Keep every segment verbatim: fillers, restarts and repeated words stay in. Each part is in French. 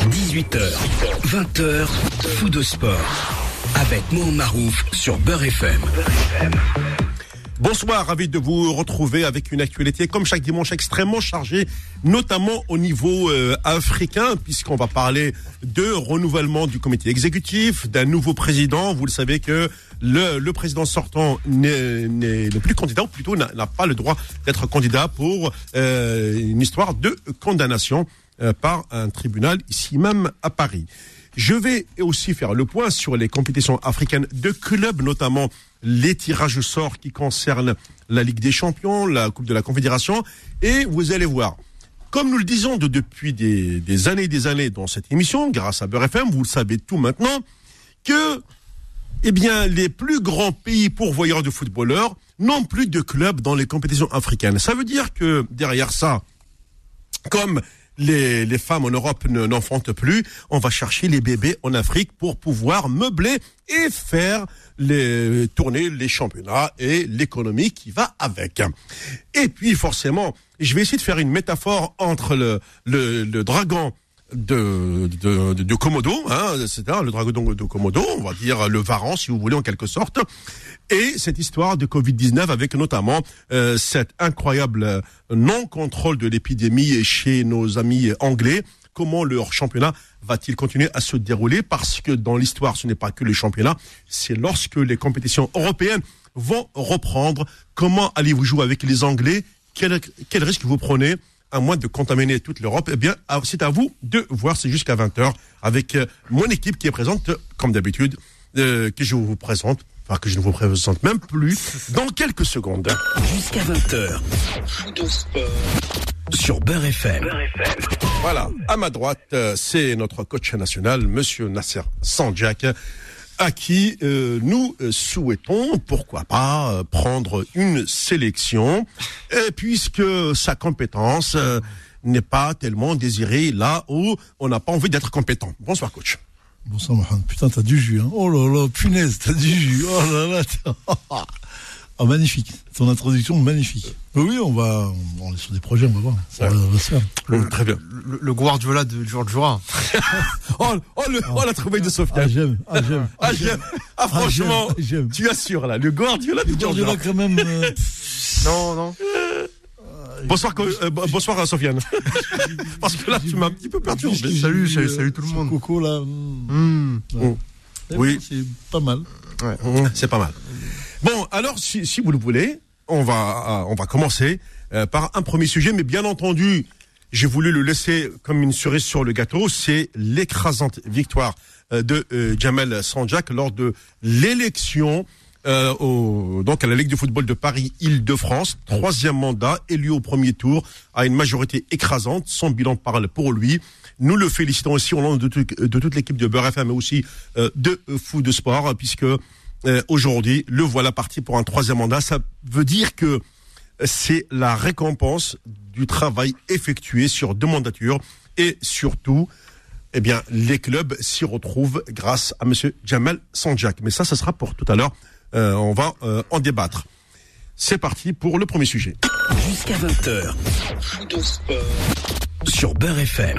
dix-huit heures, vingt heures, Fou de sport. Avec Mohamed Marouf sur Beurre F M. Bonsoir, ravi de vous retrouver avec une actualité comme chaque dimanche extrêmement chargée, notamment au niveau euh, africain, puisqu'on va parler de renouvellement du comité exécutif, d'un nouveau président. Vous le savez que le, le président sortant n'est, n'est le plus candidat, ou plutôt n'a, n'a pas le droit d'être candidat pour euh, une histoire de condamnation euh, par un tribunal ici même à Paris. Je vais aussi faire le point sur les compétitions africaines de clubs, notamment les tirages au sort qui concernent la Ligue des Champions, la Coupe de la Confédération. Et vous allez voir, comme nous le disons de, depuis des, des années et des années dans cette émission, grâce à Beurre F M, vous le savez tout maintenant, que eh bien, les plus grands pays pourvoyeurs de footballeurs n'ont plus de clubs dans les compétitions africaines. Ça veut dire que derrière ça, comme Les, les femmes en Europe ne, n'enfantent plus, on va chercher les bébés en Afrique pour pouvoir meubler et faire les, tourner les championnats et l'économie qui va avec. Et puis forcément, je vais essayer de faire une métaphore entre le, le, le dragon de, de, de, de Komodo, hein, c'est-à-dire le dragon de Komodo, on va dire le Varan si vous voulez en quelque sorte, et cette histoire de covid dix-neuf avec notamment euh, cet incroyable non-contrôle de l'épidémie chez nos amis anglais. Comment leur championnat va-t-il continuer à se dérouler? Parce que dans l'histoire, ce n'est pas que les championnats, c'est lorsque les compétitions européennes vont reprendre. Comment allez-vous jouer avec les Anglais? Quel, quel risque vous prenez? À moins de contaminer toute l'Europe, eh bien, c'est à vous de voir. C'est jusqu'à vingt heures avec mon équipe qui est présente, comme d'habitude, euh, que je vous présente, enfin que je ne vous présente même plus, dans quelques secondes. Jusqu'à vingt heures, Fou de sport sur Beurre F M. Voilà, à ma droite, c'est notre coach national, Monsieur Nasser Sanjak, à qui euh, nous souhaitons, pourquoi pas, euh, prendre une sélection, et puisque sa compétence euh, n'est pas tellement désirée là où on n'a pas envie d'être compétent. Bonsoir, coach. Bonsoir, Mohamed. Putain, t'as du jus, hein. Oh là là, punaise, t'as du jus. Oh là là. Ah, magnifique. Ton introduction, magnifique. Mais oui, on va, on est sur des projets, on va voir. Ça ouais. va, va se faire. Le, très bien. Le, le Guardiola de Georges Jura. oh, oh, le, oh, la trouvaille de Sofiane. Ah, j'aime. Ah, j'aime. Ah, j'aime. Ah, franchement, ah, j'aime. Tu assures, là. Le Guardiola de Georges Jura. quand même. Euh... non, non. Bonsoir, euh, bonsoir Sofiane. Parce que là, tu m'as un petit peu perturbé. Salut, salut, salut tout le monde. Coco, là. Mmh. Ouais. Mmh. Oui. C'est pas mal. Ouais. Mmh. C'est pas mal. Bon, alors, si, si vous le voulez, on va, on va commencer euh, par un premier sujet, mais bien entendu, j'ai voulu le laisser comme une cerise sur le gâteau. C'est l'écrasante victoire euh, de euh, Jamel Sanjak lors de l'élection euh, au, donc à la Ligue de football de Paris-Île-de-France. Troisième mandat, élu au premier tour à une majorité écrasante. Son bilan parle pour lui. Nous le félicitons aussi au nom de, tout, de toute l'équipe de Beurre F M, mais aussi euh, de euh, Fou de Sport, puisque Euh, aujourd'hui, le voilà parti pour un troisième mandat. Ça veut dire que c'est la récompense du travail effectué sur deux mandatures et surtout, eh bien, les clubs s'y retrouvent grâce à Monsieur Jamel Sanjak. Mais ça, ça sera pour tout à l'heure. Euh, on va euh, en débattre. C'est parti pour le premier sujet. Jusqu'à vingt heures, Fou de sport sur Beurre F M.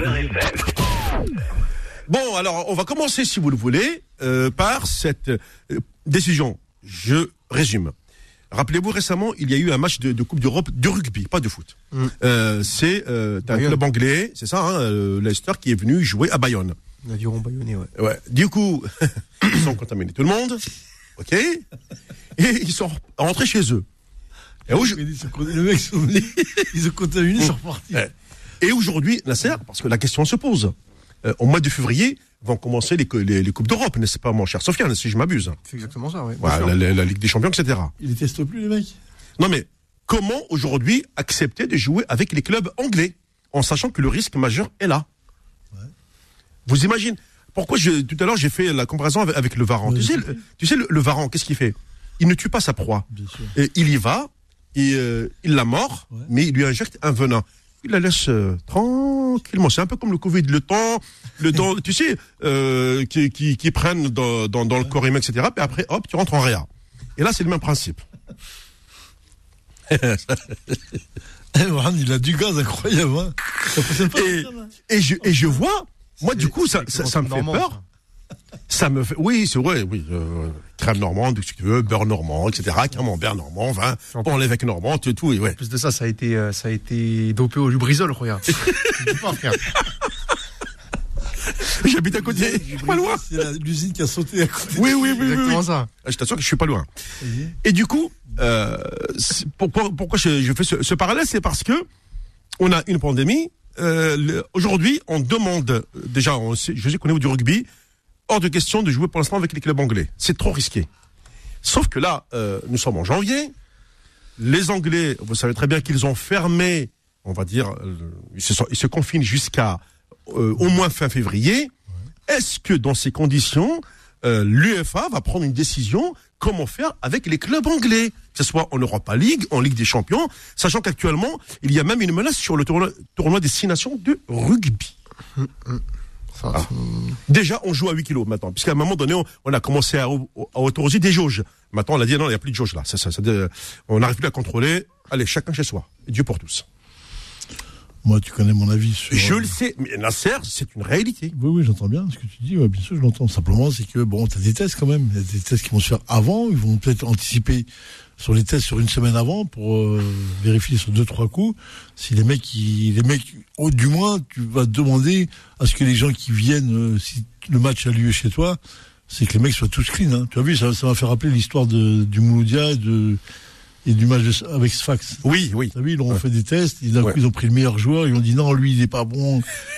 Bon, alors, on va commencer, si vous le voulez, euh, par cette euh, décision. Je résume. Rappelez-vous, récemment, il y a eu un match de, de Coupe d'Europe de rugby, pas de foot. Mm. Euh, c'est euh, un club anglais, c'est ça, hein, euh, Leicester, qui est venu jouer à Bayonne. L'aviron bayonnais, ouais. Ouais. Du coup, ils ont contaminé tout le monde, ok, et ils sont rentrés chez eux. Et aujourd'hui, le mec, ils ont contaminé, ils sont repartis. Et aujourd'hui, Nasser, parce que la question se pose. Euh, au mois de février vont commencer les, les, les Coupes d'Europe, n'est-ce pas, mon cher Sofiane, si je m'abuse? C'est exactement ça, oui. Ouais, la, la, la Ligue des Champions, et cetera. Ils les testent plus, les mecs? Non, mais comment aujourd'hui accepter de jouer avec les clubs anglais en sachant que le risque majeur est là? Ouais. Vous imaginez? Pourquoi je, tout à l'heure j'ai fait la comparaison avec, avec le Varan. Ouais, tu, sais, le, tu sais, le, le Varan, qu'est-ce qu'il fait? Il ne tue pas sa proie. Bien sûr. Et il y va, et, euh, il la mord, ouais. mais il lui injecte un venin. Il la laisse euh, tranquillement. C'est un peu comme le Covid, le temps, le temps, tu sais, euh, qui, qui, qui prennent dans, dans, dans le corps humain, et cetera. Puis après, hop, tu rentres en réa. Et là, c'est le même principe. Il a du gaz incroyable. Hein. Ça fonctionne pas. Et, et, je, et je vois, moi, du coup, ça, ça, ça me fait peur. Ça me fait, oui, c'est vrai, oui, euh, crème normande, si tu veux, beurre normand, et cetera, camembert normand, vin, bon, l'évêque normand, tout, tout, oui, ouais. En plus de ça, ça a été, euh, ça a été dopé au Lubrizol, regarde. Je dis pas, frère. J'habite à côté, je suis pas loin. C'est la- l'usine qui a sauté à côté. Oui, oui, oui, oui, Exactement oui. ça. Je t'assure que je suis pas loin. Et du coup, euh, c'est- pour- pour- pourquoi je, je fais ce, ce parallèle, c'est parce que on a une pandémie. Euh, le- aujourd'hui, on demande euh, déjà, on sait, je sais qu'on est du rugby, hors de question de jouer pour l'instant avec les clubs anglais. C'est trop risqué. Sauf que là, euh, nous sommes en janvier. Les Anglais, vous savez très bien qu'ils ont fermé, on va dire, euh, ils, se sont- ils se confinent jusqu'à euh, au moins fin février. Est-ce que dans ces conditions, euh, l'U F A va prendre une décision comment faire avec les clubs anglais, que ce soit en Europa League, en Ligue des Champions, sachant qu'actuellement, il y a même une menace sur le tournoi, tournoi Destination de rugby. Ça, Ah. Déjà, on joue à huit kilos maintenant, puisqu'à un moment donné, on, on a commencé à, à autoriser des jauges. Maintenant, on a dit non, il n'y a plus de jauges là. Ça, ça, ça, on n'arrive plus à contrôler. Allez, chacun chez soi. Et Dieu pour tous. Moi, tu connais mon avis sur. Je le sais, mais Nasser, c'est une réalité. Oui, oui, j'entends bien ce que tu dis. Ouais, bien sûr, je l'entends. Simplement, c'est que bon, t'as des tests quand même. Il y a des tests qui vont se faire avant. Ils vont peut-être anticiper sur les tests sur une semaine avant pour euh, vérifier sur deux trois coups si les mecs, qui, les mecs, oh, du moins, tu vas demander à ce que les gens qui viennent, euh, si le match a lieu chez toi, c'est que les mecs soient tous clean. Hein. Tu as vu, ça, ça m'a fait rappeler l'histoire de du Mouloudia et de et du match de, avec Sfax. Oui, oui. T'as vu, ils ont Ouais. fait des tests, ils, d'un coup, Ouais. ils ont pris le meilleur joueur, ils ont dit non, lui, il est pas bon.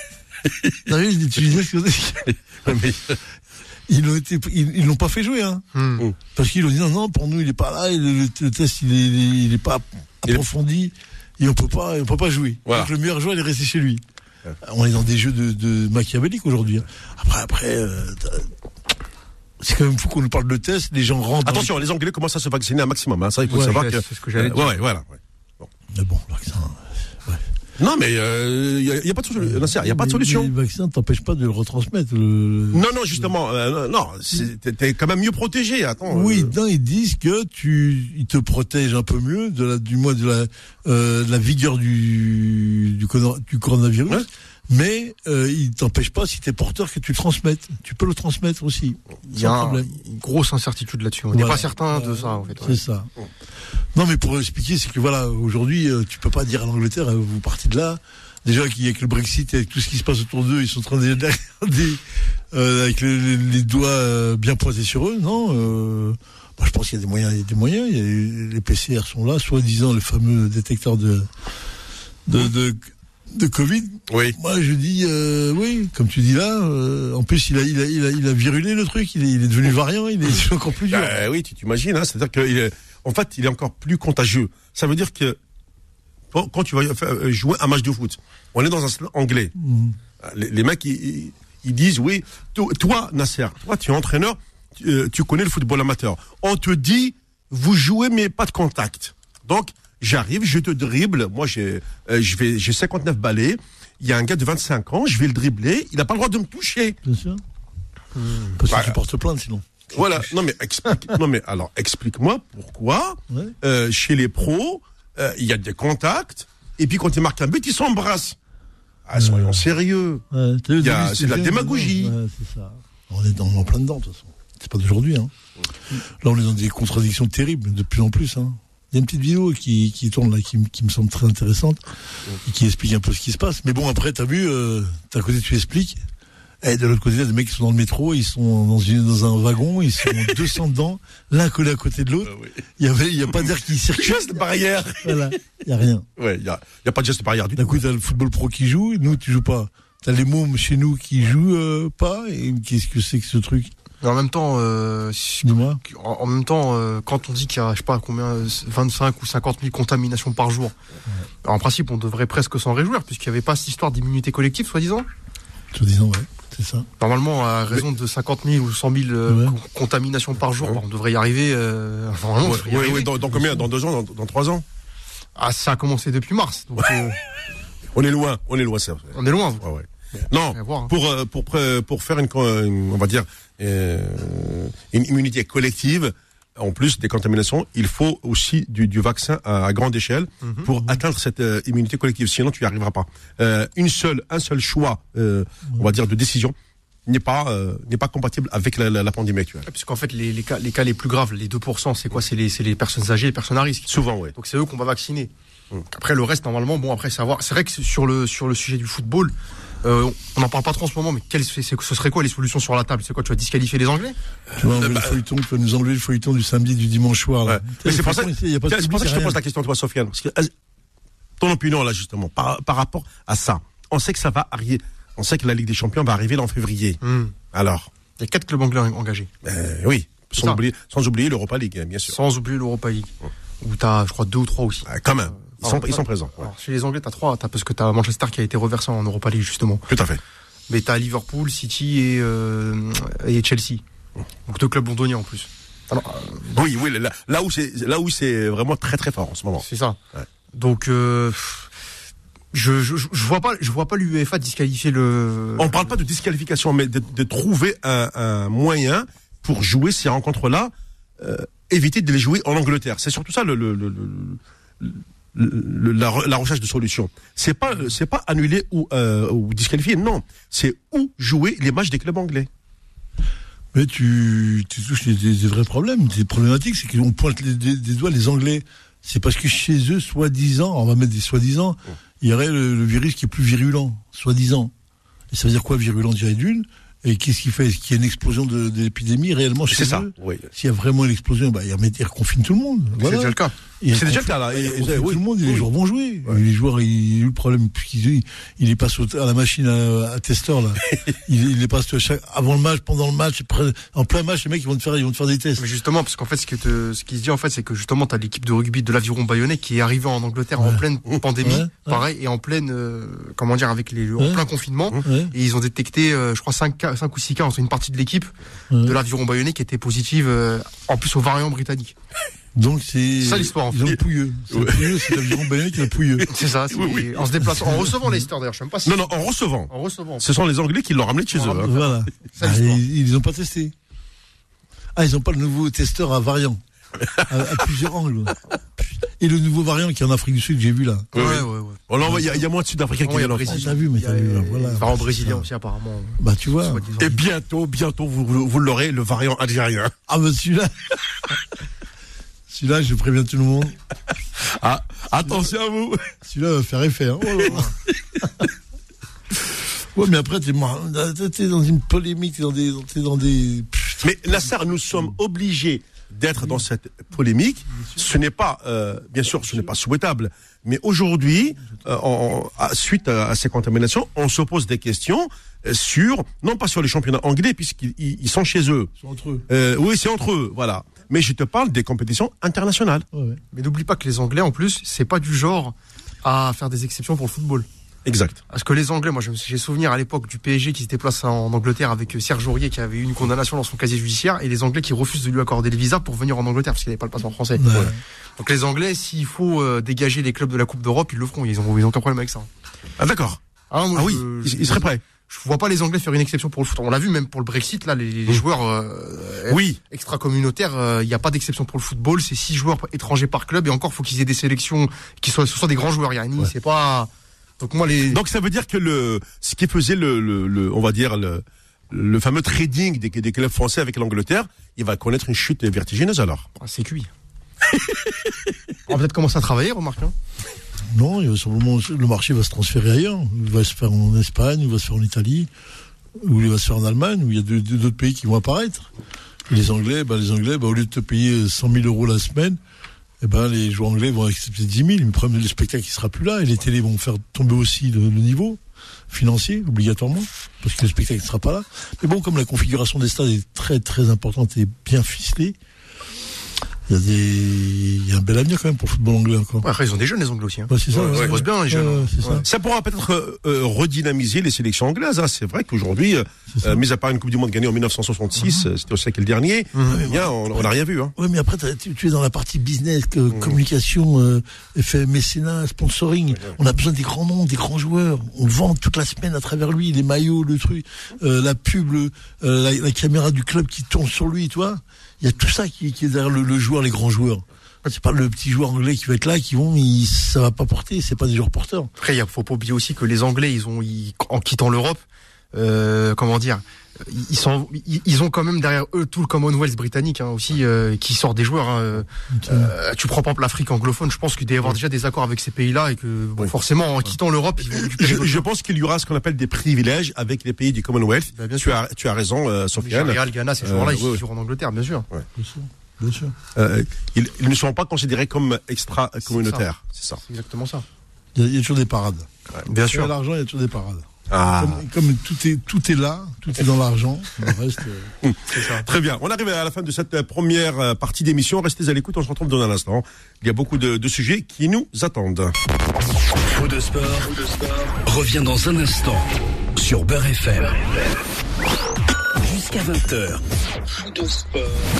T'as vu, tu disais ce que Mais- ils l'ont été, ils, ils l'ont pas fait jouer, hein. Hmm. Parce qu'ils ont dit non, non, pour nous, il est pas là, et le, le- le test, il est, il est, il est pas Il est- approfondi, et on peut pas, on peut pas jouer. Voilà. Donc le meilleur joueur, il est resté chez lui. On est dans des jeux de, de machiavéliques aujourd'hui. hein. Après, après, euh, t'as- c'est quand même fou qu'on nous parle de tests, les gens rentrent. dans Attention, les Anglais commencent à se vacciner un maximum. Hein. Ça, il faut Ouais, savoir ouais, que. c'est ce que j'allais Euh, dire. ouais, voilà. Ouais. les- Mais bon, le vaccin. Non, mais il euh, n'y a, y a pas de solution. Nasser, il y a pas de Mais- solution. mais Le vaccin t'empêche pas de le retransmettre. Le... Non, non, justement, euh, non, c'est- t'es- t'es quand même mieux protégé. Attends. Oui, euh, non, ils disent que tu, ils te protègent un peu mieux de la, du moins de la, euh, de la vigueur du, du, corona- du coronavirus, Ouais. mais euh, ils t'empêchent pas si t'es porteur que tu le transmettes. Tu peux le transmettre aussi. Il y a Sans un- problème. une grosse incertitude là-dessus. On n'est Voilà. pas certain de ça, en fait. C'est ça. Non, mais pour expliquer, c'est que voilà, aujourd'hui, euh, tu peux pas dire à l'Angleterre, euh, vous partez de là. Déjà qu'il y a que le Brexit et avec tout ce qui se passe autour d'eux, ils sont en train de les regarder euh, avec le- les, les doigts euh, bien pointés sur eux, non euh, bah, je pense qu'il y a des moyens, il y a des moyens. Il y a les, les P C R sont là, soi-disant le fameux détecteur de de de, de Covid. Oui. Moi, je dis euh, oui, comme tu dis là. euh, en plus, il a il a il a il a virulé le truc. Il est il est devenu variant. Il est encore plus dur. Bah, oui, tu t'imagines, hein, c'est-à-dire qu'il est, en fait, il est encore plus contagieux. Ça veut dire que quand quand tu vas faire- jouer un match de foot, on est dans un stade anglais. Mhm. Les, les mecs, ils, ils disent, oui, to- toi, Nasser, toi, tu es entraîneur, tu, euh, tu connais le football amateur. On te dit, vous jouez, mais pas de contact. Donc, j'arrive, je te dribble. Moi, j'ai, euh, je vais, j'ai cinquante-neuf balais. Il y a un gars de vingt-cinq ans, je vais le dribbler. Il n'a pas le droit de me toucher. Bien sûr. Parce que Bah, tu portes plainte sinon. Voilà. Non, mais explique, non, mais alors, explique-moi pourquoi, Ouais. euh, chez les pros, euh, il y a des contacts, et puis quand ils marquent un but, ils s'embrassent. Ah, soyons sérieux. Ouais, t'as vu, Il y a- au début, c'est de la c'était- démagogie. Ouais, c'est ça. On est dans, en plein dedans, de toute façon. C'est pas d'aujourd'hui, hein. Là, on est dans des contradictions terribles, de plus en plus, hein. Il y a une petite vidéo qui, qui tourne là, qui, m- qui me semble très intéressante, et qui explique un peu ce qui se passe. Mais bon, après, t'as vu, euh, d'un côté, tu expliques, et de l'autre côté, il y a des mecs qui sont dans le métro, ils sont dans, une, dans un wagon, ils sont deux cents dedans, l'un collé à côté de l'autre. Il y avait, il y a pas d'air qui circule. Geste barrière. Voilà. Il y a rien. Ouais, il y a, il y a pas de geste barrière du D'un tout. coup, t'as le football pro qui joue, et nous, tu joues pas. T'as les mômes chez nous qui jouent euh, pas, et qu'est-ce que c'est que ce truc? Mais en même temps, euh, si- Dis-moi. en, en même temps, euh, quand on dit qu'il y a, je sais pas combien, euh, vingt-cinq ou cinquante mille contaminations par jour, en principe, on devrait presque s'en réjouir, puisqu'il n'y avait pas cette histoire d'immunité collective, soi-disant. Soi-disant, ouais, c'est ça. Normalement, à raison de cinquante mille ou cent mille euh, Ouais. co- contaminations par jour, Ouais. bah, on devrait y arriver. Euh, enfin, vraiment, on Ouais, devrait y ouais, arriver. ouais, dans, dans combien? Dans deux ans? Dans, dans trois ans? Ah, ça a commencé depuis mars, donc euh, On est loin, on est loin, c'est vrai. on est loin. Ouais, ouais. Non, On va voir, hein. pour, euh, pour, pré- pour faire une, co- une- on va dire, euh, une immunité collective, en plus des contaminations, il faut aussi du, du vaccin à, à grande échelle mmh, pour mmh. atteindre cette euh, immunité collective. Sinon, tu n'y arriveras pas. Euh, une seule, un seul choix, euh, mmh. on va dire, de décision n'est pas euh, n'est pas compatible avec la, la, la pandémie actuelle. Puisqu'en fait, les, les cas les cas les plus graves, les deux pour cent, c'est quoi? C'est les c'est les personnes âgées, les personnes à risque. Souvent, oui. Donc c'est eux qu'on va vacciner. Mmh. Après le reste, normalement, bon, après savoir. C'est vrai que sur le sur le sujet du football. Euh, on n'en parle pas trop en ce moment, mais quel, c'est, c'est, ce serait quoi les solutions sur la table? C'est quoi? Tu vas disqualifier les Anglais? Tu vas enlever bah, le feuilleton, tu vas nous enlever le feuilleton du samedi, du dimanche soir. Là. Ouais. Mais c'est pour ça, ici, y a pas c'est pour ça que je te pose la question, toi, Sofiane. Parce que, ton opinion, là, justement, par, par rapport à ça, on sait que ça va arriver. On sait que la Ligue des Champions va arriver là en février. Mmh. Alors. Il y a quatre clubs anglais engagés. Euh, oui. Sans oublier, sans oublier l'Europa League, bien sûr. Sans oublier l'Europa League. Mmh. Où t'as, je crois, deux ou trois aussi. Euh, quand même. Ils, alors, sont, ils sont présents. Ouais. Alors, chez les Anglais, t'as trois. T'as, parce que t'as Manchester qui a été reversé en Europa League, justement. Tout à fait. Mais t'as Liverpool, City et, euh, et Chelsea. Donc deux clubs londoniens en plus. Alors, euh, oui, oui, là, là où c'est, là où c'est vraiment très très fort en ce moment. C'est ça. Ouais. Donc, euh, je, je, je vois pas, je vois pas l'UEFA disqualifier le. On parle pas de disqualification, mais de, de trouver un, un moyen pour jouer ces rencontres-là, euh, éviter de les jouer en Angleterre. C'est surtout ça le, le, le, le Le, la, la recherche de solutions. C'est pas, c'est pas annuler ou, euh, ou disqualifier, non. C'est où jouer les matchs des clubs anglais. Mais tu, tu touches des, des, des vrais problèmes. Des problématiques, c'est qu'on pointe les, des, des doigts les Anglais. C'est parce que chez eux, soi-disant, on va mettre des soi-disant, oh. il y aurait le, le virus qui est plus virulent, soi-disant. Et ça veut dire quoi, virulent, déjà d'une? Et qu'est-ce qui fait? Est-ce qu'il y a une explosion de, de l'épidémie réellement chez C'est eux? ça, oui. S'il y a vraiment une explosion, bah, ils reconfinent tout le monde. Voilà. C'est déjà le cas. Et c'est déjà le cas, là. Et, et, et, oui. Tout le monde, et oui. les joueurs vont jouer. Ouais. Les joueurs, ils, le problème, ils, ils les passent à la machine à, à testeur, là. ils, ils les passent chaque, avant le match, pendant le match, en plein match, les mecs, ils vont te faire, ils vont te faire des tests. Mais justement, parce qu'en fait, ce, que te, ce qui se dit, en fait, c'est que justement, t'as l'équipe de rugby de l'Aviron Bayonnais qui est arrivée en Angleterre ouais. en pleine pandémie, ouais. pareil, et en pleine, euh, comment dire, avec les, ouais. en plein confinement. Ouais. Et ils ont détecté, euh, je crois, cinq cas, cinq ou six cas, entre une partie de l'équipe ouais. de l'Aviron Bayonnais qui était positive, euh, en plus au variant britannique. Donc c'est, c'est ça l'histoire en fait. Ils ont le pouilleux. C'est ouais. le pouilleux, c'est l'Aviron Bayonnais qui a le pouilleux. C'est ça. C'est oui, oui. En se déplaçant, en recevant Leicester d'ailleurs, je sais même pas si. Non non, en recevant. En recevant. Ce sont les Anglais qui l'ont ramené de chez eux. Hein. Voilà. Ah, ils, ils ont pas testé. Ah, ils ont pas le nouveau testeur à variant. à, à plusieurs angles. Et le nouveau variant qui est en Afrique du Sud, que j'ai vu là. Ouais, ouais, ouais. ouais. Il y, y a moins de Sud-Africains qui viennent en France. T'as vu, mais t'as vu, là, voilà. Le variant brésilien aussi, apparemment. Bah, tu vois. Et bientôt, bientôt, vous, vous, vous l'aurez, le variant algérien. Ah, bah, celui-là. Celui-là, je préviens tout le monde. Ah, attention à vous. Celui-là va faire effet, hein. Oh là là. Ouais, mais après, t'es, t'es dans une polémique, t'es dans des, t'es dans des. Mais Nassar, nous sommes obligés d'être oui. dans cette polémique. Ce n'est pas, euh, bien sûr, ce n'est pas souhaitable. Mais aujourd'hui, euh, on, à, suite à, à ces contaminations, on se pose des questions sur, non pas sur les championnats anglais, puisqu'ils ils sont chez eux. Ils sont entre eux. Euh, oui, c'est entre eux, voilà. Mais je te parle des compétitions internationales. Ouais, ouais. Mais n'oublie pas que les Anglais, en plus, c'est pas du genre à faire des exceptions pour le football. Exact. Parce que les Anglais, moi j'ai souvenir à l'époque du P S G qui se déplace en Angleterre avec Serge Aurier qui avait eu une condamnation dans son casier judiciaire et les Anglais qui refusent de lui accorder le visa pour venir en Angleterre parce qu'il n'avait pas le passeport français. Ouais. Ouais. Donc les Anglais, s'il faut euh, dégager les clubs de la Coupe d'Europe, ils le feront. Ils ont, ils ont aucun problème avec ça. Ah d'accord. Ah, moi, ah oui, je, ils, ils seraient prêts. Je vois pas les Anglais faire une exception pour le foot. On l'a vu même pour le Brexit, là, les, les joueurs euh, oui. extra-communautaires, il euh, n'y a pas d'exception pour le football. C'est six joueurs étrangers par club et encore, faut qu'ils aient des sélections qui soient, ce soient des grands joueurs. Yanni, ouais. c'est pas. Donc moi les. Donc ça veut dire que le ce qui faisait le, le, le on va dire le le fameux trading des, des clubs français avec l'Angleterre, il va connaître une chute vertigineuse alors. Ah, c'est cuit. On va peut-être commencer à travailler, remarque. Hein. Non, il va simplement, le marché va se transférer ailleurs. Il va se faire en Espagne, il va se faire en Italie, ou il va se faire en Allemagne, où il y a deux, deux, d'autres pays qui vont apparaître. Et les Anglais, bah les Anglais, bah au lieu de te payer cent mille euros la semaine. Eh ben, les joueurs anglais vont accepter dix mille. Le problème, le spectacle, il sera plus là. Et les télés vont faire tomber aussi le, le niveau financier, obligatoirement. Parce que le spectacle ne sera pas là. Mais bon, comme la configuration des stades est très, très importante et bien ficelée, il y a des, il y a un bel avenir quand même pour le football anglais encore. Ouais, après, ils ont des jeunes, les Anglais aussi, hein. Ouais, c'est ça. Ouais, ouais, ils bossent bien, les jeunes. Ouais, c'est ouais. Ça. ça pourra peut-être euh, redynamiser les sélections anglaises, hein. C'est vrai qu'aujourd'hui, euh, mis à part une Coupe du Monde gagnée en dix-neuf cent soixante-six, mmh. c'était au siècle dernier, mmh. bien, on n'a rien vu, hein. Ouais, mais après, tu, tu es dans la partie business, que, mmh. communication, euh, fait mécénat, sponsoring. Ouais. On a besoin des grands noms, des grands joueurs. On vend toute la semaine à travers lui, les maillots, le truc, euh, la pub, le, euh, la, la caméra du club qui tourne sur lui, tu vois. il y a tout ça qui, qui est derrière le, le joueur, les grands joueurs. C'est pas le petit joueur anglais qui va être là, qui vont, ils, ça va pas porter, c'est pas des joueurs porteurs. Après, il faut pas oublier aussi que les Anglais, ils ont, ils, en quittant l'Europe, euh, comment dire, ils sont, ils, ils ont quand même derrière eux tout le Commonwealth britannique hein, aussi, euh, qui sort des joueurs. Hein, okay. euh, tu prends par exemple l'Afrique anglophone, je pense qu'il doit y avoir déjà des accords avec ces pays-là et que bon, oui. forcément, en quittant l'Europe, ils vont je, je pense qu'il y aura ce qu'on appelle des privilèges avec les pays du Commonwealth. Ben, bien tu sûr. as, tu as raison, euh, Sofiane. Real, Ghana, ces joueurs-là, euh, ils oui. jouent en Angleterre, bien sûr. Ouais. Bien sûr. Bien sûr. Euh, ils, ils ne sont pas considérés comme extra-communautaires. C'est ça. C'est exactement ça. Il y, a, il y a toujours des parades. Ouais, bien sûr. Il y a l'argent, il y a toujours des parades. Ah. Comme, comme tout est tout est là, tout est dans l'argent. Le reste. Euh, c'est ça. Très bien. On arrive à la fin de cette première partie d'émission. Restez à l'écoute. On se retrouve dans un instant. Il y a beaucoup de, de sujets qui nous attendent. Fou de sport, Fou de sport revient dans un instant sur Beurre F M. Jusqu'à vingt heures. Fou de sport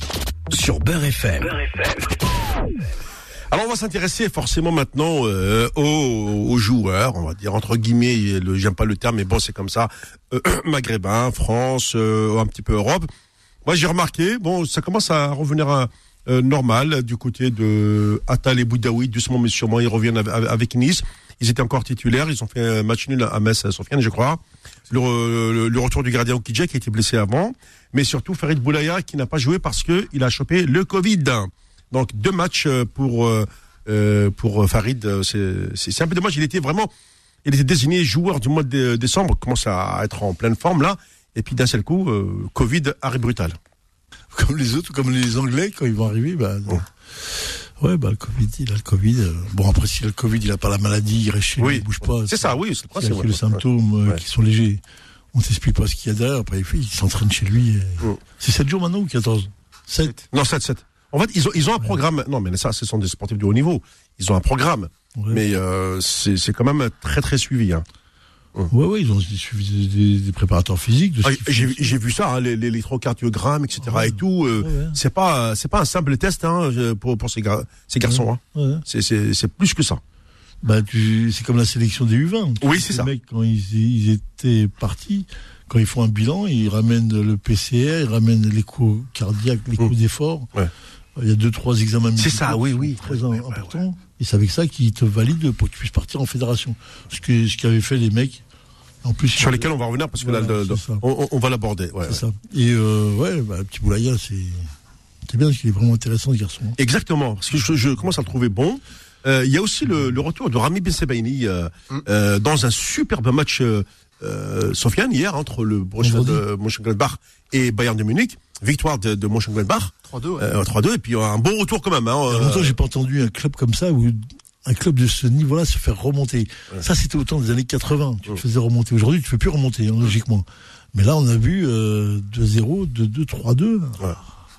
sur Beurre F M. Beurre F M. Alors on va s'intéresser forcément maintenant euh, aux, aux joueurs, on va dire entre guillemets, le, j'aime pas le terme, mais bon c'est comme ça, euh, maghrébins, France, euh, un petit peu Europe. Moi j'ai remarqué, bon ça commence à revenir à, euh, normal du côté de Attal et Boudaoui, doucement mais sûrement ils reviennent avec, avec Nice. Ils étaient encore titulaires, ils ont fait un match nul à Metz, à Sofiane je crois. Le, le, le retour du gardien Okidja qui a été blessé avant, mais surtout Farid Boulaya qui n'a pas joué parce que il a chopé le Covid. Donc deux matchs pour euh, pour Farid, c'est, c'est c'est un peu dommage. Il était vraiment, il était désigné joueur du mois de décembre, commence à être en pleine forme là, et puis d'un seul coup, euh, Covid arrêt brutal. Comme les autres, comme les Anglais quand ils vont arriver, bah oh. ouais bah le Covid, il a le Covid. Bon après si il a le Covid, il a pas la maladie, il reste chez lui, oui. il bouge pas. C'est, c'est ça, oui, c'est, c'est, c'est ouais. les symptômes ouais. qui sont légers. On t'explique pas ce qu'il y a derrière. Après il s'entraîne chez lui. Et... Oh. C'est sept jours maintenant ou quatorze? sept Non sept sept. En fait, ils ont, ils ont un ouais. programme. Non, mais ça, ce sont des sportifs de haut niveau. Ils ont un programme. Ouais. Mais euh, c'est, c'est quand même très, très suivi. Hein. Ouais, ouais, ils ont suivi des, des préparateurs physiques. De ah, j'ai, j'ai vu ça, hein, les, les électrocardiogrammes, et cetera. Ouais. Et tout. Euh, ouais. C'est pas, c'est pas un simple test hein, pour, pour ces, gar- ces garçons. Ouais. Hein. Ouais. C'est, c'est, c'est plus que ça. Bah, tu, c'est comme la sélection des U vingt. Oui, c'est les ça. Les mecs, quand ils, ils étaient partis, quand ils font un bilan, ils ramènent le P C R, ils ramènent l'écho cardiaque, l'écho mmh. d'effort. Ouais. Il y a deux, trois examens médicaux. C'est ça, oui, oui. Très ouais, importants. Ouais, ouais. Et c'est avec ça qu'ils te valident pour que tu puisses partir en fédération. Ce que, ce qu'avaient fait les mecs. En plus. Sur lesquels on va revenir parce voilà, que là, le, le, on, on va l'aborder. Ouais, c'est ouais. ça. Et, euh, ouais, bah, le petit Boulaya, c'est, c'est bien parce qu'il est vraiment intéressant, ce garçon. Exactement. Parce que je, je commence à le trouver bon. Euh, il y a aussi le, le retour de Rami Bensebaini, euh, mm. euh, dans un superbe match, euh, euh, Sofiane, hier, entre le Borussia de Mönchengladbach et Bayern de Munich. Victoire de, de Mönchengladbach. trois deux, ouais. euh, trois deux, et puis un bon retour quand même. Hein, il y a longtemps, euh... j'ai pas entendu un club comme ça, où un club de ce niveau-là se faire remonter. Ouais. Ça, c'était au temps des années quatre-vingts. Tu te faisais remonter. Aujourd'hui, tu ne fais plus remonter, hein, logiquement. Mais là, on a vu euh, deux zéro, deux deux, trois deux. Ouais.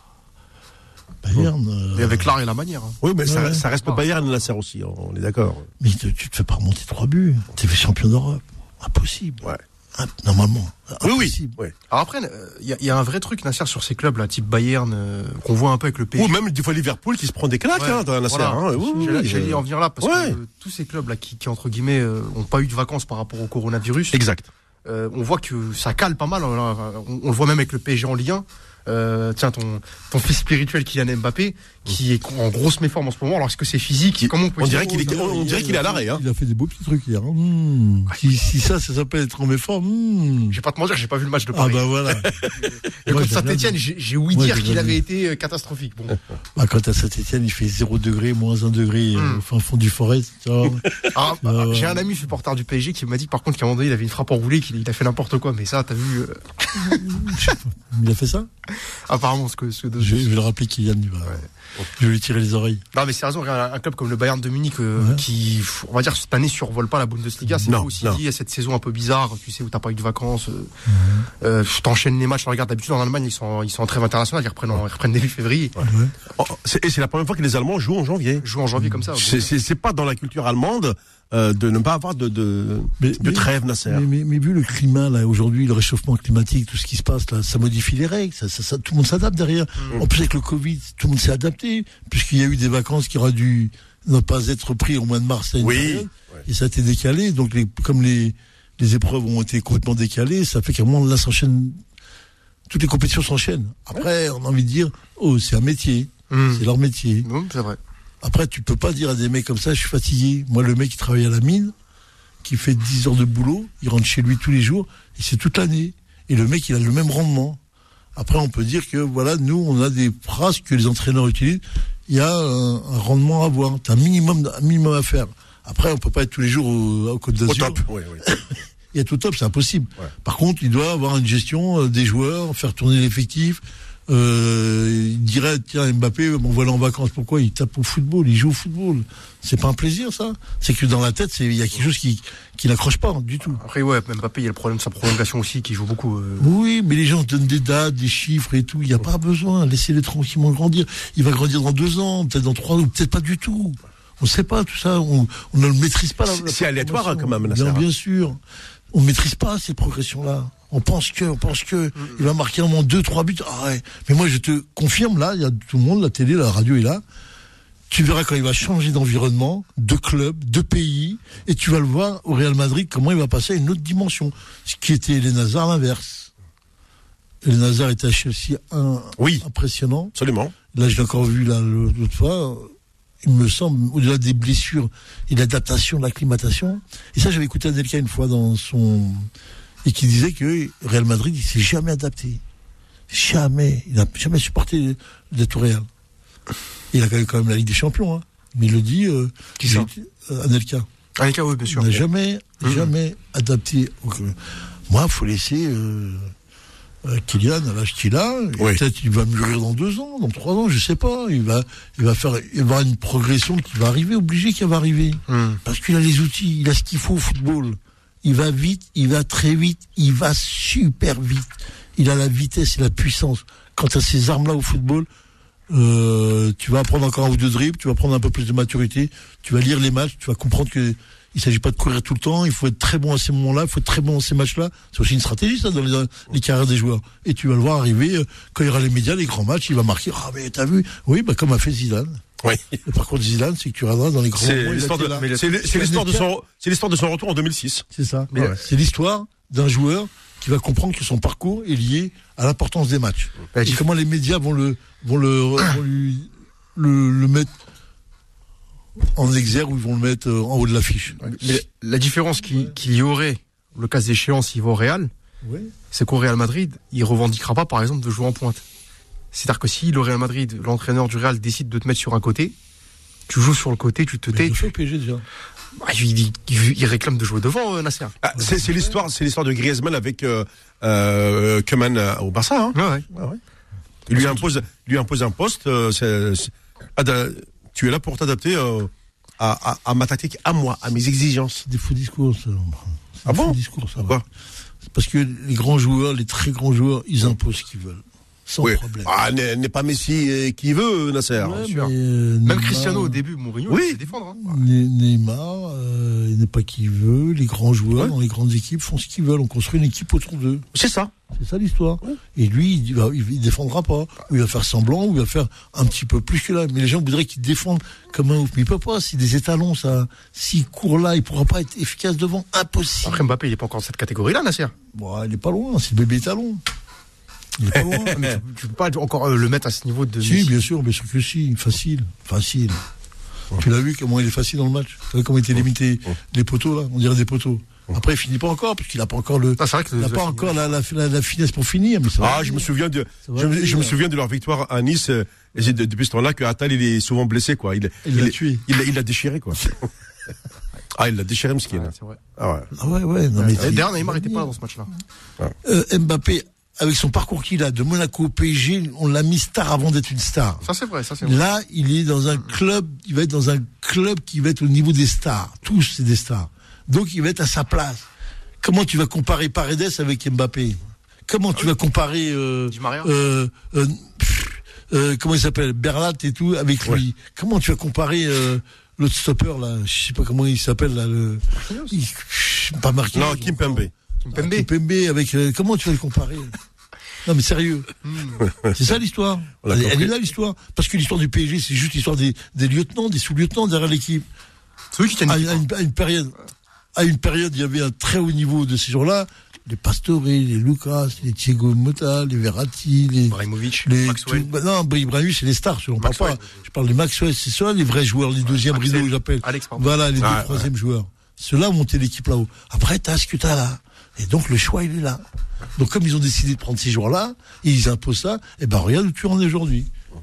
Bayern. Euh... Et avec l'art et la manière. Hein. Oui, mais ouais, ça, ouais. ça reste le Bayern et Nasser aussi, on est d'accord. Mais te, tu te fais pas remonter trois buts. Tu es fait champion d'Europe. Impossible. Ouais. Normalement. Oui, oui, oui. Alors après, il y, y a un vrai truc, Nasser, sur ces clubs-là, type Bayern, euh, qu'on voit un peu avec le P S G. Ou même des fois Liverpool qui se prend des claques, ouais, hein, dans Nasser. Voilà. Hein. Oui, j'allais, oui, j'allais en venir là, parce ouais. que euh, tous ces clubs-là qui, qui entre guillemets, euh, ont pas eu de vacances par rapport au coronavirus. Exact. Euh, on voit que ça cale pas mal. On, on le voit même avec le P S G en Ligue un. Euh, tiens, ton, ton fils spirituel Kylian Mbappé, qui est en grosse méforme en ce moment. Alors, est-ce que c'est physique? Comment on peut on dirait qu'il est, on, on dirait qu'il est à l'arrêt, hein. Il a fait des beaux petits trucs hier. Mmh. Ah, si, si ça, ça s'appelle être en méforme, mmh. Je vais pas te mentir, j'ai pas vu le match de Paris. Ah, bah voilà. Et contre Saint-Etienne, j'ai, j'ai ouï Moi, dire qu'il avait été catastrophique. Bon. Bah, quand à Saint-Etienne, il fait zéro degré, moins un degré, mmh. au fin fond du forêt. Ah, bah, euh... J'ai un ami supporter du P S G qui m'a dit, par contre, qu'à un moment donné, il avait une frappe enroulée, qu'il il a fait n'importe quoi. Mais ça, t'as vu, euh... Il a fait ça? Apparemment, ce que, ce que je, je vais le rappeler, Kylian, il va, ouais. Je vais lui tirer les oreilles. Non, mais sérieusement, un, un club comme le Bayern de Munich, euh, ouais. qui, on va dire, cette année survole pas la Bundesliga, c'est aussi non. dit, il y a cette saison un peu bizarre, tu sais, où t'as pas eu de vacances, euh, ouais. euh, t'enchaînes les matchs, on regarde d'habitude en Allemagne, ils sont, ils sont en trêve internationale, ils reprennent, en, ils reprennent début février. Ouais. Ouais. Oh, c'est, et c'est la première fois que les Allemands jouent en janvier. Jouent en janvier comme ça. C'est, c'est, c'est pas dans la culture allemande. Euh, de ne pas avoir de, de, mais, de trêve, Nasser. Mais, mais, mais vu le climat, là, aujourd'hui, le réchauffement climatique, tout ce qui se passe, là, ça modifie les règles, ça, ça, ça, tout le monde s'adapte derrière. Mmh. En plus, avec le Covid, tout le monde s'est adapté, puisqu'il y a eu des vacances qui auraient dû ne pas être pris au mois de mars, à une oui. période, ouais. et ça a été décalé, donc les, comme les, les épreuves ont été complètement décalées, ça fait qu'à un moment, là, s'enchaîne toutes les compétitions s'enchaînent. Après, on a envie de dire, oh, c'est un métier. Mmh. C'est leur métier. Non, c'est vrai. Après, tu peux pas dire à des mecs comme ça, je suis fatigué. Moi, le mec qui travaille à la mine, qui fait dix heures de boulot, il rentre chez lui tous les jours, et c'est toute l'année. Et le mec, il a le même rendement. Après, on peut dire que, voilà, nous, on a des phrases que les entraîneurs utilisent. Il y a un, un rendement à avoir. T'as un minimum, un minimum à faire. Après, on peut pas être tous les jours au, au Côte d'Azur. Au top, oui, oui. Et être au top, c'est impossible. Ouais. Par contre, il doit avoir une gestion des joueurs, faire tourner l'effectif. Euh, il dirait, tiens, Mbappé, bon, voilà en vacances. Pourquoi? Il tape au football, il joue au football. C'est pas un plaisir, ça. C'est que dans la tête, c'est, il y a quelque chose qui, qui n'accroche pas, du tout. Après, ouais, Mbappé, il y a le problème de sa prolongation aussi, qui joue beaucoup. Euh... Oui, mais les gens donnent des dates, des chiffres et tout. Il n'y a pas besoin. Laissez-les tranquillement grandir. Il va grandir dans deux ans, peut-être dans trois, ou peut-être pas du tout. On ne sait pas tout ça. On, on ne le maîtrise pas. La, la c'est aléatoire, hein, quand même, bien, bien sûr. On ne maîtrise pas ces progressions-là. On pense que, on pense que, il va marquer un moment deux, trois buts. Ah ouais. Mais moi, je te confirme, là, il y a tout le monde, la télé, la radio est là. Tu verras quand il va changer d'environnement, de club, de pays, et tu vas le voir au Real Madrid, comment il va passer à une autre dimension. Ce qui était Eden Hazard, l'inverse. Eden Hazard était à Chelsea un, oui, impressionnant. Absolument. Là, je l'ai encore vu, là, l'autre fois. Il me semble, au-delà des blessures et de l'adaptation, de l'acclimatation. Et ça, j'avais écouté Anelka une fois dans son, et qui disait que Real Madrid, il s'est jamais adapté. Jamais. Il n'a jamais supporté d'être au Real. Il a gagné quand même la Ligue des Champions, hein. Mais il le dit, euh, qui ça? Euh, Anelka. Anelka, oui, bien sûr. Il n'a jamais, mmh. jamais adapté. Donc, euh, moi, il faut laisser, euh, euh, Kylian à l'âge qu'il a. Oui. Peut-être il va mûrir dans deux ans, dans trois ans, je sais pas. Il va, il va faire, il va avoir une progression qui va arriver, obligé qu'il va arriver. Mmh. Parce qu'il a les outils, il a ce qu'il faut au football. Il va vite, il va très vite, il va super vite. Il a la vitesse et la puissance. Quant à ces armes-là au football, euh, tu vas apprendre encore un ou deux dribbles, tu vas prendre un peu plus de maturité, tu vas lire les matchs, tu vas comprendre que il s'agit pas de courir tout le temps, il faut être très bon à ces moments-là, il faut être très bon à ces matchs-là. C'est aussi une stratégie, ça, dans les, les carrières des joueurs. Et tu vas le voir arriver, quand il y aura les médias, les grands matchs, il va marquer, ah, mais t'as vu? Oui, bah, comme a fait Zidane. Oui. Le parcours de Zidane, c'est que tu regarderas dans les grands c'est l'histoire de, c'est, c'est l'histoire de son, c'est l'histoire de son retour en deux mille six. C'est ça. Ouais. C'est l'histoire d'un joueur qui va comprendre que son parcours est lié à l'importance des matchs. Et et comment les médias vont le, vont le, vont lui, le, le mettre en exergue ou ils vont le mettre en haut de l'affiche. Mais la différence qu'il qui y aurait, le cas échéant, s'il va au Real, oui. c'est qu'au Real Madrid, il revendiquera pas, par exemple, de jouer en pointe. C'est-à-dire que si le Real Madrid, l'entraîneur du Real décide de te mettre sur un côté, tu joues sur le côté, tu te tais. Il tu... fait P S G déjà. Ah, il, il, il réclame de jouer devant, euh, Nasser. Ah, c'est, c'est l'histoire, c'est l'histoire de Griezmann avec euh, euh, Koeman euh, au Barça. Hein. Ouais, ouais. Ah, ouais. Il lui impose, lui impose un poste. Euh, c'est, c'est, ad, tu es là pour t'adapter euh, à, à, à ma tactique, à moi, à mes exigences. C'est des faux discours, ça. C'est ah des bon faux discours, ça. Pourquoi? Parce que les grands joueurs, les très grands joueurs, ils imposent ce qu'ils veulent. Sans oui. problème. Ah, n'est, n'est pas Messi euh, qui veut, Nasser. Ouais, sûr. Mais, euh, Même Neymar, Cristiano au début, Mourinho, oui. il sait défendre. Hein. Neymar, euh, il n'est pas qui veut. Les grands joueurs ouais. dans les grandes équipes font ce qu'ils veulent. On construit une équipe autour d'eux. C'est ça. C'est ça l'histoire. Ouais. Et lui, il, va, il défendra pas. Ou il va faire semblant, ou il va faire un petit peu plus que là. Mais les gens voudraient qu'il défende comme un ouf. Mais il peut pas. C'est des étalons, ça. S'il court là, il pourra pas être efficace devant. Impossible. Après Mbappé, il est pas encore dans cette catégorie-là, Nasser. Bon, il est pas loin. C'est le bébé étalon. Il est pas loin. Mais tu, tu peux pas encore le mettre à ce niveau de... Si, bien sûr, bien sûr que si. Facile. Facile. Ouais. Tu l'as vu comment il est facile dans le match. Tu vois comment il était limité. Ouais. Les poteaux, là. On dirait des poteaux. Ouais. Après, il finit pas encore, parce qu'il a pas encore le, ah, c'est vrai que il a pas encore la, la, la, la finesse pour finir. Mais ça ah, je me souviens de, je, me, je me souviens de leur victoire à Nice, et c'est de, depuis ce temps-là que Attal, il est souvent blessé, quoi. Il, il, il l'a tué. Il, il l'a déchiré, quoi. Ah, il l'a déchiré, Mskin. Ouais, c'est vrai. Ah ouais. Ah ouais, ouais. Non, mais ouais. D'ailleurs, Neymar n'était pas là dans ce match-là. Ouais. Euh, Mbappé, avec son parcours qu'il a de Monaco au P S G, on l'a mis star avant d'être une star. Ça c'est vrai, ça c'est vrai. Là, il est dans un club, il va être dans un club qui va être au niveau des stars. Tous c'est des stars. Donc il va être à sa place. Comment tu vas comparer Paredes avec Mbappé? Comment tu vas comparer euh, Di Maria euh, euh, euh, comment il s'appelle, Berlat et tout avec lui? Ouais. Comment tu vas comparer euh, l'autre stopper là, je sais pas comment il s'appelle là, le il, pas Marquinhos. Non, Kimpembe. Kimpembe. Ah, Kimpembe avec euh, comment tu vas le comparer? Non mais sérieux. C'est ça l'histoire. Elle, elle est là l'histoire. Parce que l'histoire du P S G, c'est juste l'histoire des, des lieutenants, des sous-lieutenants derrière l'équipe. C'est eux qui tiennent à, à, une, à une période, à une période, il y avait un très haut niveau de ces gens-là. les Pastore, les Lucas, les Thiago Motta, les Verratti, les Ibrahimovic, les Maxwell. tout, bah non, Ibrahimovic c'est les stars, je ne parle pas. Je parle de Maxwell, c'est ça les vrais joueurs, les deuxièmes Axel, rideaux, j'appelle. Alex, pardon. Voilà, les Ah, deux ouais. troisièmes joueurs. Ceux-là ont monté l'équipe là-haut. Après, t'as ce que t'as là. Et donc le choix il est là. Donc comme ils ont décidé de prendre ces joueurs-là, ils imposent ça. Et ben regarde où tu en es aujourd'hui.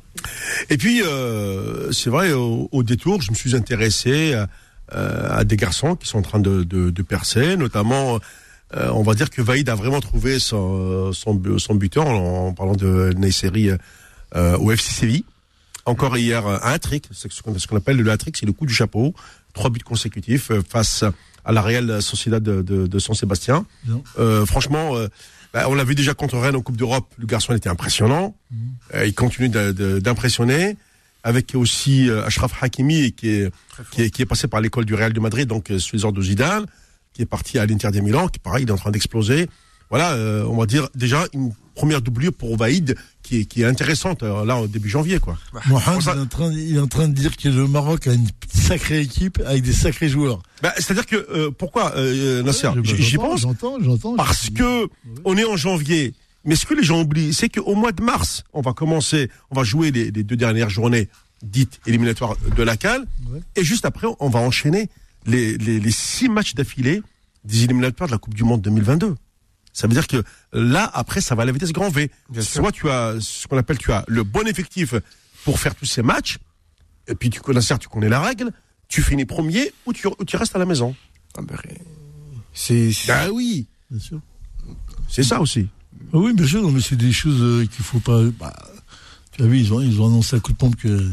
Et puis, euh, c'est vrai, au, au détour, je me suis intéressé à, à des garçons qui sont en train de, de, de percer, notamment, euh, on va dire que Vaïd a vraiment trouvé son, son, son buteur, en, en parlant de Naïseri euh, au F C Séville. Encore hier, un hat-trick, c'est ce qu'on, ce qu'on appelle le hat-trick, c'est le coup du chapeau, trois buts consécutifs euh, face à la Real Sociedad de, de, de San Sébastien. Euh, franchement... Euh, Bah, on l'a vu déjà contre Rennes en Coupe d'Europe, le garçon était impressionnant. Mmh. Euh, il continue de, de, d'impressionner. Avec aussi euh, Achraf Hakimi qui est, qui est qui est passé par l'école du Real de Madrid, donc euh, sous les ordres de Zidane, qui est parti à l'Inter de Milan, qui pareil, il est en train d'exploser. Voilà, euh, on va dire déjà une première doublure pour Vaïd qui est qui est intéressante euh, là au début janvier quoi. Bah, Mohamed ça... il, est en train, il est en train de dire que le Maroc a une sacrée équipe avec des sacrés joueurs. Bah, c'est-à-dire que euh, pourquoi euh, Nasser, ouais, j'y, j'y pense. J'entends, j'entends. Parce que on est en janvier. Mais ce que les gens oublient, c'est qu'au mois de mars, on va commencer, on va jouer les, les deux dernières journées dites éliminatoires de la C A N, ouais. Et juste après, on va enchaîner les, les, les six matchs d'affilée des éliminatoires de la Coupe du Monde deux mille vingt-deux. Ça veut dire que là, après, ça va à la vitesse grand V. Bien Soit sûr. Tu as ce qu'on appelle, tu as le bon effectif pour faire tous ces matchs, et puis tu connais, certes, tu connais la règle, tu finis premier ou tu, ou tu restes à la maison. Ah ben, c'est, c'est... Ah oui, bien sûr. C'est ça aussi. Ah oui, bien sûr, non, mais c'est des choses euh, qu'il faut pas. Bah, tu as vu, ils ont, ils ont annoncé à coup de pompe que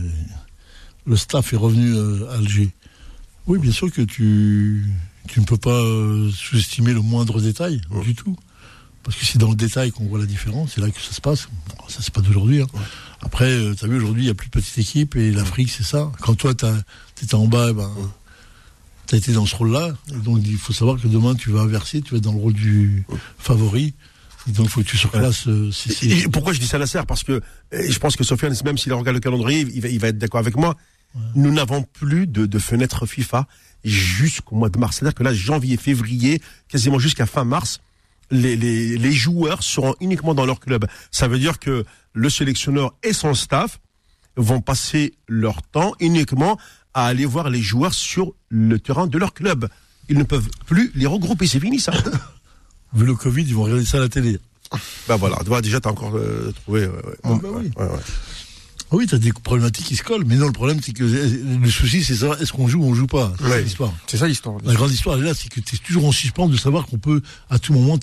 le staff est revenu euh, à Alger. Oui, bien sûr que tu, tu ne peux pas euh, sous-estimer le moindre détail, mmh. du tout. Parce que c'est dans le détail qu'on voit la différence, c'est là que ça se passe. Bon, ça, c'est pas d'aujourd'hui. Hein. Ouais. Après, euh, tu as vu, aujourd'hui, il n'y a plus de petites équipes et l'Afrique, c'est ça. Quand toi, tu étais en bas, ben, mmh. tu as été dans ce rôle-là. Et donc, il faut savoir que demain, tu vas inverser, tu vas être dans le rôle du mmh. favori. Et donc, il faut que tu surclasses. Ouais. Euh, si, si. Et pourquoi je dis ça, Nasser ? Parce que je pense que Sofiane, même s'il regarde le calendrier, il va, il va être d'accord avec moi. Ouais. Nous n'avons plus de, de fenêtre FIFA jusqu'au mois de mars. C'est-à-dire que là, janvier, février, quasiment jusqu'à fin mars, les, les, les joueurs seront uniquement dans leur club. Ça veut dire que le sélectionneur et son staff vont passer leur temps uniquement à aller voir les joueurs sur le terrain de leur club. Ils ne peuvent plus les regrouper. C'est fini, ça. Vu le Covid, ils vont regarder ça à la télé. Bah voilà, déjà, t'as encore euh, trouvé... Ouais, ouais. Ah bah oui. Ouais, ouais. Ah oui, t'as des problématiques qui se collent, mais non, le problème, c'est que le souci, c'est ça, est-ce qu'on joue ou on joue pas? C'est ouais. ça l'histoire. C'est ça l'histoire. La grande histoire, elle est là, c'est que t'es toujours en suspens de savoir qu'on peut, à tout moment,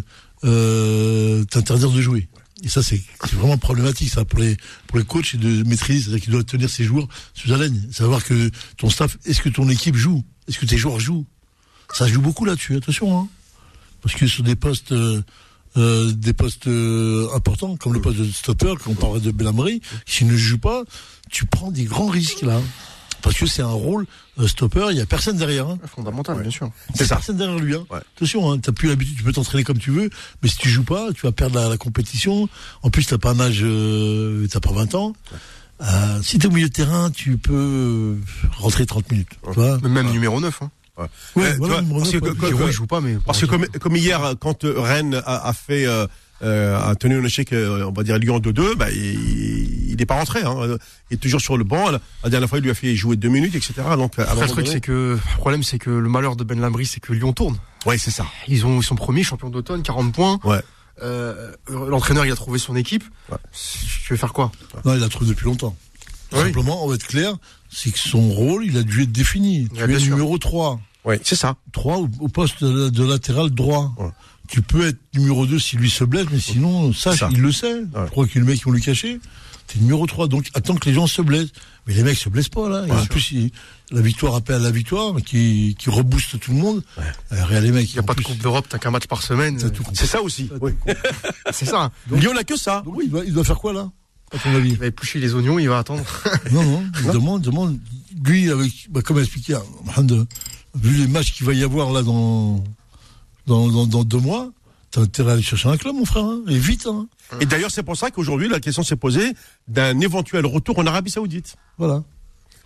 euh, t'interdire de jouer. Et ça, c'est, c'est vraiment problématique, ça, pour les, pour les coachs, et de maîtriser, c'est-à-dire qu'ils doivent tenir ces joueurs sous haleine. Savoir que ton staff, est-ce que ton équipe joue? Est-ce que tes joueurs jouent? Ça joue beaucoup là-dessus, attention, hein. Parce que sur des postes, euh, Euh, des postes euh, importants comme le poste de stopper, quand on parlait de Belhamri, s'il ne joue pas, tu prends des grands risques là, parce que c'est un rôle euh, stopper, il y a personne derrière. Hein. Fondamental, ouais. Bien sûr. C'est ça. Personne derrière lui. Hein. Ouais. Attention, hein, t'as plus l'habitude, tu peux t'entraîner comme tu veux, mais si tu joues pas, tu vas perdre la, la compétition. En plus, t'as pas un âge, euh, t'as pas vingt ans. Ouais. Euh, si t'es au milieu de terrain, tu peux rentrer trente minutes. Ouais. Tu vois même ouais. numéro neuf. Hein. Ouais. Ouais, voilà, vois, parce que, que, que, que, joue pas, mais parce que comme, comme hier, quand Rennes a, a fait, euh, a tenu un échec, on va dire Lyon deux deux, bah, il n'est pas rentré. Hein. Il est toujours sur le banc. La dernière fois, il lui a fait jouer deux minutes, et cetera. Donc, le truc, donné... c'est que le problème, c'est que le malheur de Belhamri, c'est que Lyon tourne. Ouais, c'est ça. Ils ont, ils sont premiers, champions d'automne, quarante points. Ouais. Euh, l'entraîneur, il a trouvé son équipe. Ouais. Tu veux faire quoi? Non, il l'a trouvé depuis longtemps. Oui. Simplement, on va être clair, c'est que son rôle, il a dû être défini. Ouais, tu es numéro trois. Oui, c'est ça. trois au, au poste de, de latéral droit. Ouais. Tu peux être numéro deux si lui se blesse, mais sinon, ça, ça. il le sait. Ouais. Je crois que le mec, ils vont lui cacher. T'es numéro trois, donc attends que les gens se blessent. Mais les mecs se blessent pas, là. Ouais, et en plus, il, la victoire appelle à la victoire, qui, qui rebooste tout le monde. Ouais. Alors, les mecs, il n'y a pas plus, de Coupe d'Europe, t'as qu'un match par semaine. Tout c'est ça aussi. Oui. C'est ça. Donc, Lyon n'a que ça. Donc, oui, il doit, il doit faire quoi, là? À ton avis? Il va éplucher les oignons, il va attendre. Non, non, il demande, demande. Lui, avec, bah, comme expliqué, vu les matchs qu'il va y avoir là dans, dans, dans, dans deux mois, t'as intérêt à aller chercher un club, mon frère, hein, et vite. Hein. Et d'ailleurs, c'est pour ça qu'aujourd'hui, la question s'est posée d'un éventuel retour en Arabie Saoudite. Voilà.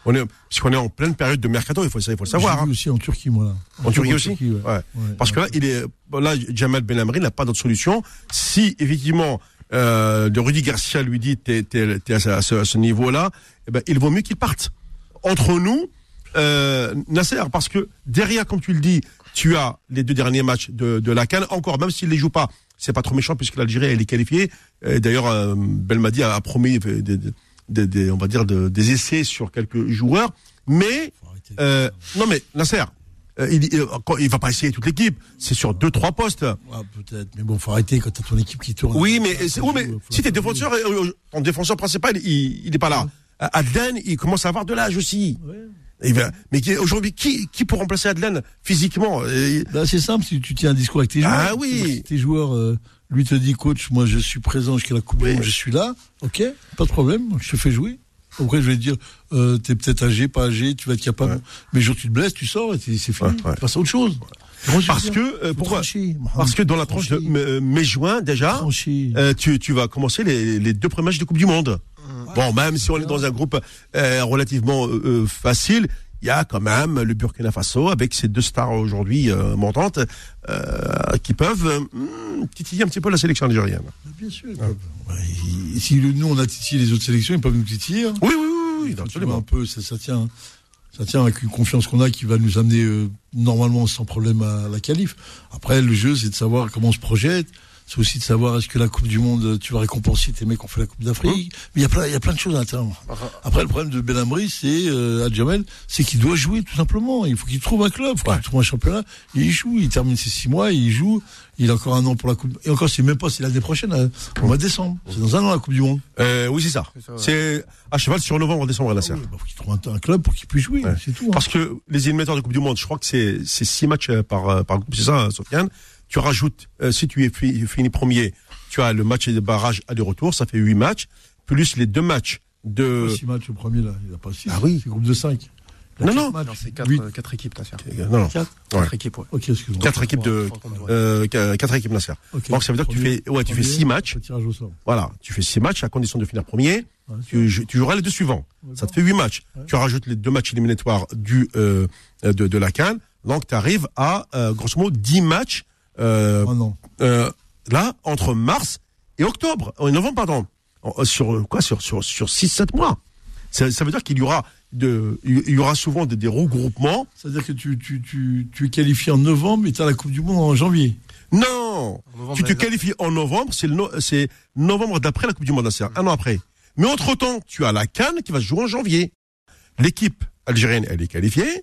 On est, puisqu'on est en pleine période de mercato, il faut, il faut le savoir. J'ai vu aussi en Turquie, moi, là. En, en Turquie aussi? Turquie, ouais. Ouais. Ouais. Parce que là, il est, là, Jamal Benamri n'a pas d'autre solution. Si, effectivement, euh, de Rudy Garcia lui dit, t'es, t'es, t'es à ce, à ce, à ce niveau-là, eh ben, il vaut mieux qu'il parte. Entre nous, euh, Nasser, parce que derrière, comme tu le dis, tu as les deux derniers matchs de, de la CAN. Encore, même s'il les joue pas, c'est pas trop méchant puisque l'Algérie, elle est qualifiée. Euh, d'ailleurs, euh, Belmadi a, a promis des, des, des, des, on va dire, de, des essais sur quelques joueurs. Mais, euh, non mais, Nasser, euh, il, il, il va pas essayer toute l'équipe. C'est sur deux, trois postes. Ah, peut-être. Mais bon, faut arrêter quand t'as ton équipe qui tourne. Oui, mais, c'est, oui, mais si t'es défenseur, ton défenseur principal, il, il est pas là. Ouais. Adlen, il commence à avoir de l'âge aussi. Ouais. Il va, mais qui, aujourd'hui, qui, qui pour remplacer Adlen physiquement? Bah, c'est simple, si tu tiens un discours avec tes joueurs. Ah oui. Si tes joueurs, euh, lui te dit, coach, moi je suis présent jusqu'à la Coupe du Monde, je suis là. Ok, pas de problème, je te fais jouer. Après, je vais te dire, euh, t'es peut-être âgé, pas âgé, tu vas être capable. Ouais. Mais le jour où tu te blesses, tu sors et c'est fini. Ouais, ouais. Tu passes à autre chose. Ouais. Parce que, euh, pourquoi? Parce que dans la tranche de mai-juin, déjà, euh, tu, tu vas commencer les, les deux premiers matchs de Coupe du Monde. Ouais. Bon, même si on est dans un groupe euh, relativement euh, facile, il y a quand même le Burkina Faso avec ses deux stars aujourd'hui euh, montantes euh, qui peuvent euh, titiller un petit peu la sélection algérienne. Bien sûr. Ouais. Ouais, et si nous on a titillé les autres sélections, ils peuvent nous titiller. Hein. Oui, oui, oui, oui absolument. Un peu, ça, ça tient, ça tient avec une confiance qu'on a qui va nous amener euh, normalement sans problème à la qualif. Après, le jeu, c'est de savoir comment on se projette. C'est aussi de savoir est-ce que la Coupe du Monde, tu vas récompenser tes mecs qui ont fait la Coupe d'Afrique. Mmh. Mais il y a plein, il y a plein de choses à l'intérieur. Après, le problème de Benamri, c'est, euh, Adjamel, c'est qu'il doit jouer, tout simplement. Il faut qu'il trouve un club, il faut ouais. qu'il trouve un championnat. Et il joue, il termine ses six mois, il joue. Il a encore un an pour la Coupe. Et encore, c'est même pas, c'est l'année prochaine, hein, au mois de décembre. C'est dans un an la Coupe du Monde. Euh, oui, c'est ça. C'est, ça, ouais. c'est à cheval sur novembre, décembre, à la serre. Ah oui, bah, faut qu'il trouve un, un club pour qu'il puisse jouer. Ouais. C'est tout. Hein. Parce que les éliminatoires de Coupe du Monde, je crois que c'est, c'est six matchs par, par groupe. C'est ça, Sofiane? Tu rajoutes, euh, si tu es fi, fini premier, tu as le match de barrage aller-retour, ça fait huit matchs, plus les deux matchs de... Pas six matchs le premier, là. Il n'y a pas six. Ah oui. C'est groupe de cinq. Non, non. non c'est quatre, euh, quatre équipes, Nasser. Non, non. Quatre, ouais. quatre équipes, ouais. Ok, excuse-moi. Quatre équipes de, euh, quatre équipes, Nasser. Okay. Donc, ça veut dire que tu fais, ouais, tu fais six matchs. Voilà. Tu fais six matchs à condition de finir premier. Ouais, tu, tu joueras les deux suivants. D'accord. Ça te fait huit matchs. Ouais. Tu rajoutes les deux matchs éliminatoires du, euh, de, de la CAN. Donc, tu arrives à, euh, grosso modo, dix matchs, euh, oh non. euh, là, entre mars et octobre, en novembre, pardon, sur quoi, sur sur sur six sept mois. Ça, ça veut dire qu'il y aura de, il y aura souvent des, des regroupements. Ça veut dire que tu tu tu tu es qualifié en novembre et tu as la Coupe du Monde en janvier. Non, novembre, tu te qualifies en novembre, c'est le no, c'est novembre d'après la Coupe du Monde, c'est un an après. Mais entre temps, tu as la CAN qui va se jouer en janvier. L'équipe algérienne, elle est qualifiée.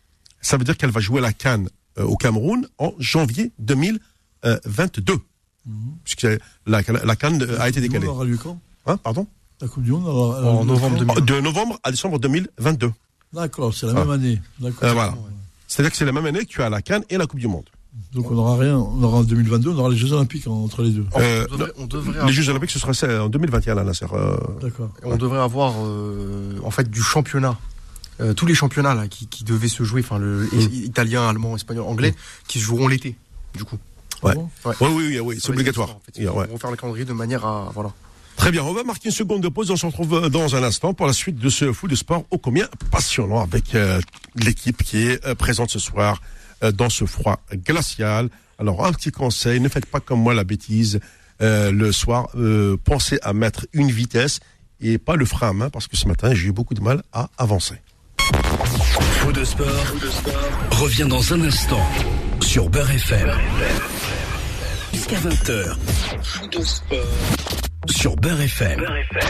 Ça veut dire qu'elle va jouer la CAN euh, au Cameroun en janvier deux mille vingt-deux. Mmh. Puisque la, la, la CAN a été décalée. On aura lieu quand? Hein, pardon? La Coupe du Monde aura, en novembre deux mille. De novembre à décembre deux mille vingt-deux. D'accord, c'est la ah. même année. D'accord. Euh, voilà. Ouais. C'est-à-dire que c'est la même année que tu as la CAN et la Coupe du Monde. Donc on n'aura rien. On aura en deux mille vingt-deux, on aura les Jeux Olympiques entre les deux. Euh, on devrait, on devrait les avoir... Jeux Olympiques, ce sera en deux mille vingt et un, là, Nasser. Euh... D'accord. On ouais. devrait avoir, euh, en fait, du championnat. Euh, tous les championnats là qui, qui devaient se jouer, enfin le mmh. italien, allemand, espagnol, anglais, mmh. qui se joueront l'été, du coup. Ouais. ouais. ouais. Oui, oui, oui, oui, c'est obligatoire. En fait. On va ouais. faire le calendrier de manière à, voilà. Très bien, on va marquer une seconde de pause. On se retrouve dans un instant pour la suite de ce foot de sport ô combien passionnant avec euh, l'équipe qui est euh, présente ce soir euh, dans ce froid glacial. Alors un petit conseil, ne faites pas comme moi la bêtise euh, le soir. Euh, pensez à mettre une vitesse et pas le frein à main parce que ce matin j'ai eu beaucoup de mal à avancer. Foot de sport, Foot de sport revient dans un instant sur Beurre F M. Jusqu'à vingt heures. Foot de sport sur Beurre F M.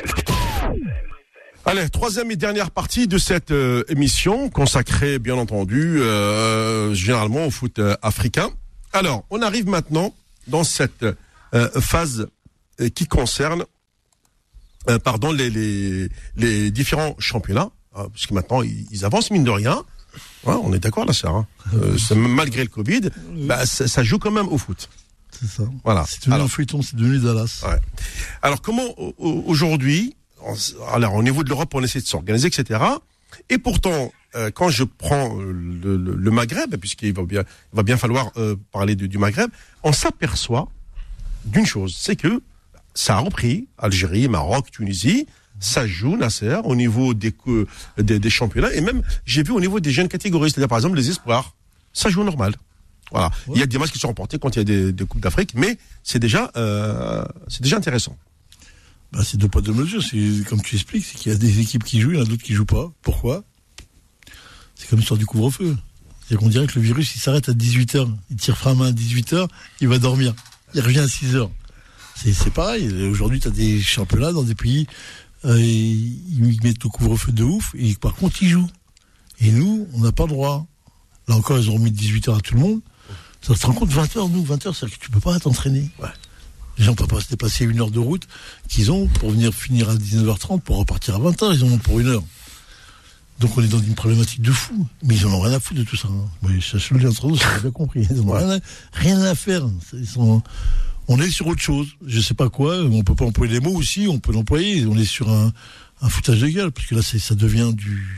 Allez, troisième et dernière partie de cette euh, émission consacrée, bien entendu, euh, généralement au foot euh, africain. Alors, on arrive maintenant dans cette euh, phase euh, qui concerne, euh, pardon, les, les, les différents championnats. Ah, parce que maintenant, ils, ils avancent, mine de rien. Ouais, on est d'accord là, ça. Hein. Euh, c'est, malgré le Covid, bah, ça, ça joue quand même au foot. C'est ça. Voilà. C'est devenu un feuilleton, c'est devenu Dallas. Ouais. Alors, comment, aujourd'hui, alors, au niveau de l'Europe, on essaie de s'organiser, et cetera. Et pourtant, euh, quand je prends le, le, le Maghreb, puisqu'il va bien, il va bien falloir euh, parler du, du Maghreb, on s'aperçoit d'une chose, c'est que ça a repris, Algérie, Maroc, Tunisie, ça joue, Nasser, au niveau des, des, des championnats, et même, j'ai vu au niveau des jeunes catégories, c'est-à-dire par exemple les espoirs, ça joue normal. Voilà. Ouais. Il y a des matchs qui sont remportés quand il y a des, des Coupes d'Afrique, mais c'est déjà, euh, c'est déjà intéressant. Bah, c'est deux poids deux mesures. C'est, comme tu expliques, c'est qu'il y a des équipes qui jouent, il y en a d'autres qui jouent pas. Pourquoi? C'est comme l'histoire du couvre-feu. C'est qu'on dirait que le virus, il s'arrête à dix-huit heures. Il tire frein à main à dix-huit heures, il va dormir. Il revient à six heures. C'est, c'est pareil. Aujourd'hui, tu as des championnats dans des pays, euh, ils mettent le couvre-feu de ouf, et par contre, ils jouent. Et nous, on n'a pas le droit. Là encore, ils ont remis dix-huit heures à tout le monde. Ça se rend compte, vingt heures, nous, vingt heures, c'est-à-dire que tu peux pas t'entraîner. Ouais. Les gens ne peuvent pas se déplacer une heure de route qu'ils ont pour venir finir à dix-neuf heures trente pour repartir à vingt heures. Ils en ont pour une heure. Donc on est dans une problématique de fou. Mais ils en ont rien à foutre de tout ça. Hein. Mais ça se le dit entre nous, ça j'ai bien compris. Ils en ont rien à, rien à faire. Ils sont, on est sur autre chose. Je sais pas quoi. On peut pas employer les mots aussi. On peut l'employer. On est sur un, un foutage de gueule. Parce que là, c'est, ça devient du...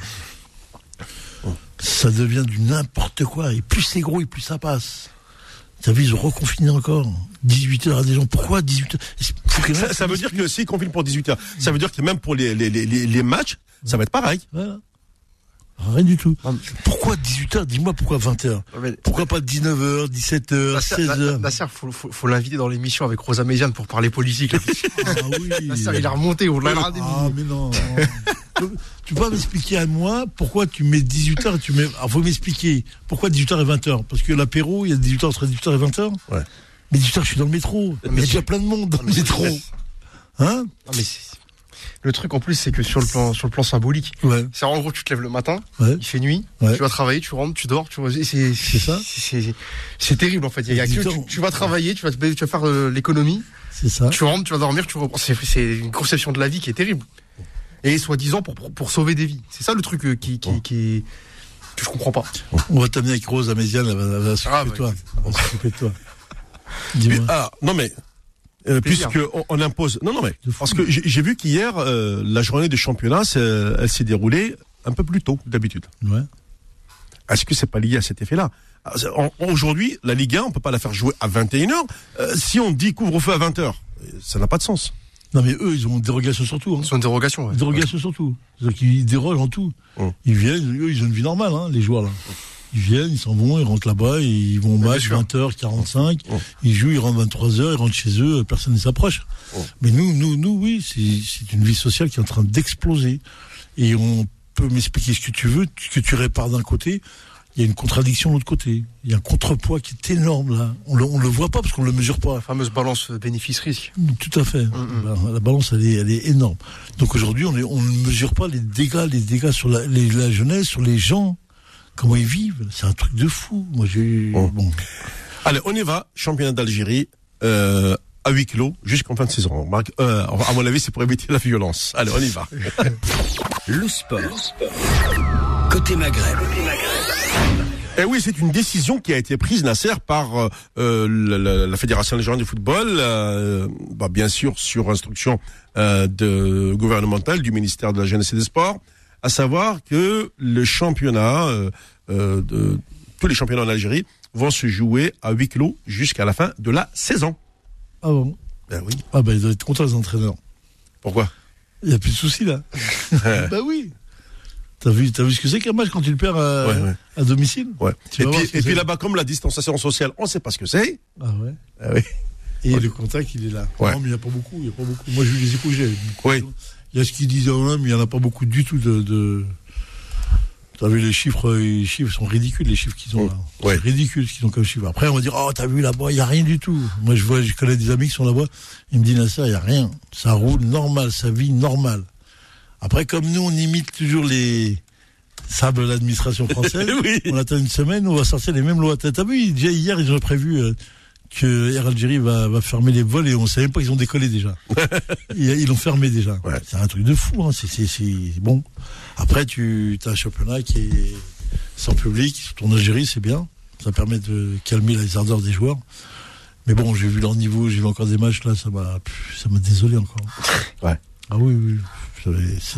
Ça devient du n'importe quoi. Et plus c'est gros et plus ça passe. T'as vu, ils ont reconfiné encore. dix-huit heures à des gens. Pourquoi dix-huit heures? Ça, ça veut dire que s'ils confinent pour dix-huit heures, ça veut dire que même pour les, les, les, les matchs, ça va être pareil. Voilà. Rien du tout. Pourquoi dix-huit heures? Dis-moi pourquoi vingt heures? Pourquoi pas dix-neuf heures, dix-sept heures, seize heures? Nasser, faut, faut, faut l'inviter dans l'émission avec Rosa Méziane pour parler politique. Ah oui. Nasser, il a remonté, on l'a regardé. Ah, mais non. Tu peux pas m'expliquer à moi pourquoi tu mets dix-huit heures et tu mets. Alors, faut m'expliquer pourquoi dix-huit heures et vingt heures? Parce que l'apéro, il y a dix-huit heures entre dix-huit heures et vingt heures? Ouais. Mais dix-huit heures, je suis dans le métro. Mais il y a déjà plein de monde dans le métro. Hein? Non, mais c'est... Le truc en plus, c'est que sur le plan, sur le plan symbolique, ouais. c'est en gros, tu te lèves le matin, ouais. il fait nuit, ouais. tu vas travailler, tu rentres, tu dors, tu c'est, c'est ça. C'est, c'est, c'est terrible en fait. Il y a que, tu, tu vas travailler, tu vas, tu vas faire euh, l'économie, c'est ça. Tu rentres, tu vas dormir, tu reprends. C'est, c'est une conception de la vie qui est terrible. Et soi-disant pour, pour, pour sauver des vies. C'est ça le truc euh, qui, qui, oh. qui, que je comprends pas. On va t'amener avec Rose à Méziane, elle va, elle va s'occuper ah, bah, de toi. Elle va s'occuper de toi. Dis-moi. Ah, non mais. Euh, puisque on, on impose. Non, non, mais parce que j'ai, j'ai vu qu'hier euh, la journée de championnat, elle s'est déroulée un peu plus tôt que d'habitude. Ouais. Est-ce que c'est pas lié à cet effet-là? en, Aujourd'hui, la Ligue un, on peut pas la faire jouer à vingt et une heures. Euh, si on dit couvre-feu à vingt heures, ça n'a pas de sens. Non, mais eux, ils ont une dérogation sur tout. Hein. Ils ont une dérogation. Ouais. Une dérogation ouais. sur tout. C'est-à-dire qu'ils dérogent en tout. Hum. Ils viennent, eux, ils ont une vie normale, hein, les joueurs là. Hum. Ils viennent, ils s'en vont, ils rentrent là-bas, ils vont au match vingt heures quarante-cinq, oh. ils jouent, ils rentrent vingt-trois heures, ils rentrent chez eux, personne ne s'approche. Oh. Mais nous, nous, nous, oui, c'est, c'est une vie sociale qui est en train d'exploser. Et on peut m'expliquer ce que tu veux, ce que tu répares d'un côté, il y a une contradiction de l'autre côté. Il y a un contrepoids qui est énorme là. On le, on le voit pas parce qu'on le mesure pas. La fameuse balance bénéfice-risque. Tout à fait. Mm-hmm. La, la balance, elle est, elle est énorme. Donc aujourd'hui, on, est, on ne mesure pas les dégâts, les dégâts sur la, les, la jeunesse, sur les gens. Comment ils vivent, c'est un truc de fou. Moi, j'ai. Oh. Bon. Allez, on y va. Championnat d'Algérie euh, à huis clos jusqu'en fin de saison. Marc, euh, à mon avis, c'est pour éviter la violence. Allez, on y va. Le sport. Le sport. Côté Maghreb. Côté Maghreb. Eh oui, c'est une décision qui a été prise, Nasser, par euh, la, la, la Fédération algérienne de football, euh, bah, bien sûr sur instruction euh, de gouvernementale du ministère de la Jeunesse et des Sports. À savoir que le championnat, euh, euh, de, tous les championnats en Algérie vont se jouer à huis clos jusqu'à la fin de la saison. Ah bon? Ben oui. Ah ben ils doivent être contents les entraîneurs. Pourquoi? Il n'y a plus de soucis là. Ben oui. T'as vu, t'as vu ce que c'est qu'un match quand tu le perds à, ouais, ouais. à domicile? Ouais. Et puis, et puis là-bas, comme la distanciation sociale, on ne sait pas ce que c'est. Ah ouais. Ah oui. Et ouais. le contact, il est là. Ouais. Non, mais il n'y a pas beaucoup, il y a pas beaucoup. Moi, j'ai vu les échos, j'ai. Oui. Il y a ce qu'ils disent en mais il n'y en a pas beaucoup du tout de, de... T'as vu les chiffres, les chiffres sont ridicules, les chiffres qu'ils ont là. Ouais. C'est ridicule ce qu'ils ont comme chiffres. Après, on va dire, oh, t'as vu là-bas, il n'y a rien du tout. Moi, je vois, je connais des amis qui sont là-bas, ils me disent, Nasser, il n'y a rien. Ça roule normal, ça vit normal. Après, comme nous, on imite toujours les sables de l'administration française, oui. On attend une semaine, on va sortir les mêmes lois. T'as, t'as vu, déjà hier, ils ont prévu, euh, que Air Algérie va, va fermer les vols et on ne sait même pas qu'ils ont décollé déjà. ils, ils l'ont fermé déjà. Ouais. C'est un truc de fou. Hein. C'est, c'est, c'est bon. Après, tu as un championnat qui est sans public. Ton Algérie, c'est bien. Ça permet de calmer les ardeurs des joueurs. Mais bon, j'ai vu leur niveau, j'ai vu encore des matchs là, ça m'a, ça m'a désolé encore. Ouais. Ah oui, oui. C'est.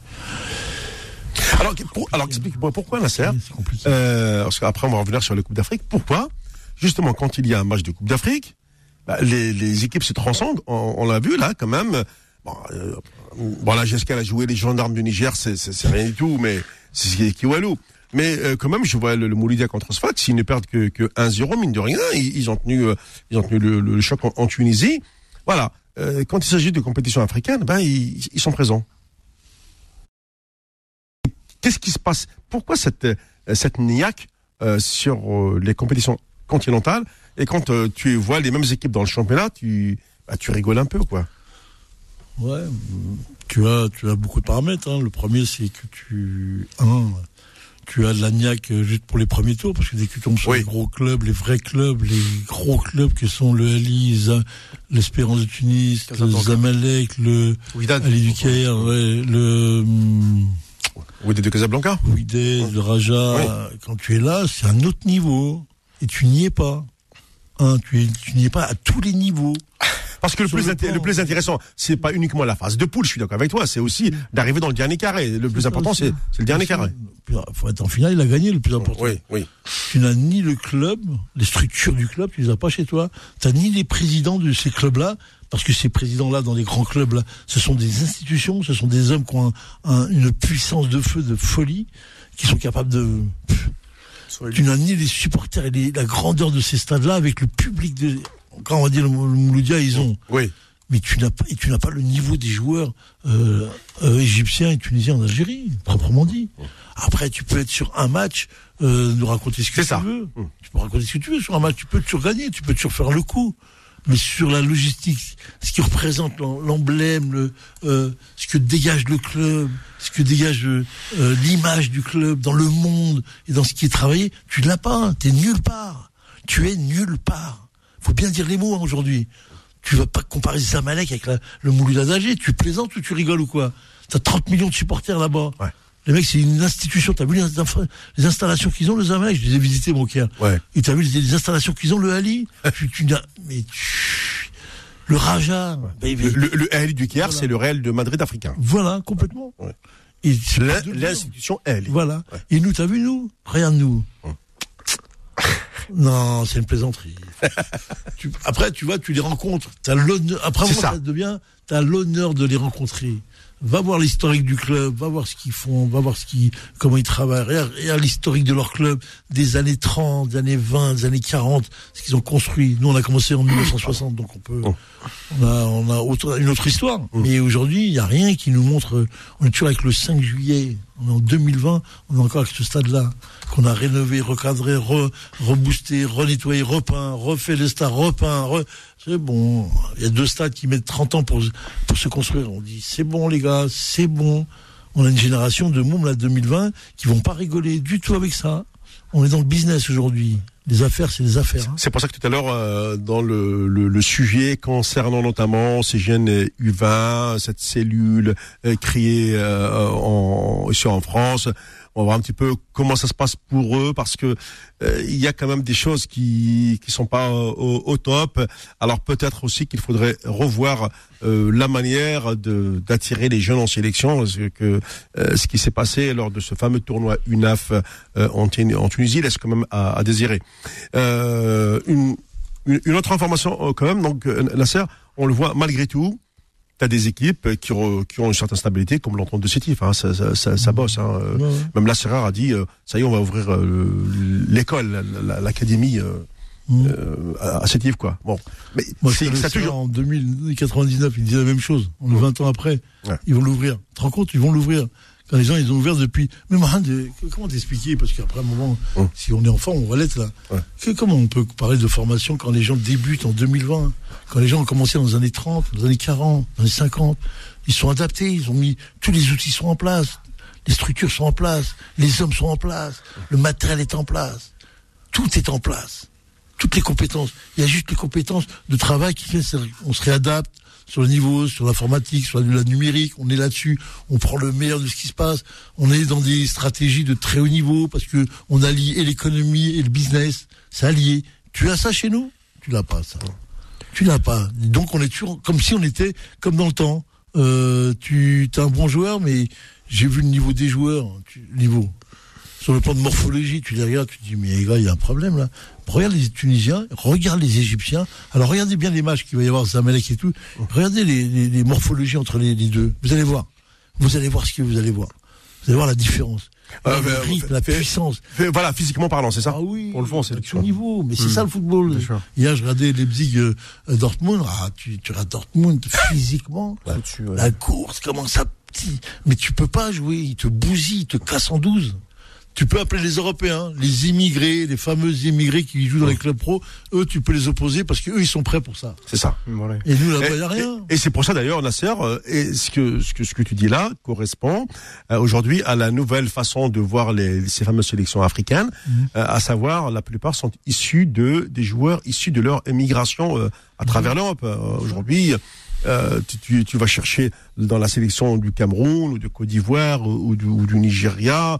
Alors, pour, alors explique-moi pourquoi, Nasser. Euh, parce qu'après, on va revenir sur les Coupes d'Afrique. Pourquoi? Justement, quand il y a un match de Coupe d'Afrique, bah, les, les équipes se transcendent. On, on l'a vu là, quand même. bon, euh, bon la G S K a joué les gendarmes du Niger, c'est, c'est, c'est rien du tout, mais c'est ce qui est Kiwalou. Mais euh, quand même, je vois le, le Mouloudia contre Sfax, s'ils ne perdent que, que un zéro, mine de rien, ils, ils ont tenu, euh, ils ont tenu le, le choc en, en Tunisie. Voilà. Euh, quand il s'agit de compétitions africaines, ben ils, ils sont présents. Qu'est-ce qui se passe? Pourquoi cette cette niaque euh, sur euh, les compétitions continentales, et quand euh, tu vois les mêmes équipes dans le championnat, tu bah, tu rigoles un peu, quoi. Ouais, tu as tu as beaucoup de paramètres. Hein. Le premier, c'est que tu un tu as de la niaque juste pour les premiers tours, parce que dès que tu tombes sur oui. les gros clubs, les vrais clubs, les gros clubs que sont le Ali, l'Espérance de Tunis, le Zamalek, le Ali du Caire, ouais, le Wydad de Casablanca, Wydad, le Raja, oui. Quand tu es là, c'est un autre niveau, et tu n'y es pas. Hein, tu, es, tu n'y es pas à tous les niveaux. Parce que le plus, le, inté- le plus intéressant, c'est pas uniquement la phase de poule, je suis d'accord avec toi, c'est aussi d'arriver dans le dernier carré. Le plus important, c'est, c'est le dernier carré. Il faut être en finale, il a gagné le plus important. Oui, oui. Tu n'as ni le club, les structures du club, tu les as pas chez toi. Tu n'as ni les présidents de ces clubs-là, parce que ces présidents-là, dans les grands clubs-là, ce sont des institutions, ce sont des hommes qui ont un, un, une puissance de feu, de folie, qui sont capables de... Tu n'as ni les supporters et les, la grandeur de ces stades-là avec le public de... Quand on va dire le, le Mouloudia, ils ont. Oui. Mais tu n'as pas, et tu n'as pas le niveau des joueurs euh, euh, égyptiens et tunisiens en Algérie, proprement dit. Après, tu peux être sur un match, euh, nous raconter ce que C'est tu ça. veux. Mmh. Tu peux raconter ce que tu veux sur un match. Tu peux toujours gagner, tu peux toujours faire le coup. Mais sur la logistique, ce qui représente l'emblème, le, euh, ce que dégage le club, ce que dégage euh, l'image du club dans le monde et dans ce qui est travaillé, tu ne l'as pas. T'es nulle part. Tu es nulle part. Faut bien dire les mots hein, aujourd'hui. Tu vas pas comparer Zamalek avec la, le Mouloudia d'Alger. Tu plaisantes ou tu rigoles ou quoi? T'as trente millions de supporters là-bas. Ouais. Les mecs, c'est une institution. T'as vu les, les installations qu'ils ont, le Zamalek? Je les ai visités, mon Caire. Ouais. Et t'as vu les, les installations qu'ils ont, le Ali? tu, tu, mais tu, le Raja. Ouais. Le, le, le Ali du Caire, voilà. C'est le Real de Madrid africain. Voilà, complètement. Ouais. Et l'institution Ali. Voilà. Ouais. Et nous, t'as vu nous? Regarde-nous. Ouais. Non, c'est une plaisanterie. tu, après, tu vois, tu les rencontres. T'as l'honneur. Après, moi, ça devient. T'as l'honneur de les rencontrer. Va voir l'historique du club, va voir ce qu'ils font, va voir ce qu'ils, comment ils travaillent. Regarde l'historique de leur club des années trente, des années vingt, des années quarante, ce qu'ils ont construit. Nous, on a commencé en dix-neuf cent soixante, donc on peut, on a, on a autre, une autre histoire. Mais aujourd'hui, il n'y a rien qui nous montre. On est toujours avec le cinq juillet. On est en deux mille vingt, on est encore avec ce stade-là, qu'on a rénové, recadré, re, reboosté, renettoyé, repeint, refait les stades, repeint, re... c'est bon. Il y a deux stades qui mettent trente ans pour, pour se construire. On dit, c'est bon, les gars, c'est bon. On a une génération de mômes, là, deux mille vingt, qui vont pas rigoler du tout avec ça. On est dans le business aujourd'hui. Les affaires, c'est des affaires. Hein. C'est pour ça que tout à l'heure, euh, dans le, le, le sujet concernant notamment ces gènes U vingt, cette cellule euh, créée euh, en, ici en France, on va voir un petit peu comment ça se passe pour eux, parce que euh, il y a quand même des choses qui qui sont pas au, au top. Alors peut-être aussi qu'il faudrait revoir euh, la manière de d'attirer les jeunes en sélection, parce que euh, ce qui s'est passé lors de ce fameux tournoi U N A F euh, en, en Tunisie laisse quand même à, à désirer. Euh, une, une autre information quand même, donc Nasser, on le voit malgré tout. T'as des équipes qui, re, qui ont une certaine stabilité, comme l'entente de Sétif, hein, ça, ça, ça, ça bosse. Hein. Ouais, ouais. Même la Serrar a dit, euh, ça y est, on va ouvrir euh, l'école, l'académie euh, mmh. euh, à Sétif, quoi. Bon, mais moi, c'est ça toujours. En deux mille quatre-vingt-dix-neuf, ils disaient la même chose. On est mmh. vingt ans après, ouais. Ils vont l'ouvrir. Tu te rends compte, ils vont l'ouvrir. Quand les gens, ils ont ouvert depuis. Mais de... comment t'expliquer? Parce qu'après un moment, mmh. si on est enfant, on va l'être là. Ouais. Que, comment on peut parler de formation quand les gens débutent en deux mille vingt? Quand les gens ont commencé dans les années trente, dans les années quarante, dans les années cinquante, ils sont adaptés, ils ont mis, tous les outils sont en place, les structures sont en place, les hommes sont en place, le matériel est en place, tout est en place, toutes les compétences. Il y a juste les compétences de travail qui fait, on se réadapte sur le niveau, sur l'informatique, sur la numérique, on est là-dessus, on prend le meilleur de ce qui se passe, on est dans des stratégies de très haut niveau parce que on allie et l'économie et le business, c'est allié. Tu as ça chez nous? Tu l'as pas, ça. Tu l'as pas. Donc on est toujours comme si on était comme dans le temps. Euh, tu es un bon joueur, mais j'ai vu le niveau des joueurs. Tu, niveau. sur le plan de morphologie, tu les regardes, tu te dis, mais les gars, il y a un problème là. Regarde les Tunisiens, regarde les Égyptiens. Alors regardez bien les matchs qu'il va y avoir, Zamalek et tout. Regardez les, les, les morphologies entre les, les deux. Vous allez voir. Vous allez voir ce que vous allez voir. Vous allez voir la différence. Euh, le rythme, fait, la fait, puissance. Fait, voilà, physiquement parlant, c'est ça. Ah oui. Pour le fond, c'est tout niveau. Mais mmh. c'est ça le football. Hier, je regardais Leipzig euh, Dortmund. Ah, tu, tu regardes Dortmund physiquement. Ouais. Dessus, ouais. La course, comment ça petit. Mais tu peux pas jouer. Il te bousille, il te casse en douze. Tu peux appeler les Européens, les immigrés, les fameux immigrés qui jouent dans les clubs pro. Eux, tu peux les opposer parce qu'eux, ils sont prêts pour ça. C'est ça. Voilà. Et nous, là-bas, il n'y a rien. Et, et c'est pour ça, d'ailleurs, Nasser, euh, et ce que, ce que, ce que tu dis là correspond euh, aujourd'hui à la nouvelle façon de voir les, ces fameuses sélections africaines, mmh. euh, à savoir, la plupart sont issus de, des joueurs issus de leur émigration euh, à travers mmh. l'Europe. Euh, aujourd'hui, Euh, tu, tu, tu vas chercher dans la sélection du Cameroun ou de Côte d'Ivoire ou, ou, du, ou du Nigeria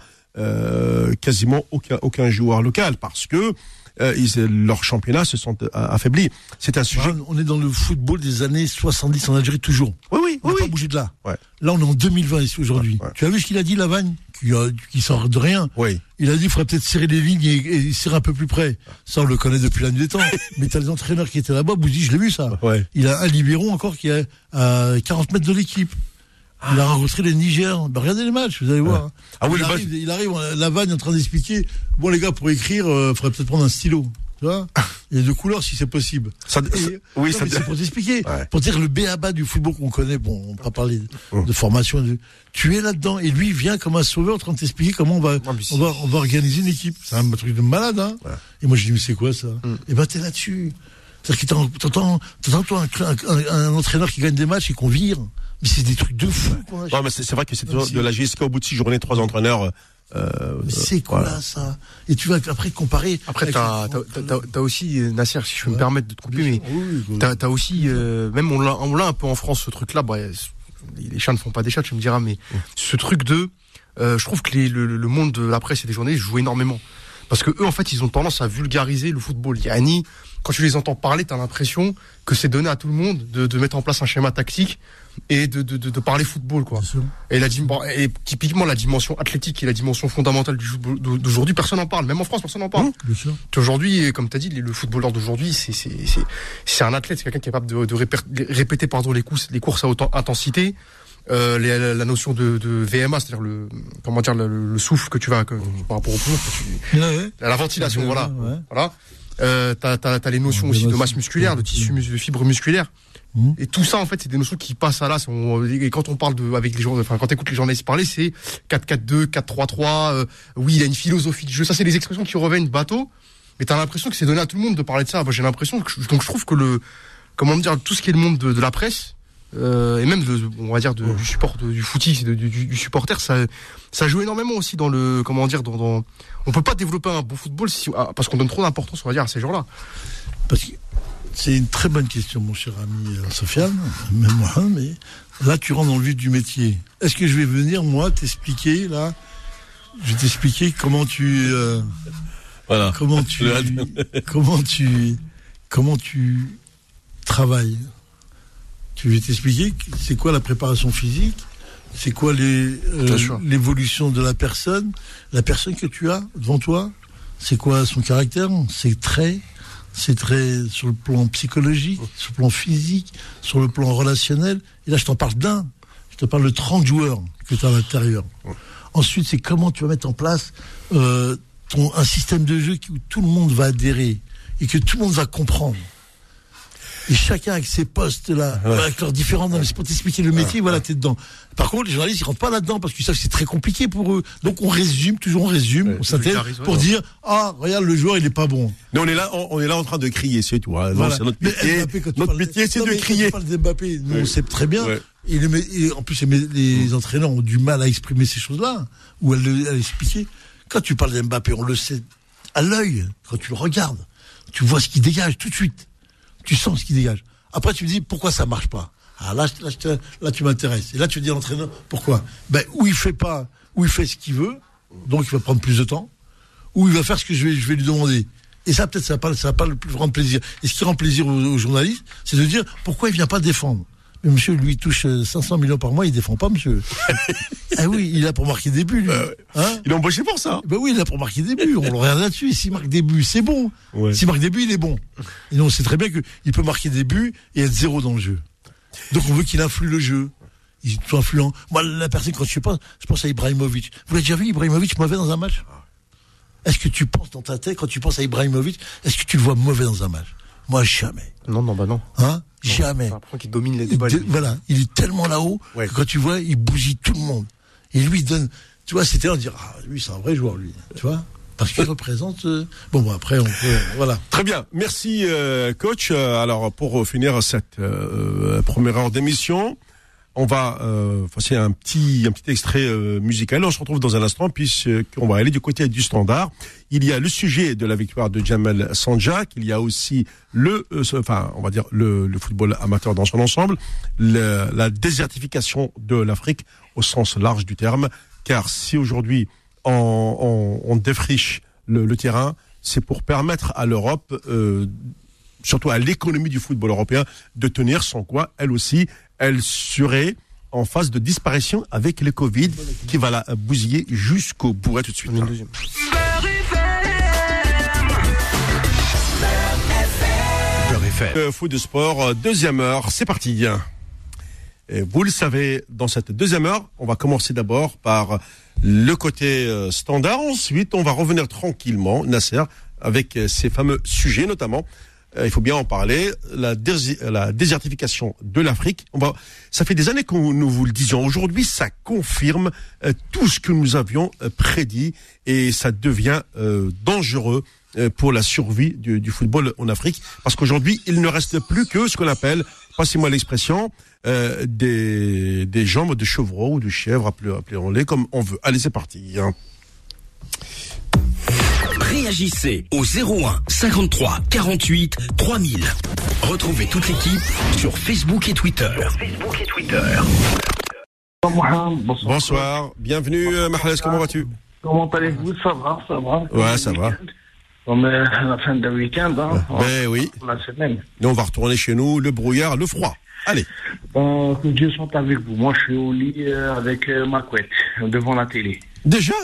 euh, quasiment aucun, aucun joueur local parce que euh, ils, leurs championnats se sont affaiblis. C'est un sujet. On est dans le football des années soixante-dix en Algérie toujours. Oui, oui, on n'a oui. pas bougé de là. Ouais. Là, on est en deux mille vingt ici aujourd'hui. Ouais, ouais. Tu as vu ce qu'il a dit, Lavagne, qui, euh, qui sort de rien. Oui. Il a dit qu'il faudrait peut-être serrer les lignes et, et serrer un peu plus près. Ça, on le connaît depuis la nuit des temps. Mais t'as les entraîneurs qui étaient là-bas. Bouzy, je l'ai vu ça. Ouais. Il a un libéron encore qui est à quarante mètres de l'équipe. Il a rencontré les Niger. Ben, regardez les matchs, vous allez voir. Ouais. Ah oui, il, le arrive, match... il arrive, Lavagne en train d'expliquer. Bon, les gars, pour écrire, il euh, faudrait peut-être prendre un stylo. Tu vois, il y a deux couleurs si c'est possible. Ça, et, ça, oui, non, ça. C'est pour t'expliquer, ouais. pour dire le b a ba du football qu'on connaît. Bon, on va pas parler de, mmh. de formation. De, tu es là-dedans et lui il vient comme un sauveur en train de t'expliquer comment on va, oh, on va, on va organiser une équipe. C'est un truc de malade, hein. Ouais. Et moi je dis mais c'est quoi ça mmh. Et ben t'es là-dessus. C'est-à-dire que t'entends, t'entends toi un, un, un entraîneur qui gagne des matchs et qu'on vire. Mais c'est des trucs de fou. Quoi. Non, mais c'est, c'est vrai que c'est de la G S K au bout de six journées, trois entraîneurs. Euh, mais c'est quoi voilà. ça? Et tu vas après comparer. Après, t'as, t'as, t'as, t'as, t'as aussi, Nasser, si je peux ouais. me permettre de te couper, mais oui, t'as, t'as aussi, euh, même on l'a, on l'a un peu en France, ce truc-là. Bah, les chats ne font pas des chats, tu me diras, mais mmh. ce truc de, euh, je trouve que les, le, le monde de la presse et des journalistes jouent énormément. Parce que eux, en fait, ils ont tendance à vulgariser le football. Yanni, quand tu les entends parler, t'as l'impression que c'est donné à tout le monde de, de mettre en place un schéma tactique et de, de, de, de parler football, quoi. Et, la, et typiquement, la dimension athlétique et la dimension fondamentale du football d'aujourd'hui, personne n'en parle. Même en France, personne n'en parle. Mmh, aujourd'hui, comme t'as dit, le footballeur d'aujourd'hui, c'est, c'est, c'est, c'est un athlète, c'est quelqu'un capable de, de répéter, répéter pardon, les, courses, les courses à haute intensité. Euh, les, la, la notion de, de V M A, c'est-à-dire le, comment dire, le, le souffle que tu vas, que, par rapport au poumon, que tu, ouais, ouais. la ventilation, ouais, voilà, ouais. voilà. Euh, t'as, t'as, t'as les notions ouais, aussi de masse musculaire, de tissu, de fibres musculaires. Mmh. Et tout ça, en fait, c'est des notions qui passent à là. Et quand on parle de, avec les gens, enfin, quand t'écoutes les journalistes parler, c'est quatre quatre deux, quatre trois trois, euh, oui, il a une philosophie du jeu. Ça, c'est des expressions qui reviennent bateau. Mais t'as l'impression que c'est donné à tout le monde de parler de ça. Moi, j'ai l'impression que, donc je trouve que le, comment dire, tout ce qui est le monde de, de la presse, Euh, et même de, on va dire de, du support de, du footy, de, du, du supporter, ça ça joue énormément aussi dans le, comment dire, dans, dans on peut pas développer un bon football si, parce qu'on donne trop d'importance, on va dire, à ces gens-là. Parce que c'est une très bonne question, mon cher ami euh, Sofiane, même moi, mais là tu rentres dans le vif du métier. Est-ce que je vais venir moi t'expliquer là, je vais t'expliquer comment tu euh, voilà comment tu comment tu comment tu travailles. Je vais t'expliquer c'est quoi la préparation physique, c'est quoi les, euh, l'évolution de la personne, la personne que tu as devant toi, c'est quoi son caractère, ses traits, ses traits sur le plan psychologique, sur le plan physique, sur le plan relationnel. Et là, je t'en parle d'un, je te parle de trente joueurs que tu as à l'intérieur. Ensuite, c'est comment tu vas mettre en place euh, ton, un système de jeu où tout le monde va adhérer et que tout le monde va comprendre. Et chacun avec ses postes là, ouais. avec leurs différents noms, c'est pour t'expliquer le métier, ouais. voilà, t'es dedans. Par contre, les journalistes, ils rentrent pas là-dedans parce qu'ils savent que c'est très compliqué pour eux. Donc on résume, toujours on résume, ouais, on s'intègre pour ouais, dire, ah, regarde, le joueur, il est pas bon. Mais on est là, on, on est là en train de crier, c'est tout. Hein. Voilà. Non, c'est notre métier. Mbappé, notre métier, c'est non, de crier. Quand tu parles d'Mbappé, nous, ouais. on sait très bien. Ouais. Et, les, et en plus, les, les mmh. entraîneurs ont du mal à exprimer ces choses-là, ou à, le, à l'expliquer. Quand tu parles d'Mbappé, on le sait à l'œil, quand tu le regardes, tu vois ce qu'il dégage tout de suite. Tu sens ce qu'il dégage. Après, tu me dis, pourquoi ça marche pas? Ah, là, là, là, là, tu m'intéresses. Et là, tu me dis à l'entraîneur, pourquoi? Ben, ou il fait pas, ou il fait ce qu'il veut, donc il va prendre plus de temps, ou il va faire ce que je vais, je vais lui demander. Et ça, peut-être, ça va pas, ça va pas le plus rendre plaisir. Et ce qui rend plaisir aux, aux journalistes, c'est de dire, pourquoi il vient pas défendre? Mais monsieur, lui, il touche cinq cents millions par mois, il défend pas, monsieur. Ah oui, il a pour marquer des buts, lui. Euh, hein il est embauché pour ça. Ben oui, il a pour marquer des buts. On le regarde là-dessus. S'il marque des buts, c'est bon. Ouais. S'il marque des buts, il est bon. Et nous, on sait très bien qu'il peut marquer des buts et être zéro dans le jeu. Donc, on veut qu'il influe le jeu. Il est tout influent. Moi, la personne, quand je pense, je pense à Ibrahimovic. Vous l'avez déjà vu, Ibrahimovic, mauvais dans un match? Est-ce que tu penses dans ta tête, quand tu penses à Ibrahimovic, est-ce que tu le vois mauvais dans un match? Moi, jamais. Non, non, bah non. Hein? Jamais. C'est un point qui domine les débats. De, voilà. Il est tellement là-haut, ouais. que quand tu vois, il bousille tout le monde. Et lui, il donne, tu vois, c'était là, on dit, ah, lui, c'est un vrai joueur, lui. Tu vois? Parce qu'il représente, euh... bon, bon, après, on peut, voilà. Très bien. Merci, euh, coach. Alors, pour finir cette, euh, première heure d'émission, on va euh, passer un petit un petit extrait euh, musical. On se retrouve dans un instant puisqu'on va aller du côté du Standard. Il y a le sujet de la victoire de Jamel Sanjak. Il y a aussi le euh, enfin on va dire le, le football amateur dans son ensemble, le, la désertification de l'Afrique au sens large du terme. Car si aujourd'hui on, on, on défriche le, le terrain, c'est pour permettre à l'Europe, euh, surtout à l'économie du football européen, de tenir, sans quoi elle aussi elle serait en phase de disparition avec le Covid qui va la bousiller jusqu'au bout. À tout de suite. Le foot de sport, deuxième heure, c'est parti. Et vous le savez, dans cette deuxième heure, on va commencer d'abord par le côté standard. Ensuite, on va revenir tranquillement, Nasser, avec ces fameux sujets, notamment il faut bien en parler, la, dés- la désertification de l'Afrique. On va, ça fait des années que nous vous le disions. Aujourd'hui, ça confirme euh, tout ce que nous avions euh, prédit et ça devient euh, dangereux euh, pour la survie du, du football en Afrique. Parce qu'aujourd'hui, il ne reste plus que ce qu'on appelle, passez-moi l'expression, euh, des, des jambes de chevreau ou de chèvre, appelez- appelons-les comme on veut. Allez, c'est parti. Hein. Réagissez au zéro un cinquante-trois quarante-huit trois mille. Retrouvez toute l'équipe sur Facebook et Twitter. Facebook et Twitter. Bonsoir. Bonsoir. Bienvenue, euh, Mahrez, comment vas-tu? Comment allez-vous? Ça va, ça va. Ouais, ça va. On est à la fin de week-end, hein. Ben oui. Pour la semaine. Et on va retourner chez nous, le brouillard, le froid. Allez. Bon, que Dieu soit avec vous. Moi, je suis au lit euh, avec euh, ma couette, devant la télé. Déjà?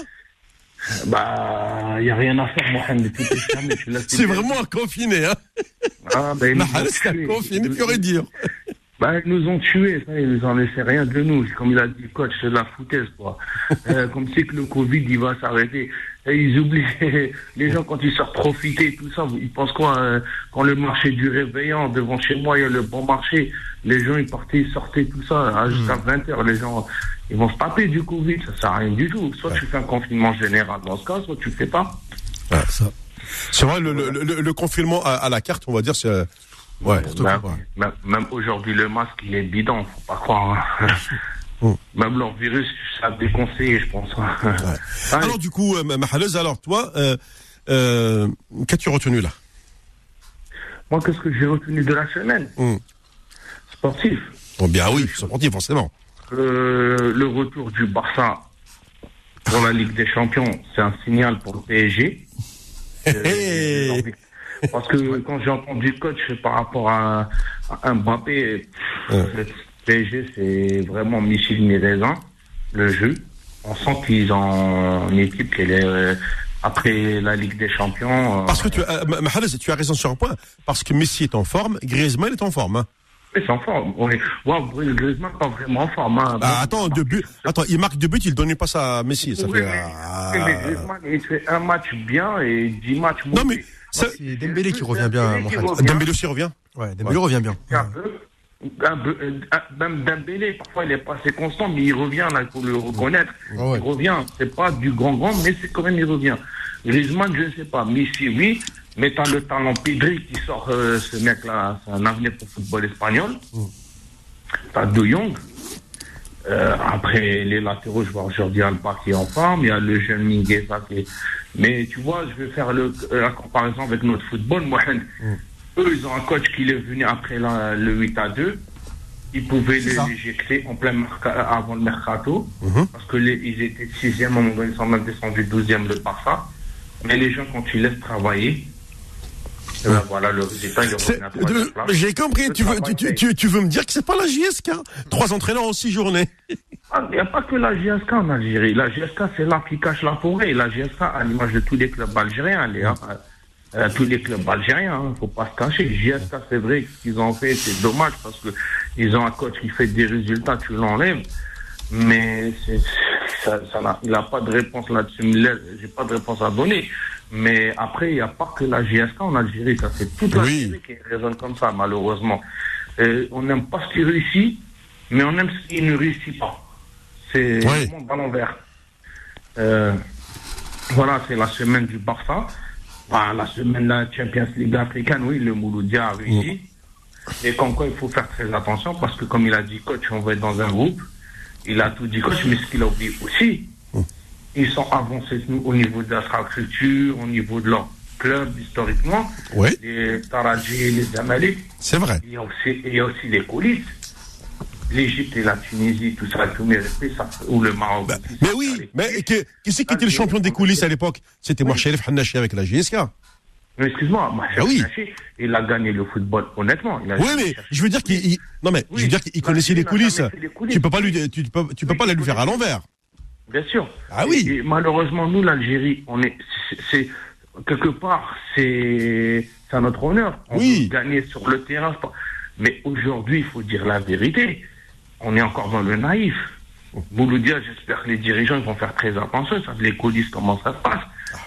Bah, il n'y a rien à faire, Mohamed. C'est vraiment un confiné, hein? Ah, ben, Mahrez, c'est un confiné, pur et dur. Bah, ils nous ont tués, ça, ils nous ont laissé rien de nous. Comme il a dit le coach, c'est de la foutaise, quoi. euh, comme c'est que le Covid, il va s'arrêter. Et ils oublient, les gens, quand ils sortent profiter, tout ça, ils pensent quoi, euh, quand le marché du réveillant, devant chez moi, il y a le bon marché, les gens, ils partaient, ils sortaient, tout ça, hein, jusqu'à vingt heures, les gens, ils vont se taper du Covid, ça sert à rien du tout. Soit ouais. tu fais un confinement général dans ce cas, soit tu le fais pas. Ouais, ça. C'est vrai, le, le, le, le confinement à, à la carte, on va dire, c'est, ouais. Même, même, même aujourd'hui, le masque, il est bidon, faut pas croire, hein. Mmh. Même leur virus, ça a déconseillé, je pense. Ouais. Ouais. Alors du coup, euh, Mahrez, alors toi, euh, euh, qu'as-tu retenu là? Moi, qu'est-ce que j'ai retenu de la semaine? mmh. Sportif. Bon, bien oui, sportif, forcément. Euh, le retour du Barça pour la Ligue des Champions, c'est un signal pour le P S G. euh, parce que quand j'ai entendu le coach par rapport à, à Mbappé, ouais. le P S G, c'est vraiment Michel Miraisin, le jeu. On sent qu'ils ont une équipe qui est euh, après la Ligue des Champions. Euh, parce que tu as, Mahrez, tu as raison sur un point. Parce que Messi est en forme, Griezmann est en forme. Hein. Oui, c'est en forme. Oui. Wow, Griezmann n'est pas vraiment en forme. Hein. Ah, attends, deux buts. Attends, il marque deux buts, il ne donne pas ça à Messi. Ça oui, fait, mais, ah... mais Griezmann, il fait un match bien et dix matchs mauvais. Non, mais c'est, c'est Dembélé qui revient bien. Dembélé aussi revient. Ouais, Dembélé ouais. revient bien. Un peu. Un peu, même Dembélé, parfois il est pas assez constant, mais il revient, là, il faut le reconnaître. Oh ouais. Il revient. C'est pas du grand grand, mais c'est quand même, il revient. Griezmann, je ne sais pas. Messi, oui. Mais t'as le talent Pedri qui sort, euh, ce mec-là, c'est un avenir pour le football espagnol. Mm. T'as De Jong. Euh, après, les latéraux, je vois Jordi Alba qui est en forme. Il y a le jeune Mingueza qui est... Mais tu vois, je vais faire le, la comparaison avec notre football. Moi, mm. eux, ils ont un coach qui est venu après la, le huit à deux. Ils pouvaient les éjecter en plein merc- avant le mercato. Mm-hmm. Parce que les, ils étaient sixième, à un moment donné, ils sont même descendus douzième le Barça. Mais les gens, quand tu laisses travailler, Et ben voilà, le résultat, il revient à trois de, j'ai compris, tu veux, tu, tu, tu veux me dire que c'est pas la J S K? Trois entraîneurs en six journées. Ah, il n'y a pas que la J S K en Algérie. La J S K, c'est l'arbre qui cache la forêt. La J S K, à l'image de tous les clubs algériens, les, euh, euh, tous les clubs algériens, hein, faut pas se cacher. J S K, c'est vrai que ce qu'ils ont fait, c'est dommage parce que ils ont un coach qui fait des résultats, tu l'enlèves. Mais c'est, ça, ça n'a, il n'a pas de réponse là-dessus. J'ai pas de réponse à donner. Mais après, il n'y a pas que la J S K en Algérie. Ça, c'est toute l'Algérie oui. qui raisonne comme ça, malheureusement. Et on n'aime pas ce qui réussit, mais on aime ce qui ne réussit pas. C'est oui. le monde à l'envers. Euh, voilà, c'est la semaine du Barça. Enfin, la semaine de la Champions League africaine, oui, le Mouloudia a réussi. Mmh. Et comme quoi, il faut faire très attention parce que, comme il a dit, coach, on va être dans un groupe. Il a tout dit, coach, mais ce qu'il a oublié aussi, mmh. ils sont avancés au niveau de l'infrastructure, au niveau de leur club, historiquement. Oui. Les Taraji, les Zamalek. C'est vrai. Il y a aussi, il y a aussi les coulisses. L'Égypte et la Tunisie, tout ça, tout mes respects, ça, ou le Maroc. Bah, mais oui, mais qui, qui c'est qui était le champion des coulisses à l'époque? C'était oui. Mourchelef Hannachi avec la J S K. Mais excuse-moi, Mourchelef ah oui. Hannachi, il a gagné le football, honnêtement. Il a oui, mais je veux dire qu'il, il, non mais, oui. je veux dire qu'il connaissait les coulisses. les coulisses. Tu peux pas lui, tu peux, tu peux oui, pas la lui faire à l'envers. Bien sûr. Ah oui. Et, et malheureusement, nous, l'Algérie, on est, c'est, c'est quelque part, c'est, c'est à notre honneur. On oui. veut gagner sur le terrain. Mais aujourd'hui, il faut dire la vérité. On est encore dans le naïf. Mouloudia, j'espère que les dirigeants vont faire très attention. Ça, les coulisses, comment ça se passe.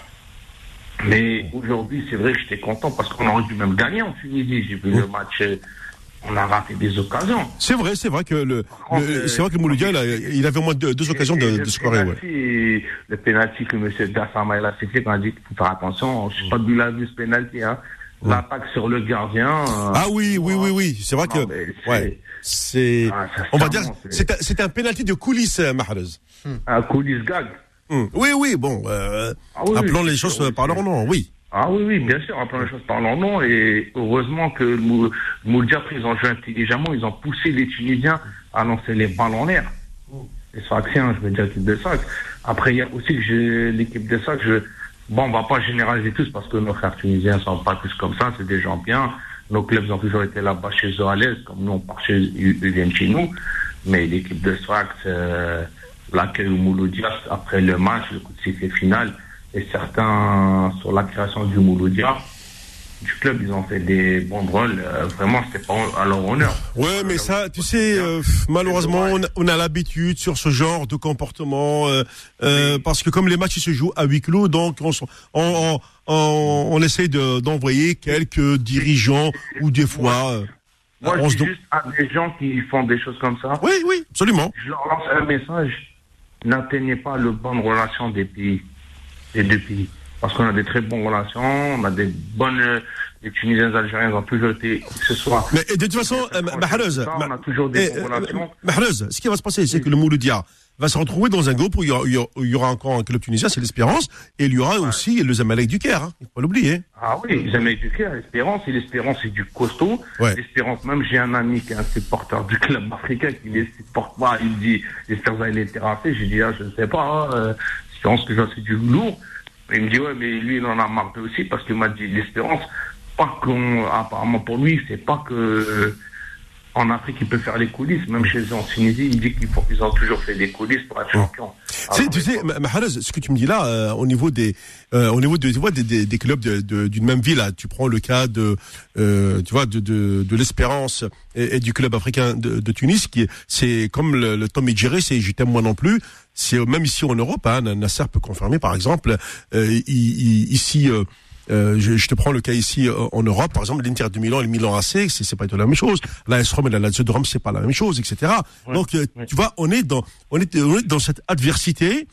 Mais aujourd'hui, c'est vrai que j'étais content parce qu'on aurait dû même gagner en Tunisie. J'ai vu oui. le match, on a raté des occasions. C'est vrai, c'est vrai que le, contre, le c'est vrai que Mouloudia, il, a, il avait au moins deux, deux occasions de, de scorer. Ouais. Le penalty que M. Gassama a sifflé quand il a dit qu'il faut faire attention. Je n'ai pas vu la vue ce penalty, hein. L'attaque sur le gardien. Euh, ah oui, oui, oui, oui. C'est vrai non, que, c'est, ouais, c'est, ah, on va dire, c'est, c'est, c'est un penalty de coulisses, Mahrez. Hmm. Un coulisses gag. Hmm. Oui, oui, bon, euh, ah, oui, appelons oui, les choses oui, par leur nom, oui. Ah oui, oui, bien sûr, appelons les choses par leur nom. Et heureusement que Mouloudia, ils ont joué intelligemment, ils ont poussé les Tunisiens à lancer les balles en l'air. Les Sfaxiens, je veux dire l'équipe de Sfax. Après, il y a aussi que j'ai, l'équipe de Sfax, je, bon, on va pas généraliser tous parce que nos frères tunisiens sont pas tous comme ça, c'est des gens bien. Nos clubs ont toujours été là-bas chez eux à l'aise, comme nous on part chez eux, ils viennent chez nous. Mais l'équipe de Sfax, euh, l'accueil au Mouloudia après le match, le coup de sifflet final, et certains sur la création du Mouloudia, du club, ils ont fait des bons rôles. Euh, vraiment, c'était pas à leur honneur. Ouais, mais ça, tu sais, euh, malheureusement, on a, on a l'habitude sur ce genre de comportement, euh, euh, parce que comme les matchs ils se jouent à huis clos, donc on, on, on, on essaye de, d'envoyer quelques dirigeants ou des fois. Euh, Moi, je dis don... juste à des gens qui font des choses comme ça. Oui, oui, absolument. Je leur lance un message. N'atteignez pas le bonne relation des pays, des deux pays. Parce qu'on a des très bonnes relations, on a des bonnes... Les Tunisiens Algériens ont toujours été, que ce soit... Mais de toute façon, Mahrez... On a toujours des bonnes relations. Mahrez, ce qui va se passer, c'est que le Mouloudia va se retrouver dans un groupe où il y aura, il y aura encore un club tunisien, c'est l'Espérance, et il y aura ouais. aussi le Zamalek du Caire, hein, il ne faut pas l'oublier. Ah oui, le Zamalek du Caire, l'Espérance, et l'Espérance c'est du costaud. Ouais. L'Espérance, même j'ai un ami qui est un supporter du club africain qui les supporte pas, il me dit, l'Espérance il est terrassé, j'ai dit, ah, je ne sais pas, hein, l'Espérance que c'est du lourd. Il me dit, ouais, mais lui, il en a marre aussi, parce qu'il m'a dit, l'Espérance, pas qu'on, apparemment pour lui, c'est pas que, euh, en Afrique, il peut faire les coulisses, même chez eux en Tunisie, il dit qu'ils faut, ils ont toujours fait des coulisses pour être champion. Tu sais, tu sais, Mahrez, ce que tu me dis là, euh, au niveau des, euh, au niveau de, tu vois, des, des, des clubs de, de, d'une même ville, là, tu prends le cas de, euh, tu vois, de, de, de l'Espérance et, et du club africain de, de Tunis, qui est, c'est comme le, le Tom et Jerry, c'est je t'aime moi non plus. C'est même ici en Europe, hein, Nasser peut confirmer, par exemple, euh, il, il, ici, euh, euh, je, je te prends le cas ici euh, en Europe, par exemple, l'Inter de Milan et le Milan A C, c'est, c'est pas la même chose. La S Rome et la Lazio de Rome, c'est pas la même chose, et cetera. Ouais, Donc, euh, ouais. tu vois, on est dans, on est, on est dans cette adversité.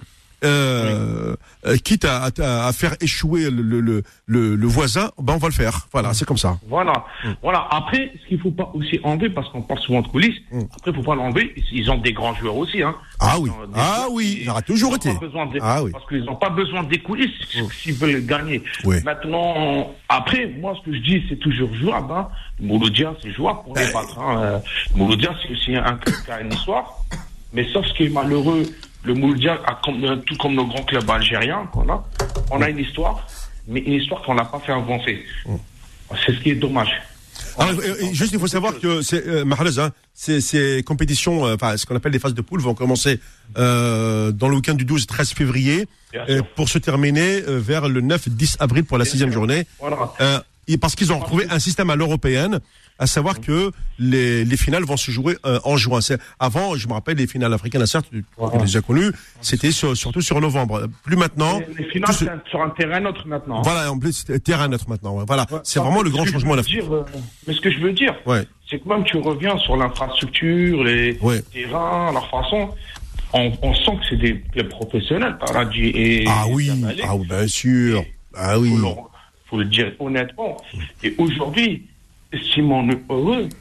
Euh, oui. euh, quitte à, à, à faire échouer le, le, le, le voisin, ben on va le faire. Voilà, c'est comme ça. Voilà, mm. voilà. Après, ce qu'il faut pas aussi enlever, parce qu'on parle souvent de coulisses. Mm. Après, faut pas l'enlever. Ils ont des grands joueurs aussi, hein. Ah oui, ah oui, ça a toujours été. Des, ah oui. Parce qu'ils n'ont pas besoin des coulisses mm. s'ils veulent gagner. Oui. Maintenant, après, moi, ce que je dis, c'est toujours jouable. Hein. Mouloudia, c'est jouable pour les battre. Hein. Mouloudia, c'est aussi un club qui a une histoire. Mais sauf ce qui est malheureux. Le Mouloudia, tout comme nos grands clubs algériens qu'on a, on a une histoire, mais une histoire qu'on n'a pas fait avancer. C'est ce qui est dommage. Alors, juste, il faut savoir que c'est euh, Mahrez, hein, ces, ces compétitions, euh, enfin, ce qu'on appelle les phases de poule, vont commencer euh, dans le week-end du douze treize février euh, pour se terminer euh, vers le neuf dix avril pour la Bien sixième sûr. journée. Voilà. Euh, parce qu'ils ont retrouvé un système à l'européenne, à savoir que les, les finales vont se jouer euh, en juin. C'est, avant, je me rappelle, les finales africaines, certes, tu voilà. les as connues, c'était sur, surtout sur novembre. Plus maintenant. Les, les finales, c'est sur un terrain neutre maintenant. Voilà, en plus, c'est terrain neutre maintenant. Ouais. Voilà, ouais, c'est vraiment le grand changement à l'Afrique. Euh, mais ce que je veux dire, ouais. c'est que même tu reviens sur l'infrastructure, les ouais. terrains, leur façon. On, on sent que c'est des, des professionnels, Paradji et. Ah oui, ah oui, bien sûr. Et, ah oui. Faut le dire honnêtement. Et aujourd'hui, Simon est heureux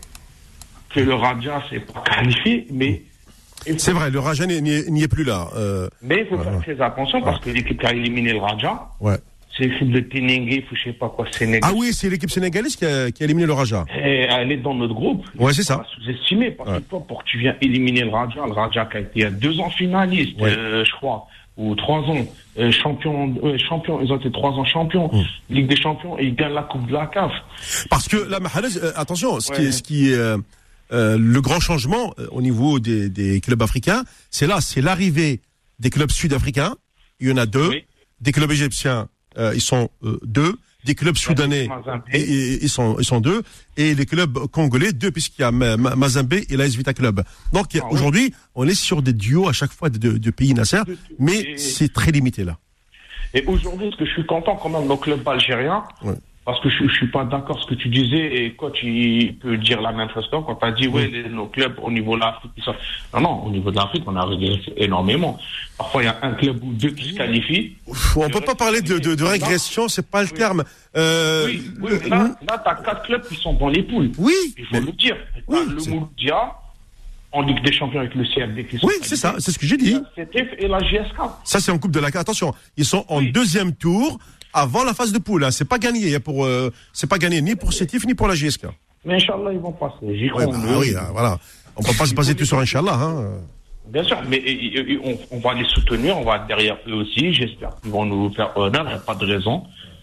que le Raja s'est pas qualifié, mais... C'est vrai, le Raja n'y est, n'y est plus là. Euh... Mais il faut ouais, faire ouais. très attention, parce ouais. que l'équipe qui a éliminé le Raja, ouais. c'est l'équipe de Tenengue, ou je sais pas quoi, Sénégal. Ah oui, c'est l'équipe sénégalaise qui a, qui a éliminé le Raja. Et elle est dans notre groupe. Ouais, c'est ça. Sous-estimé, parce ouais. que toi, pour que tu viennes éliminer le Raja, le Raja qui a été il y a deux ans finaliste, ouais. euh, je crois, ou trois ans, euh, champion, euh, champion, ils ont été trois ans champions, mmh. Ligue des champions, et ils gagnent la Coupe de la C A F. Parce que là, Mahrez, euh, attention, ce ouais. qui est, ce qui est euh, euh, le grand changement euh, au niveau des, des clubs africains, c'est là, c'est l'arrivée des clubs sud-africains. Il y en a deux. Oui. Des clubs égyptiens, euh, ils sont euh, deux. Des clubs soudanais, et, et, ils sont ils sont deux, et les clubs congolais deux, puisqu'il y a Mazembe et l'A S Vita Club. Donc ah, aujourd'hui, oui. on est sur des duos à chaque fois de, de, de pays Nasser, mais et, c'est très limité là. Et aujourd'hui, ce que je suis content quand même, nos clubs algériens, ouais. parce que je, je suis pas d'accord avec ce que tu disais, et coach il peut dire la même chose quand tu as dit ouais, ouais les, nos clubs au niveau de l'Afrique, ils sont... non non, au niveau de l'Afrique, on a régressé énormément. Parfois il y a un club ou deux qui se qualifient. On peut pas parler de, de, de régression, c'est pas le oui. terme. Euh... Oui, oui, mais là, là tu as quatre clubs qui sont dans les poules. Oui. Il faut mais... le dire. Oui, le Mouloudia en Ligue des Champions avec le C R D qui sont oui, c'est ça, c'est ce que j'ai dit. La C T F et la G S K. Ça c'est en Coupe de la C A F. Attention, ils sont en oui. deuxième tour. Avant la phase de poule, hein. c'est pas gagné pour, euh, c'est pas gagné ni pour Sétif ni pour la G S K. Mais Inch'Allah, ils vont passer. J'y crois. Ouais, bah, oui, hein, voilà. On peut pas se baser tout sur Inch'Allah, hein. Bien sûr, mais et, et, on, on va les soutenir, on va être derrière eux aussi. J'espère qu'ils vont nous faire honneur, il n'y a pas de raison.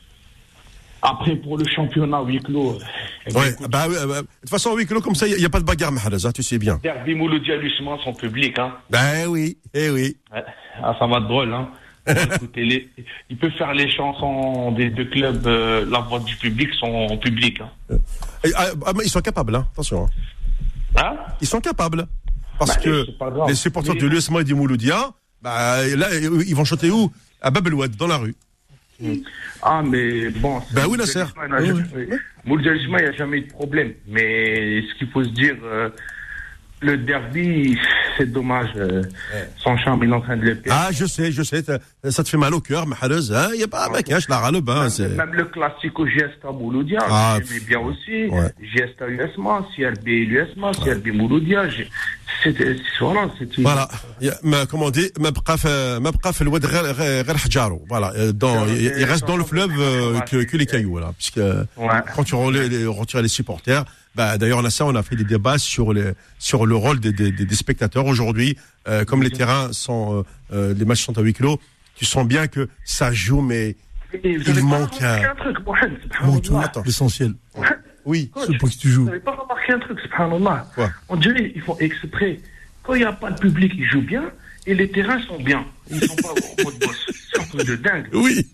Après, pour le championnat huis clos. Ouais, écoute, bah, bah, bah, de toute façon, huis clos, comme ça, il n'y a, a pas de bagarre, Mahrez, hein, tu sais bien. Derby Mouloudia Lucement, son public, hein. Ben oui, eh oui. Ouais. Ah, ça va être drôle, hein. Écoutez, les, il peut faire les chansons des deux clubs, euh, la voix du public sont en public. Hein. Et, ah, ils sont capables, hein, attention. Hein ils sont capables. Parce bah, que les supporters mais... de l'U S M A et du Mouloudia, bah, là, ils vont chanter où? À Bab el-Oued, dans la rue. Mmh. Ah, mais bon. Ben oui, Nasser. Mouloudia, il n'y a jamais eu de problème. Mais ce qu'il faut se dire, euh, le derby, c'est dommage. Euh, ouais. Son charme, il est en train de le perdre. Ah, je sais, je sais. Ça te fait mal au cœur, Mahrez. Hein. Il n'y a pas un mec, hein, je la râle, ben. Même, même le classique au G S K Mouloudia, ah, j'aimais bien aussi. Ouais. G S K U S M A, C R B U S M A, C R B Mouloudia. C'était, voilà, c'était. Voilà. Ma, comment on dit, ma braf, ma braf, le oued غير حجارو. Voilà. Dans, il, il reste dans le fleuve, euh, que, que les cailloux, voilà. Puisque, ouais. quand tu retires les supporters, bah, d'ailleurs, on a ça, on a fait des débats sur les, sur le rôle des, des, des spectateurs aujourd'hui, euh, comme les terrains sont, euh, les matchs sont à huis clos, tu sens bien que ça joue, mais, mais il manque un, un truc, Mohamed, l'essentiel. Oui, c'est pour que tu joues. Vous n'avez pas remarqué un truc, subhanallah. On dirait qu'ils font exprès. Quand il n'y a pas le public, ils jouent bien, et les terrains sont bien. Ils ne sont pas en mode boss. C'est un truc de dingue. Oui.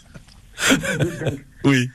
Oui.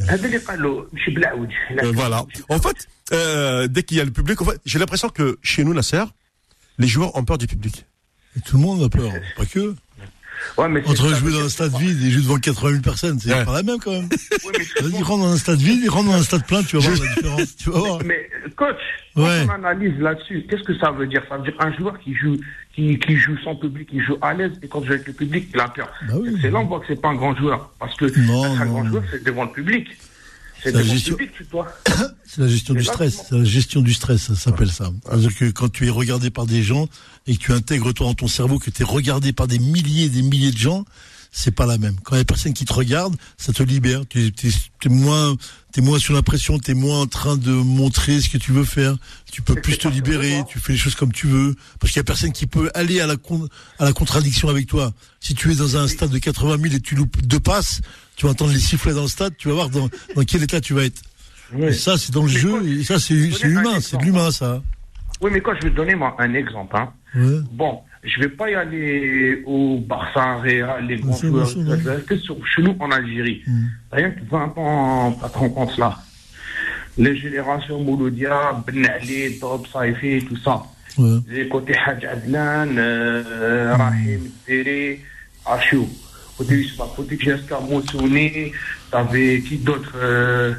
Euh, voilà. En fait, euh, dès qu'il y a le public, en fait, j'ai l'impression que chez nous, Nasser, les joueurs ont peur du public. Et tout le monde a peur, pas que. Ouais, mais entre jouer dans un stade vide et jouer devant quatre-vingt mille personnes, c'est ouais. pas la même quand même. Oui, vas-y, rentre dans un stade vide et rentre dans un stade plein, tu vas voir la différence. Tu vas voir. Mais, mais coach, ouais. quand on analyse là-dessus, qu'est-ce que ça veut dire? Ça veut dire un joueur qui joue, qui, qui joue sans public, qui joue à l'aise, et quand il joue avec le public, il a peur. Bah oui. C'est là on voit que c'est pas un grand joueur. Parce que non, un non, grand non. joueur, c'est devant le public. C'est devant gestion... le public, tu vois. C'est la gestion c'est du stress. C'est la gestion du stress, ça s'appelle ça. C'est-à-dire que quand tu es regardé par des gens et que tu intègres toi dans ton cerveau que tu es regardé par des milliers et des milliers de gens, c'est pas la même. Quand il y a personne qui te regarde, ça te libère. Tu t'es, t'es moins, t'es moins sous la pression, t'es moins en train de montrer ce que tu veux faire. Tu peux plus te libérer, tu fais les choses comme tu veux. Parce qu'il y a personne qui peut aller à la con, à la contradiction avec toi. Si tu es dans un stade de quatre-vingt mille et tu loupes deux passes, tu vas entendre les sifflets dans le stade, tu vas voir dans, dans quel état tu vas être. Oui. Et ça, c'est dans le mais jeu, quoi, et ça, c'est, c'est humain, c'est de l'humain, ça. Oui, mais quand je vais te donner, moi, un exemple, hein. Ouais. Bon, je vais pas y aller au Barça, Real, les grands c'est joueurs, bien sûr, que sur, chez nous, en Algérie. Mm. Rien que vingt ans, à te rendre compte là. Les générations Mouloudia, Ben Ali, Tob, Saifi, tout ça. Ouais. Les côtés Hadj Adlan, euh, mm. Rahim, Tere, Achou. Côté Usma, côté Jeska, Moussouni, t'avais qui d'autre, euh,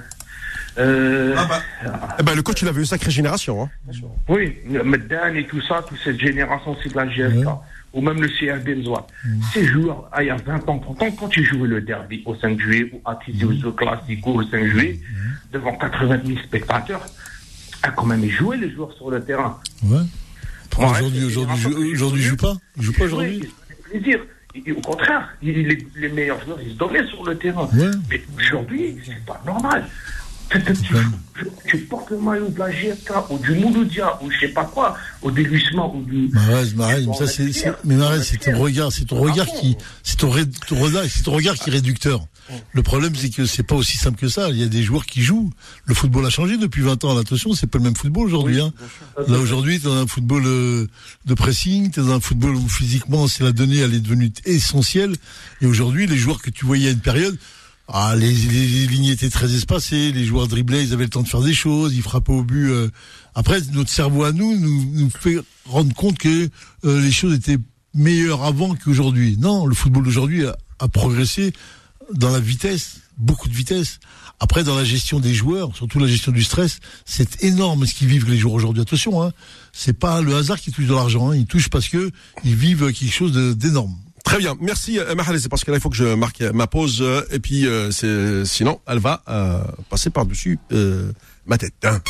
Euh, ah bah, eh ben, le coach, il avait une sacrée génération. Hein. Oui, Meddan et tout ça, toute cette génération, c'est de la G S K. Ouais. Ou même le C R Benzoa. Mmh. Ces joueurs, ah, il y a vingt ans, trente ans, quand ils jouaient le derby au cinq juillet, ou à Tizi Ouzou Classico au cinq juillet, mmh. devant quatre-vingt mille spectateurs, ah, quand même, ils jouaient les joueurs sur le terrain. Ouais. Bon, aujourd'hui, aujourd'hui, aujourd'hui, ils jouent pas. Ils jouent pas aujourd'hui. Oui, c'est plaisir. Et au contraire, les, les meilleurs joueurs, ils se donnaient sur le terrain. Ouais. Mais aujourd'hui, c'est pas normal. Tu, tu, tu portes le maillot de la G S K ou du Mouloudia ou je sais pas quoi, ou des Luisman ou du. Marez, Marez, ça c'est, c'est, mais Marez, c'est ton regard, c'est ton regard qui, c'est ton, ré, ton regard, c'est ton regard qui est réducteur. Le problème, c'est que c'est pas aussi simple que ça. Il y a des joueurs qui jouent. Le football a changé depuis vingt ans. Attention, c'est pas le même football aujourd'hui, oui, hein. Là, aujourd'hui, t'es dans un football euh, de pressing, t'es dans un football où physiquement, c'est la donnée, elle est devenue essentielle. Et aujourd'hui, les joueurs que tu voyais à une période, ah, les, les, les lignes étaient très espacées, les joueurs driblaient, ils avaient le temps de faire des choses, ils frappaient au but. Euh. Après, notre cerveau à nous nous, nous fait rendre compte que euh, les choses étaient meilleures avant qu'aujourd'hui. Non, le football d'aujourd'hui a, a progressé dans la vitesse, beaucoup de vitesse. Après, dans la gestion des joueurs, surtout la gestion du stress, c'est énorme ce qu'ils vivent les joueurs aujourd'hui. Attention, hein, c'est pas le hasard qui touche de l'argent, hein, ils touchent parce que ils vivent quelque chose de, d'énorme. Très bien, merci Mahalé, c'est parce que là il faut que je marque ma pause euh, et puis euh, c'est, sinon elle va euh, passer par-dessus euh, ma tête. Hein.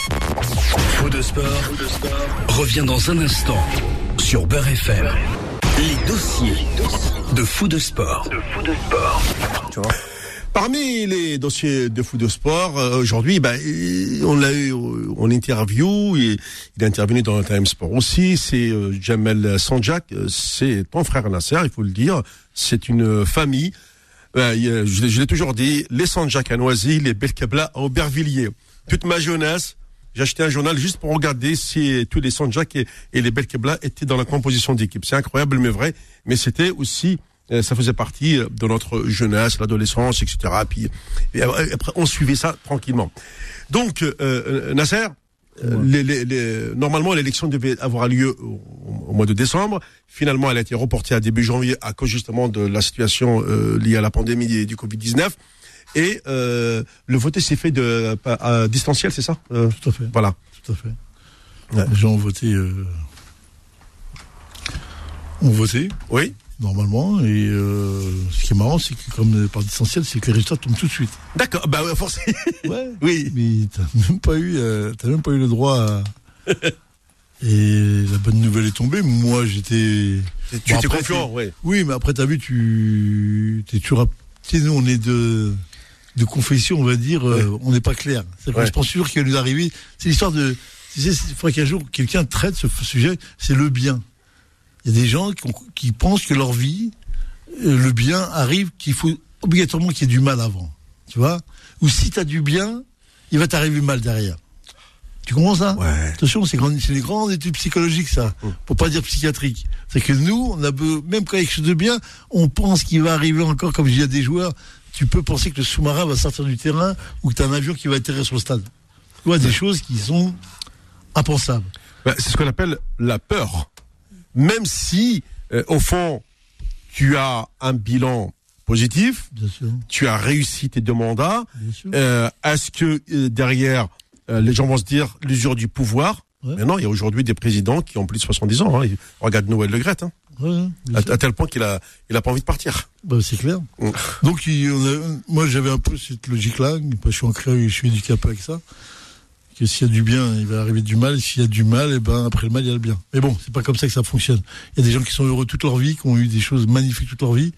Fou de sport, Fou de sport revient dans un instant sur Beurre F M. Les dossiers de Fou de sport. De Fou de sport. Tu vois. Parmi les dossiers de Fou de sport, euh, aujourd'hui, bah, on l'a eu en interview, et il est intervenu dans le Time Sport aussi, c'est euh, Jamel Sanjak, c'est ton frère Nasser, il faut le dire, c'est une famille, bah, je, je l'ai toujours dit, les Sanjak à Noisy, les Belkebla à Aubervilliers. Toute ma jeunesse, j'ai acheté un journal juste pour regarder si tous les Sanjak et, et les Belkebla étaient dans la composition d'équipe. C'est incroyable mais vrai, mais c'était aussi... ça faisait partie de notre jeunesse, l'adolescence, et cetera. Puis et après, on suivait ça tranquillement. Donc, euh, Nasser, ouais. les, les, les, normalement, l'élection devait avoir lieu au, au mois de décembre. Finalement, elle a été reportée à début janvier à cause justement de la situation euh, liée à la pandémie du covid dix-neuf. Et euh, le vote s'est fait de à, à distanciel, c'est ça euh, Tout à fait. Voilà. Tout à fait. Ouais. Les gens ont voté. Euh... ont voté. Oui. Normalement, et euh, ce qui est marrant, c'est que comme par distanciel, c'est que les résultats tombent tout de suite. D'accord, bah ouais, forcément. Ouais. Oui. Mais t'as même pas eu, euh, t'as même pas eu le droit à... Et la bonne nouvelle est tombée. Moi, j'étais. Tu bon, étais confiant, oui. Oui, mais après, t'as vu, tu, t'es toujours. Tu sais, nous, on est de, de confession, on va dire. Ouais. Euh, on n'est pas clair. C'est ouais. Je pense toujours qu'il va nous arriver. C'est l'histoire de. Tu sais, il faudrait qu'un jour quelqu'un traite ce sujet. C'est le bien. Il y a des gens qui, qui pensent que leur vie, euh, le bien arrive, qu'il faut obligatoirement qu'il y ait du mal avant. Tu vois? Ou si tu as du bien, il va t'arriver mal derrière. Tu comprends ça? Ouais. Attention, c'est, grand, c'est des grandes études psychologiques, ça. Mmh. Pour pas dire psychiatriques. C'est que nous, on a be- même quand il y a quelque chose de bien, on pense qu'il va arriver encore, comme je dis à des joueurs, tu peux penser que le sous-marin va sortir du terrain ou que tu as un avion qui va atterrir sur le stade. Tu vois, des choses qui sont impensables. Bah, c'est ce qu'on appelle la peur. Même si, euh, au fond, tu as un bilan positif, bien sûr. Tu as réussi tes deux mandats, euh, est-ce que euh, derrière, euh, les gens vont se dire l'usure du pouvoir? Ouais. Mais non, il y a aujourd'hui des présidents qui ont plus de soixante-dix ans. Hein. Regarde Noël Le Graët. Hein. Ouais, à, à tel point qu'il a, il a pas envie de partir. Bah, c'est clair. Mmh. Donc, il, on a, moi, j'avais un peu cette logique-là. Je suis ancré, je suis éduqué avec ça. Que s'il y a du bien, il va arriver du mal. S'il y a du mal, et ben après le mal, il y a le bien. Mais bon, c'est pas comme ça que ça fonctionne. Il y a des gens qui sont heureux toute leur vie, qui ont eu des choses magnifiques toute leur vie.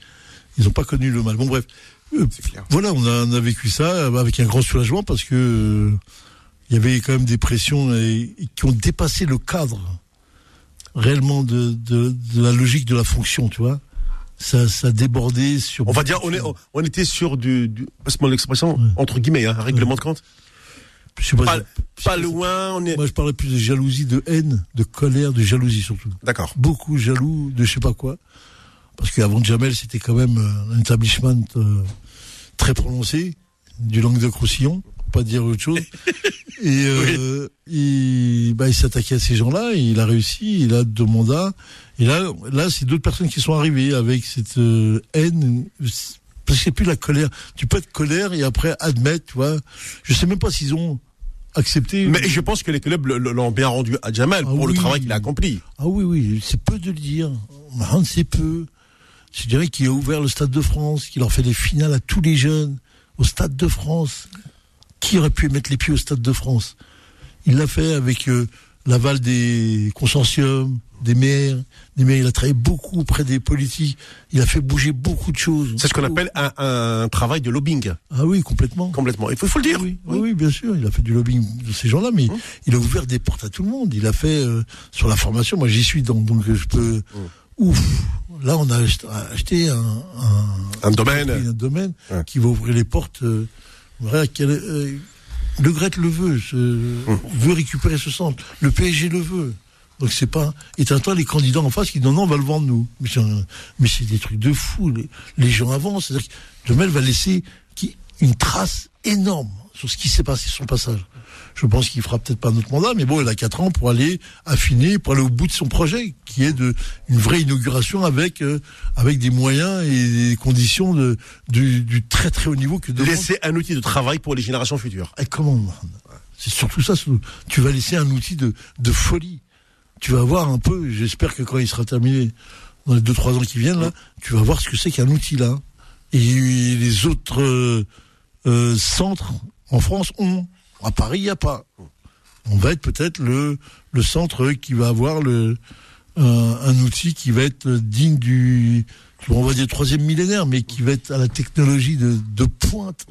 Ils n'ont pas connu le mal. Bon, bref. Euh, voilà, on a, on a vécu ça avec un grand soulagement parce que euh, il y avait quand même des pressions et, et qui ont dépassé le cadre réellement de, de, de la logique de la fonction, tu vois. Ça, ça débordait sur. On va dire, on est, on était sur du, du passe-moi l'expression, ouais. entre guillemets, hein, règlement ouais. de compte. Je sais pas, pas, je pas loin, on est. Moi, je parlais plus de jalousie, de haine, de colère, de jalousie surtout. D'accord. Beaucoup jaloux de je sais pas quoi. Parce qu'avant Jamel, c'était quand même un établissement euh, très prononcé, du Languedoc-Roussillon, pour pas dire autre chose. Et euh, oui. il, bah, il s'attaquait à ces gens-là, et il a réussi, il a deux mandats. Et là, là, c'est d'autres personnes qui sont arrivées avec cette euh, haine. Parce que c'est plus la colère. Tu peux être colère et après admettre, tu vois. Je sais même pas s'ils ont accepté. Mais je pense que les clubs l'ont bien rendu à Jamel ah pour oui. le travail qu'il a accompli. Ah oui, oui, c'est peu de le dire. Man, c'est peu. Je dirais qu'il a ouvert le Stade de France, qu'il leur fait des finales à tous les jeunes au Stade de France. Qui aurait pu mettre les pieds au Stade de France? Il l'a fait avec euh, l'aval des consortiums, des maires, des maires. Il a travaillé beaucoup auprès des politiques. Il a fait bouger beaucoup de choses. C'est ce qu'on appelle un, un travail de lobbying. Ah oui, complètement. Complètement. Il faut, il faut le dire. Oui, oui, oui, bien sûr. Il a fait du lobbying de ces gens-là, mais mmh. il a ouvert des portes à tout le monde. Il a fait euh, sur la formation. Moi, j'y suis donc, donc je peux. Mmh. Ouf. Là, on a acheté un un, un domaine, un domaine ouais. qui va ouvrir les portes. Euh, quel, euh, Le Gret le veut, ce, mmh. veut récupérer ce centre. Le P S G le veut. Donc c'est pas. Et t'entends les candidats en face qui disent non, non, on va le vendre nous. Mais c'est, un, mais c'est des trucs de fou. Les, les gens avancent. C'est-à-dire que Jamel va laisser qui, une trace énorme sur ce qui s'est passé sur son passage. Je pense qu'il fera peut-être pas notre mandat, mais bon, il a quatre ans pour aller affiner, pour aller au bout de son projet, qui est de une vraie inauguration avec euh, avec des moyens et des conditions de du, du très très haut niveau que demande. Laisser un outil de travail pour les générations futures. Et comment? C'est surtout ça. Tu vas laisser un outil de de folie. Tu vas voir un peu. J'espère que quand il sera terminé dans les deux trois ans qui viennent là, tu vas voir ce que c'est qu'un outil là. Et les autres euh, euh, centres en France ont. À Paris, il n'y a pas. On va être peut-être le, le centre qui va avoir le, euh, un outil qui va être digne du, on va dire, troisième millénaire, mais qui va être à la technologie de, de pointe.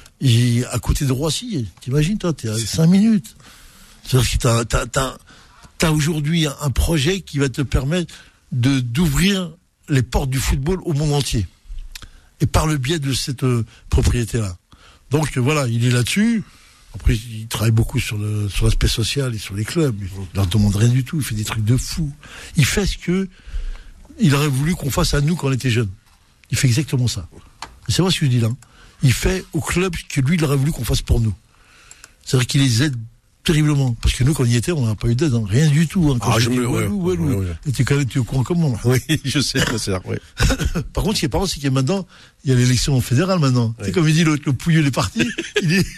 Et à côté de Roissy, t'imagines, toi, t'es à cinq minutes. C'est-à-dire que t'as, t'as, t'as, t'as aujourd'hui un, un projet qui va te permettre de, d'ouvrir les portes du football au monde entier. Et par le biais de cette euh, propriété-là. Donc, voilà, il est là-dessus. Après, il travaille beaucoup sur le sur l'aspect social et sur les clubs. Il leur demande rien du tout. Il fait des trucs de fou. Il fait ce que il aurait voulu qu'on fasse à nous quand on était jeunes. Il fait exactement ça. Et c'est vrai ce que je dis là. Il fait au club ce que lui, il aurait voulu qu'on fasse pour nous. C'est-à-dire qu'il les aide terriblement. Parce que nous, quand on y était, on n'a pas eu d'aide. Hein. Rien du tout. Hein. Quand ah, je dis, me... Walou, ouais, Walou. Ouais, ouais. Et tu es quand même, tu es au courant comme moi. Oui, je sais, c'est vrai. Par contre, ce qui est pas mal, c'est qu'il y a maintenant, il y a l'élection fédérale maintenant. Ouais. Tu sais, comme il dit l'autre, le pouilleux, il est parti. il est...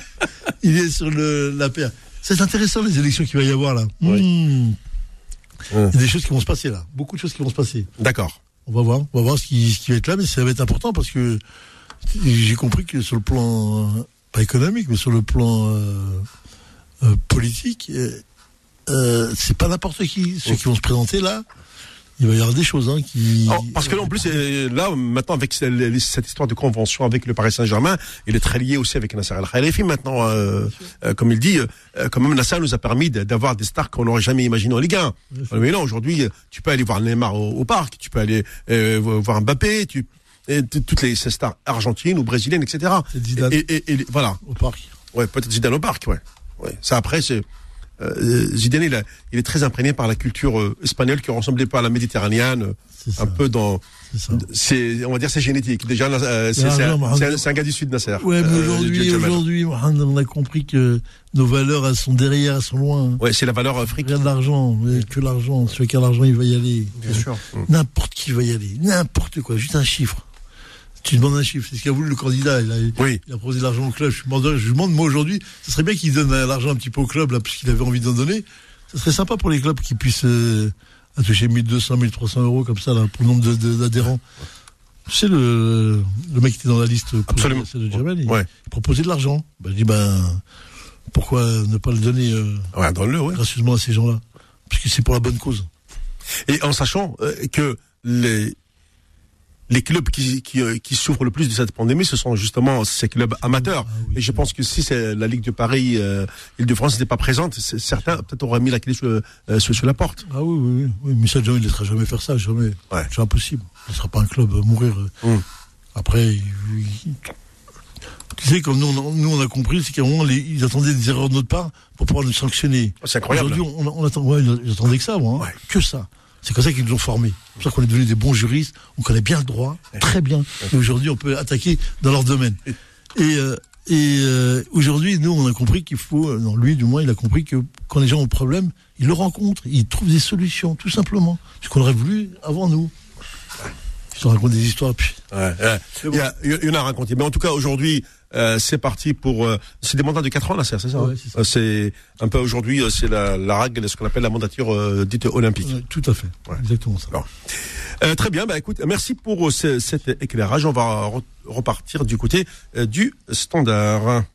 Il est sur le, la paire. C'est intéressant, les élections qu'il va y avoir, là. Oui. Mmh. Il y a des choses qui vont se passer, là. Beaucoup de choses qui vont se passer. D'accord. On va voir. On va voir ce qui, ce qui va être là, mais ça va être important parce que j'ai compris que sur le plan, euh, pas économique, mais sur le plan euh, euh, politique, euh, euh, c'est pas n'importe qui. Ceux qui vont se présenter, là, il va y avoir des choses hein, qui... Alors, parce que là, en plus, là, maintenant, avec cette histoire de convention avec le Paris Saint-Germain, il est très lié aussi avec Nasser El-Khelaifi. Maintenant, euh, euh, comme il dit, euh, quand même, Nasser nous a permis d'avoir des stars qu'on n'aurait jamais imaginé en Ligue un. Mais là, aujourd'hui, tu peux aller voir Neymar au, au parc, tu peux aller euh, voir Mbappé, tu... Et toutes les ces stars argentines ou brésiliennes, et cetera. C'est Zidane. Et, et, et, voilà. Au parc. Ouais, peut-être Zidane au parc, ouais. Ouais. Ça, après, c'est... Euh, Zidane, il, a, il est très imprégné par la culture euh, espagnole qui ressemblait pas à la méditerranéenne, un peu dans, c'est, on va dire, c'est génétique. Déjà, euh, c'est, c'est, un, c'est, un, c'est un gars du sud, Nasser. Ouais, mais aujourd'hui, euh, aujourd'hui, on a compris que nos valeurs, elles sont derrière, elles sont loin. Ouais, c'est la valeur africaine. Regarde l'argent, que l'argent, celui qui a l'argent, il va y aller. Bien sûr. N'importe qui va y aller, n'importe quoi, juste un chiffre. Tu demandes un chiffre, c'est ce qu'a voulu le candidat. Il a, oui. il a proposé de l'argent au club. Je demande, je demande moi aujourd'hui, ce serait bien qu'il donne l'argent un petit peu au club, là, parce qu'il avait envie d'en donner. Ce serait sympa pour les clubs qui puissent euh, toucher mille deux cents, mille trois cents euros comme ça, là, pour le nombre de, de, d'adhérents. Tu sais, le, le mec qui était dans la liste Absolument. de Jamel, il, ouais. il proposait de l'argent. Ben, je dis, ben, pourquoi ne pas le donner euh, ouais, donne-le, ouais. gracieusement à ces gens-là? Parce que c'est pour la bonne cause. Et en sachant euh, que les les clubs qui, qui, qui souffrent le plus de cette pandémie, ce sont justement ces clubs amateurs. Ah oui, et je pense que si c'est la Ligue de Paris, euh, Île-de-France n'était pas présente, certains peut-être auraient mis la clé sur, euh, sur, sur la porte. Ah oui, oui, oui. Mais ça, il ne laissera jamais faire ça, jamais. Ouais. C'est impossible. Il ne laissera pas un club mourir. Hum. Après, il, il, tu sais, comme nous, on, nous, on a compris, c'est qu'à un moment, les, ils attendaient des erreurs de notre part pour pouvoir nous sanctionner. Oh, c'est incroyable. Aujourd'hui, on, on attend, ouais, ils attendaient que ça, moi, hein, ouais. que ça. C'est comme ça qu'ils nous ont formés. C'est pour ça qu'on est devenus des bons juristes. On connaît bien le droit, très bien. Et aujourd'hui, on peut attaquer dans leur domaine. Et, euh, et euh, aujourd'hui, nous, on a compris qu'il faut... Non, lui, du moins, il a compris que quand les gens ont un problème, ils le rencontrent. Ils trouvent des solutions, tout simplement. Ce qu'on aurait voulu avant nous. Ils se racontent des histoires. Puis... Ouais, ouais. Il, y a, il y en a raconté. Mais en tout cas, aujourd'hui... Euh, c'est parti pour... Euh, c'est des mandats de quatre ans, là, c'est ça, ouais, c'est ça. Euh, c'est un peu aujourd'hui, euh, c'est la, la règle, ce qu'on appelle la mandature euh, dite olympique. Ouais, tout à fait, ouais. Exactement ça. Euh, très bien, bah écoute, merci pour euh, ce, cet éclairage. On va re- repartir du côté euh, du standard.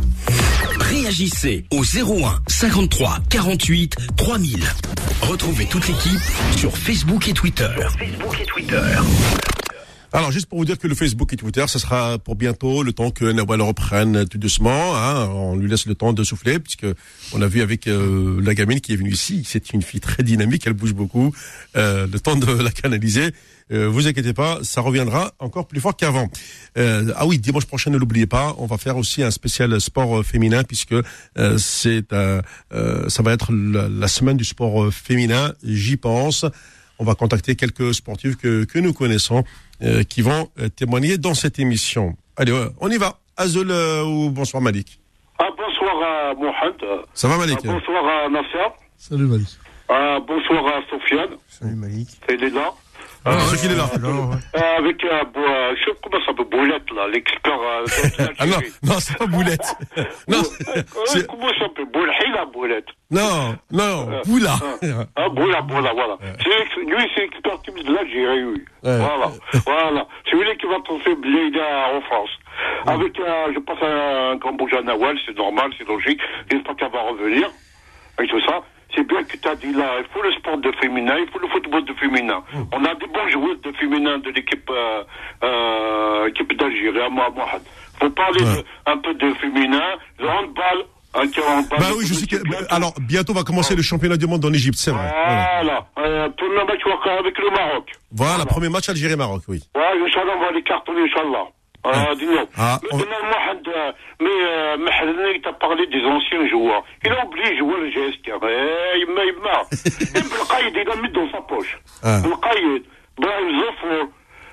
Réagissez au zéro un cinquante-trois quarante-huit trois mille. Retrouvez toute l'équipe sur Facebook et Twitter. Facebook et Twitter. Alors, juste pour vous dire que le Facebook et Twitter, ça sera pour bientôt, le temps que Nawal reprenne tout doucement. Hein, on lui laisse le temps de souffler, puisque on a vu avec euh, la gamine qui est venue ici, c'est une fille très dynamique, elle bouge beaucoup. Euh, le temps de la canaliser. Euh, vous inquiétez pas, ça reviendra encore plus fort qu'avant. Euh, ah oui, dimanche prochain, ne l'oubliez pas, on va faire aussi un spécial sport féminin, puisque euh, c'est euh, euh, ça va être la, la semaine du sport féminin. J'y pense. On va contacter quelques sportifs que que nous connaissons. Euh, qui vont euh, témoigner dans cette émission. Allez, ouais, on y va. Azul euh, ou bonsoir Malik. Ah, bonsoir à Mohamed. Ça va Malik? Ah, bonsoir à Nasser. Salut Malik. Ah, bonsoir à Sofiane. Salut Malik. Il est là. Ah, euh, c'est qu'il est là. Euh, euh, avec euh, euh, je sais comment ça s'appelle, Boulette, là, l'expert. Euh, ah non, non, c'est pas Boulette. non, c'est... Comment ça s'appelle? Boulhila, Boulette. Non, non, euh, Boula. Euh, ah, Boula, Boula, voilà. Euh. C'est, lui, c'est l'expert de l'Algérie, oui. Euh. Voilà, voilà. C'est lui qui va transférer Bleda en France. Euh. Avec, euh, je pense, un Cambodge à Nawal, c'est normal, c'est logique. J'espère qu'elle va revenir. Et tout ça. C'est bien que tu as dit là, il faut le sport de féminin, il faut le football de féminin. Mmh. On a des bons joueurs de féminin de l'équipe euh, euh, équipe d'Algérie, à Mohamed. Il faut parler ouais. de, un peu de féminin, le handball. Hein, handball bah oui, je sais que... Bientôt. Alors, bientôt va commencer ouais. le championnat du monde dans l'Égypte, c'est vrai. Voilà. voilà. Euh, premier match avec le Maroc. Voilà, voilà. Premier match Algérie-Maroc, oui. Ouais, Inch'Allah, on va les cartonner, Inch'Allah. Ah, dis-nous. Ah, on... Mais euh, Mahdani t'a parlé des anciens joueurs. Il a oublié de jouer le G S K. Il m'a, il m'a. Le Qaïd, il l'a mis dans sa poche. Ah. Le Qaïd, Brahim Zafou,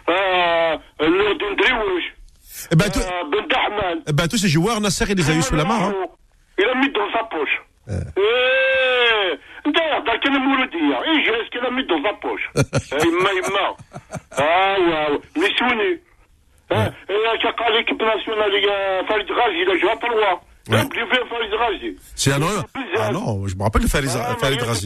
le Dendriouch, Ben Dahman. Eh ben, tous ces joueurs, Nasser, il les a eu sous la main. Hein. Il a mis dans sa poche. Eh, d'ailleurs, dans quel Mouloudia, il G S K l'a mis dans sa poche. Il m'a, il m'a. Ah, ouais, mais Souni. Hein, et là, quand l'équipe nationale, il y a Farid Razi, il a joué à Palois. Il a oublié Farid Razi. C'est un nom. Ah non, je me rappelle de Farid Razi.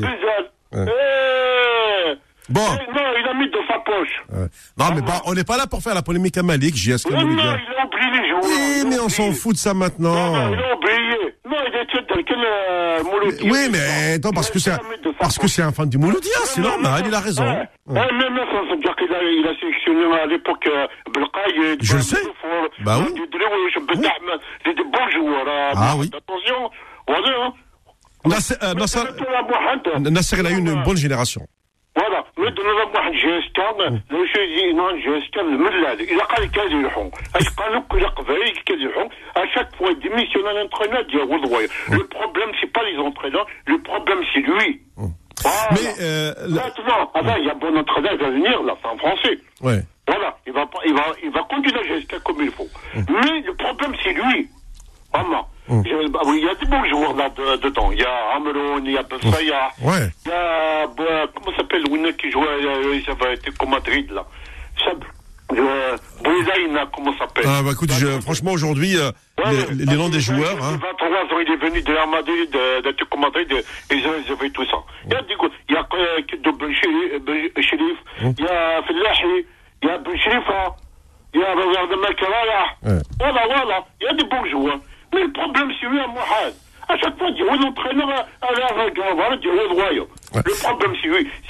Bon. Non, il a mis dans sa poche. Ouais. Non, mais bah, on n'est pas là pour faire la polémique à Malik, J S K. Non, il a oublié les joueurs. Oui, mais on s'en fout de ça maintenant. Non, il a oublié. Non, il était dans quel euh, Mouloudia. Oui, mais non, parce que c'est un, parce que c'est un fan du Mouloudia, c'est normal, il a raison. Ouais. Ouais. Ouais, mais non, ça veut dire qu'il a, il a sélectionné à l'époque euh, Belqaïd. Je le sais. Bah oui. C'est des bons joueurs. Ah oui. Attention, voilà. Hein. Nasser, euh, Nasser, Nasser, il a eu une bonne génération. Voilà, mais de nous avoir G S K, le chef non G S K le malade, il a قال كذا يلحون، اش قالوا كل قبائل كذا يلحون، à chaque fois il démissionne l'entraîneur, dit le problème c'est pas les entraîneurs, le problème c'est lui. Voilà. Mais euh, maintenant, ah ben, il y a un bon entraîneur qui va venir là, c'est en français. Ouais. Voilà, il va il va il va conduire la G S K comme il faut. Mais le problème c'est lui. Vraiment. Mmh. Il y a des bons joueurs là de, dedans. Il y a Amroun, il y a Ben Sayah. Ouais. Il y a, bah, comment s'appelle, Winner qui jouait, euh, ça va être comme Madrid là. Euh, Bouzaïna, comment s'appelle. Ah, bah écoute, je, franchement, aujourd'hui, euh, ouais, les, les noms des joueurs. Il a vingt-trois ans, il est venu de la Madrid, d'être comme Madrid, et ils ont fait tout ça. Il y a des il y a de Ben Chérif, il y a Fellahi, il y a Ben Chérifa, il y a Razar de Makaraya. Voilà, voilà. Il y a des bons joueurs. Mais le problème, c'est lui à Mohamed. À chaque fois, il dit, oui, l'entraîneur à la règle, voilà, il dit, oui, le royaume. Le problème, c'est lui. C'est pour ça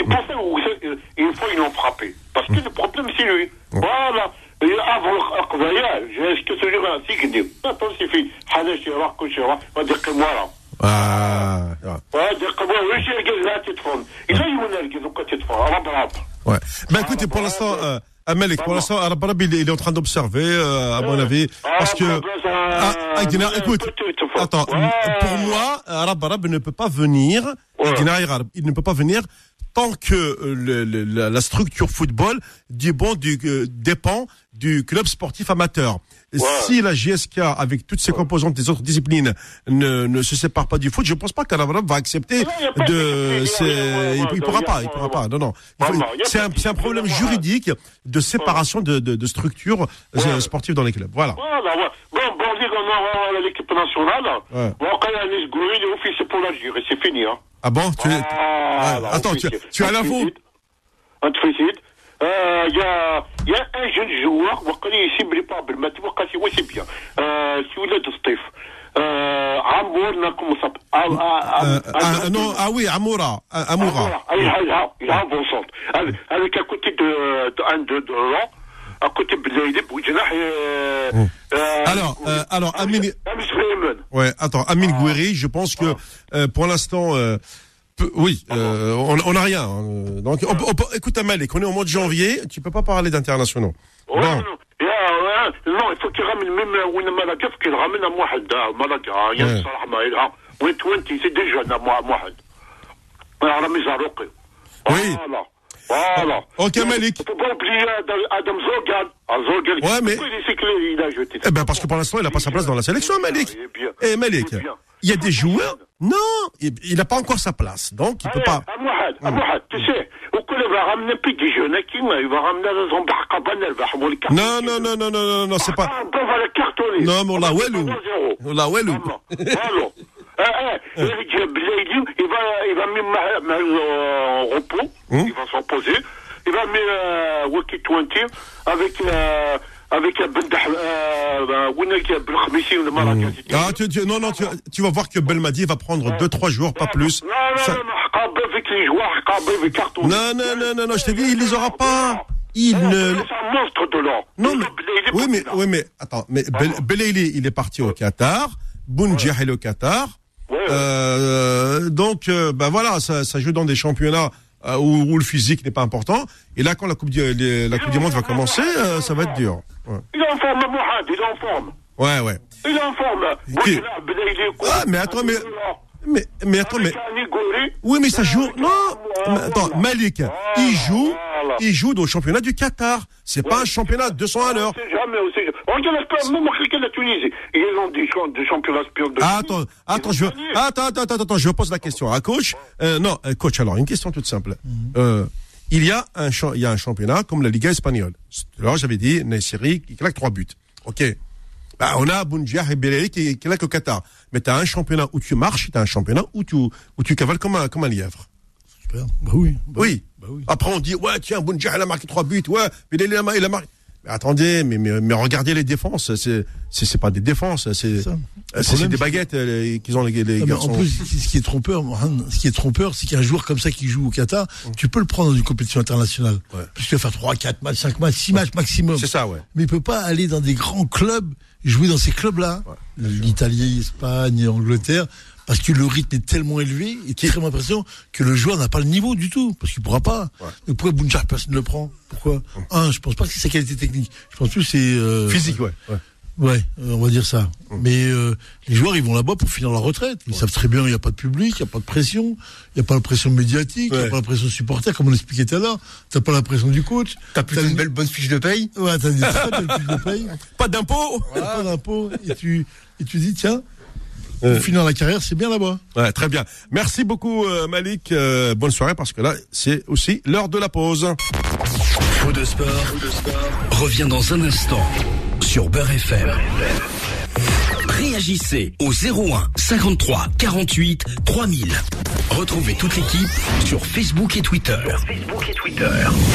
où une fois ils l'ont frappé. Parce que le problème c'est lui. Voilà. Et avant le j'ai ce que ce jour ainsi que dit. Attends, c'est fait. Hada Chira, Kouchira, va dire que moi là. Ah. Ouais, dire que moi, oui, j'ai regardé la tête fond. Il a eu mon aile, ils ont côté de fond. Ouais. Ben écoutez, pour l'instant, euh, Malik, pour l'instant, Arab Arab, il, il est en train d'observer, euh, à mon avis, parce que, ah, Aïdina, écoute, attends, pour moi, Arab Arab ne peut pas venir, Aïdina, il ne peut pas venir tant que le, le, la, la structure football du bon du, euh, dépend du club sportif amateur. Ouais. Si la J S K, avec toutes ses composantes des autres disciplines, ne, ne se sépare pas du foot, je pense pas qu'Arab Arab va accepter non, de, c'est, il, il pourra pas, il pourra pas, non, non. Faut, c'est un, c'est un problème juridique de séparation de, de, de structures ouais. sportives dans les clubs. Voilà. Voilà, ouais. Bon, bon, on dit qu'on a l'équipe nationale. Ouais. Bon, quand il y a Nice Goury, il est officiel pour l'Algérie, c'est fini, hein. Ah bon, tu, ah, ouais. Attends, tu, tu as l'info? Un félicite. Il y a, il y a un jeune joueur, il ciblé pas, mais tu vois, c'est bien. Euh, c'est Ouled Stif. Euh, Amour, comment ça s'appelle? Non, ah oui, Amoura. Amoura. Il a un bon centre. Avec à côté de, un, de, de Roland. À côté de mmh. euh, alors euh, alors Amin ouais attends Amin ah. Gouiri, je pense que euh, pour l'instant euh, peu, oui euh, on on a rien hein, donc on, on, on, écoute Malik, on est au mois de janvier, tu peux pas parler d'internationaux. Ouais, non. Non, yeah, non, il faut qu'il ramène même Wina Malaga, faut qu'il ramène à Mohamed Malaga, il y a Salah Maïla, oui vingt, c'est déjà à Mohamed. Alors la mise à Roque. Oui. Voilà. Ok, Malik. Faut pas oublier Adam Zogan. Ah, Zogan. Ouais, mais. Pourquoi il est cyclé, il a jeté. Eh ben, parce que pour l'instant, il n'a pas sa place dans la sélection, Malik. Eh, Malik. Il y a des joueurs. Non, il n'a pas encore sa place. Donc, il ne peut pas. Amouhad, Amouhad, tu sais, au coup, il va ramener un peu des jeunes, il va ramener un Zambahkaban, il va ramener le carton. Non, non, non, non, non, non, c'est pas. Ah, on va le cartonner. Non, mais on l'a ouelou. On l'a ouelou. Voilà. Il va, il va mettre en repos, il va s'en poser, il va mettre Wiki vingt avec, euh, avec Ah, tu, tu, non, non, tu, tu vas voir que Belmadi va prendre deux, trois jours, pas plus. Non, non, Ça... non, avec les joueurs, avec cartons. Non, non, non, non, non, je t'ai dit, il les aura pas. Il ne. C'est un monstre de l'or. Non, mais, oui, mais, oui, mais, attends, mais Belaïli, il est parti au Qatar, Bounjah est au Qatar. Ouais, ouais. Euh, donc, euh, ben voilà, ça, ça joue dans des championnats euh, où, où le physique n'est pas important. Et là, quand la Coupe du, les, la coupe du Monde va commencer, euh, ça va être dur. Ouais. Il est en forme, Mohamed, il est en forme. Ouais, ouais. Il est en forme. Qui... Ah, mais attends, mais... Mais, mais attends, mais... Oui, mais ça joue... Non, mais attends, Malik, il joue... Il joue au championnat du Qatar. C'est ouais, pas un championnat de deux cents à l'heure. On sait jamais, on sait jamais. Regarde, même africain de la Tunisie. Ils ont des, des championnats spions de ah, Attends, attends, je veux, attends, attends, attends, attends, je pose la question à coach. Euh, non, coach, alors, une question toute simple. Mm-hmm. Euh, il y a un, il y a un championnat comme la Liga espagnole. Alors, j'avais dit, Nassiri, qui claque trois buts. OK. Bah, on a Bounjah et Belaïli qui, qui claque au Qatar. Mais t'as un championnat où tu marches, t'as un championnat où tu, où tu cavales comme un, comme un lièvre. Super. Bah oui. Bah oui. Bah oui. Après, on dit, ouais, tiens, Bounjah, il a marqué trois buts, ouais, Belaïli, il a marqué. Mais attendez, mais, mais, mais regardez les défenses, c'est, c'est, c'est pas des défenses, c'est, c'est, c'est, c'est des baguettes les, qu'ils ont les, les non, garçons. En plus, ce qui est trompeur, ce qui est trompeur, c'est qu'un joueur comme ça qui joue au Qatar, mmh. tu peux le prendre dans une compétition internationale. Ouais. Puisqu'il va faire trois, quatre matchs, cinq matchs, six matchs maximum. C'est ça, ouais. Mais il peut pas aller dans des grands clubs, jouer dans ces clubs-là. Ouais, L'Italie, l'Espagne, l'Angleterre. Parce que le rythme est tellement élevé et tellement impressionnant que le joueur n'a pas le niveau du tout. Parce qu'il pourra pas. Ouais. Donc pourquoi Bounjah, personne ne le prend? Pourquoi? Mmh. Un, je pense pas que c'est sa qualité technique. Je pense plus que c'est... Euh, physique, ouais. Ouais, ouais euh, on va dire ça. Mmh. Mais euh, les joueurs, ils vont là-bas pour finir leur retraite. Ils ouais. savent très bien qu'il n'y a pas de public, il n'y a pas de pression, il n'y a pas de pression médiatique, il ouais. n'y a pas de pression supporter, comme on l'expliquait tout à l'heure. T'as pas la pression du coach. T'as plutôt une belle bonne fiche de paye. Ouais, t'as une très belle fiche de paye. Pas d'impôts. Voilà. Pas d'impôts. Et tu, et tu dis, tiens... Pour finir la carrière, c'est bien là-bas. Ouais, très bien. Merci beaucoup euh, Malik. Euh, bonne soirée parce que là, c'est aussi l'heure de la pause. Faux de sport, Faux de sport revient dans un instant sur Beurre F M. Réagissez au zéro un cinquante-trois quarante-huit trois mille. Retrouvez toute l'équipe sur Facebook et Twitter. Sur Facebook et Twitter.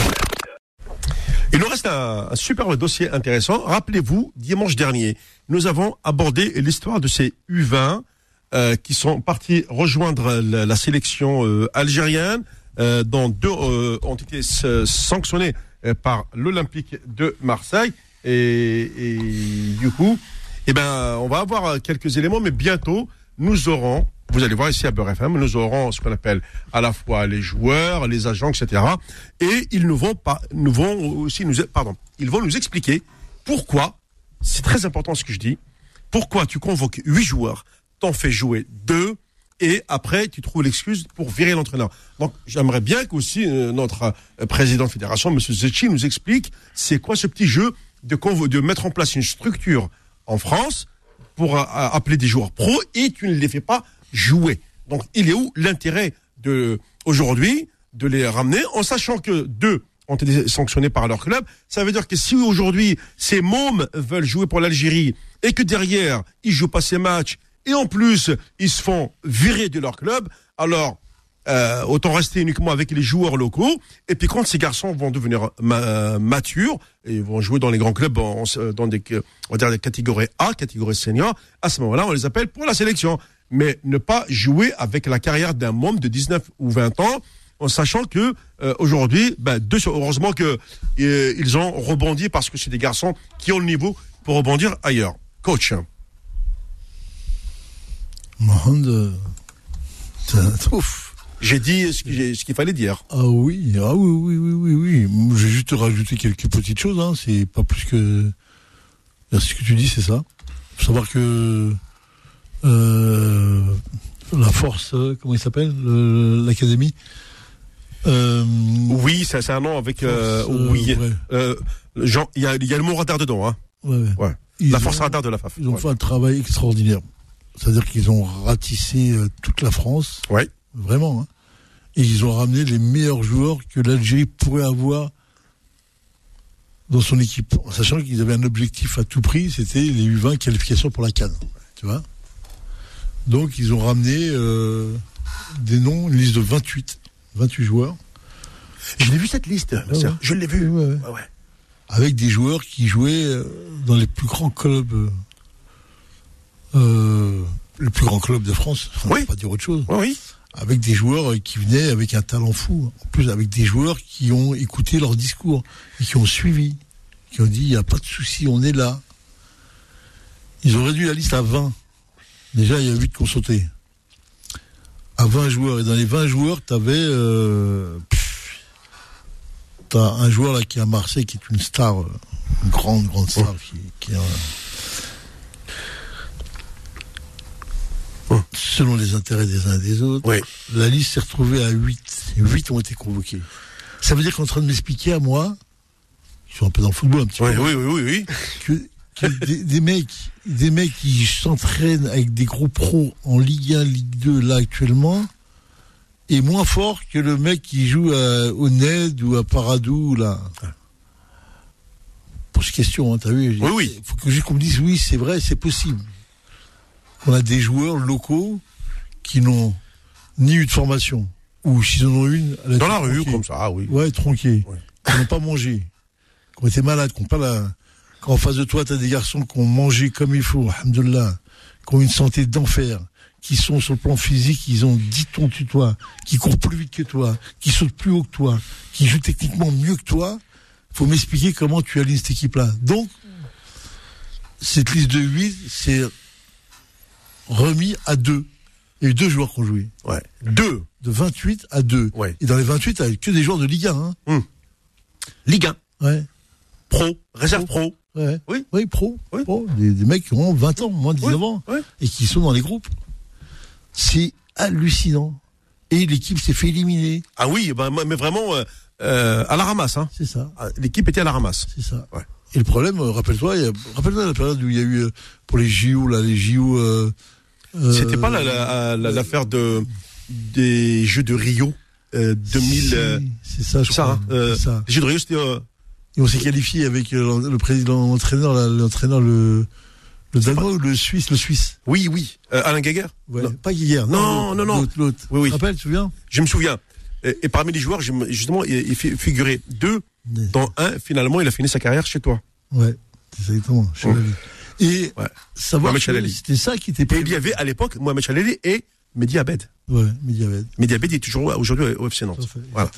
Il nous reste un, un superbe dossier intéressant. Rappelez-vous, dimanche dernier, nous avons abordé l'histoire de ces U vingt euh, qui sont partis rejoindre la, la sélection euh, algérienne. euh, dont deux euh, ont été euh, sanctionnés euh, par l'Olympique de Marseille. Et, et du coup, eh ben, on va avoir quelques éléments, mais bientôt, nous aurons, vous allez voir ici à Beurre F M, nous aurons ce qu'on appelle à la fois les joueurs, les agents, et cetera. Et ils nous vont pas, nous vont aussi nous, pardon, ils vont nous expliquer pourquoi, c'est très important ce que je dis, pourquoi tu convoques huit joueurs, t'en fais jouer deux, et après tu trouves l'excuse pour virer l'entraîneur. Donc j'aimerais bien qu'aussi euh, notre euh, président de fédération, M. Zetchi, nous explique c'est quoi ce petit jeu de, convo- de mettre en place une structure en France pour euh, appeler des joueurs pros et tu ne les fais pas jouer. Donc il est où l'intérêt de aujourd'hui de les ramener en sachant que deux ont été sanctionnés par leur club. Ça veut dire que si aujourd'hui ces mômes veulent jouer pour l'Algérie et que derrière ils jouent pas ces matchs et en plus ils se font virer de leur club, alors euh, autant rester uniquement avec les joueurs locaux. Et puis quand ces garçons vont devenir ma- matures et vont jouer dans les grands clubs, en, dans des, on va dire des catégories A, catégories seniors, à ce moment-là on les appelle pour la sélection. Mais ne pas jouer avec la carrière d'un môme de dix-neuf ou vingt ans, en sachant que euh, aujourd'hui, ben, deux, heureusement que euh, ils ont rebondi parce que c'est des garçons qui ont le niveau pour rebondir ailleurs. Coach. Mohamed, ouf. J'ai dit ce qu'il, ce qu'il fallait dire. Ah oui, ah oui, oui, oui, oui, oui. Je vais juste rajouter quelques petites choses. Hein. C'est pas plus que. Ce que tu dis, c'est ça. Faut savoir que euh, la force, comment il s'appelle, le, l'académie. Euh, oui, c'est, c'est un nom avec euh, force, oui. Euh, euh, Jean, il y a, il y a le mot radar dedans, hein. Ouais. ouais. ouais. La force ont, radar de la F A F. Ils ont ouais. fait un travail extraordinaire. C'est-à-dire qu'ils ont ratissé euh, toute la France. Ouais. Vraiment. Hein. Et ils ont ramené les meilleurs joueurs que l'Algérie pourrait avoir dans son équipe. En sachant qu'ils avaient un objectif à tout prix, c'était les U vingt qualifications pour la CAN. Tu vois ? Donc ils ont ramené euh, des noms, une liste de vingt-huit joueurs. Je l'ai vu cette liste, ah ouais. je l'ai vu. Ouais, ouais. Ah ouais. Avec des joueurs qui jouaient euh, dans les plus grands clubs, euh, euh, les plus grands clubs de France, on oui. va pas dire autre chose. Oui, oui. Avec des joueurs qui venaient avec un talent fou. En plus, avec des joueurs qui ont écouté leur discours et qui ont suivi, qui ont dit, il n'y a pas de souci, on est là. Ils ont réduit la liste à vingt. Déjà, il y a huit qui ont sauté. À vingt joueurs. Et dans les vingt joueurs, tu avais... Euh, t'as un joueur là qui est à Marseille, qui est une star, une grande, grande star, oh. qui, qui est... Un, selon les intérêts des uns et des autres, oui. La liste s'est retrouvée à huit. huit ont été convoqués. Ça veut dire qu'on est en train de m'expliquer à moi, je suis un peu dans le football un petit oui, peu, oui, oui, oui, oui. que, que des, des mecs, des mecs qui s'entraînent avec des gros pros en Ligue un, Ligue deux, là actuellement, est moins fort que le mec qui joue à, au N E D ou à Paradou, là. Pose question, hein, t'as vu? Oui, oui. Il faut que juste qu'on me dise, oui, c'est vrai, c'est possible. On a des joueurs locaux qui n'ont ni eu de formation, ou s'ils en ont une... Dans la rue, comme ça, ah oui. Ouais, tronqués. Ouais. Qui n'ont pas mangé. Qui ont été malades, qui n'ont pas la... Quand en face de toi, tu as des garçons qui ont mangé comme il faut, alhamdoulilah, qui ont une santé d'enfer, qui sont sur le plan physique, ils ont dix tonnes de toi, qui courent plus vite que toi, qui sautent plus haut que toi, qui jouent techniquement mieux que toi. Faut m'expliquer comment tu alignes cette équipe-là. Donc, cette liste de huit, c'est remis à deux. Il y a eu deux joueurs qui ont joué. Ouais. Deux. De vingt-huit à deux. Ouais. Et dans les vingt-huit, il n'y a que des joueurs de Ligue un. Hein. Hum. Ligue un. Ouais. Pro. Réserve pro. Ouais. Oui. Oui, pro. Oui. pro. Des, des mecs qui ont vingt ans, moins de dix-neuf oui. ans. Oui. Et qui sont dans les groupes. C'est hallucinant. Et l'équipe s'est fait éliminer. Ah oui, bah, mais vraiment euh, euh, à la ramasse. Hein. C'est ça. L'équipe était à la ramasse. C'est ça. Ouais. Et le problème, euh, rappelle-toi, il y a, rappelle-toi la période où il y a eu, euh, pour les J O, là, les J O... Euh, C'était pas la, la, la, l'affaire de, des Jeux de Rio euh, deux mille... Si, euh, c'est ça, je ça, crois. hein, euh, c'est ça. Les Jeux de Rio, c'était... Euh, Et on s'est qualifié avec euh, le président, l'entraîneur, là, l'entraîneur, le, le Danois ou le Suisse, le Suisse. Oui, oui. Euh, Alain Guéguer. Ouais, pas Guéguer. Non, non, non. L'autre, l'autre. Oui, oui. Tu te rappelles, tu te souviens? Je me souviens. Et, et parmi les joueurs, justement, il, il figurait deux, ouais. Dont un, finalement, il a fini sa carrière chez toi. Ouais, c'est exactement. Chez oh. Et ouais. savoir que c'était ça qui était prévu. Et il y avait à l'époque Mohamed Chaleli et Mehdi Abed. Ouais, Mehdi Abed. Mehdi Abed est toujours aujourd'hui au F C Nantes. Fait, voilà.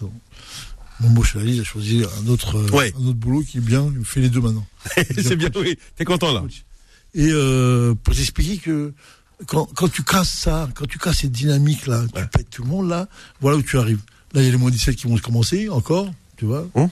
Mon beau Chalali a choisi un autre, ouais. un autre boulot qui est bien, il fait les deux maintenant. C'est bien, oui. T'es content là. Et euh, pour t'expliquer que quand, quand tu casses ça, quand tu casses cette dynamique là, ouais. tu pètes tout le monde là, voilà où tu arrives. Là, il y a les moins dix-sept qui vont se commencer encore, tu vois. Hum.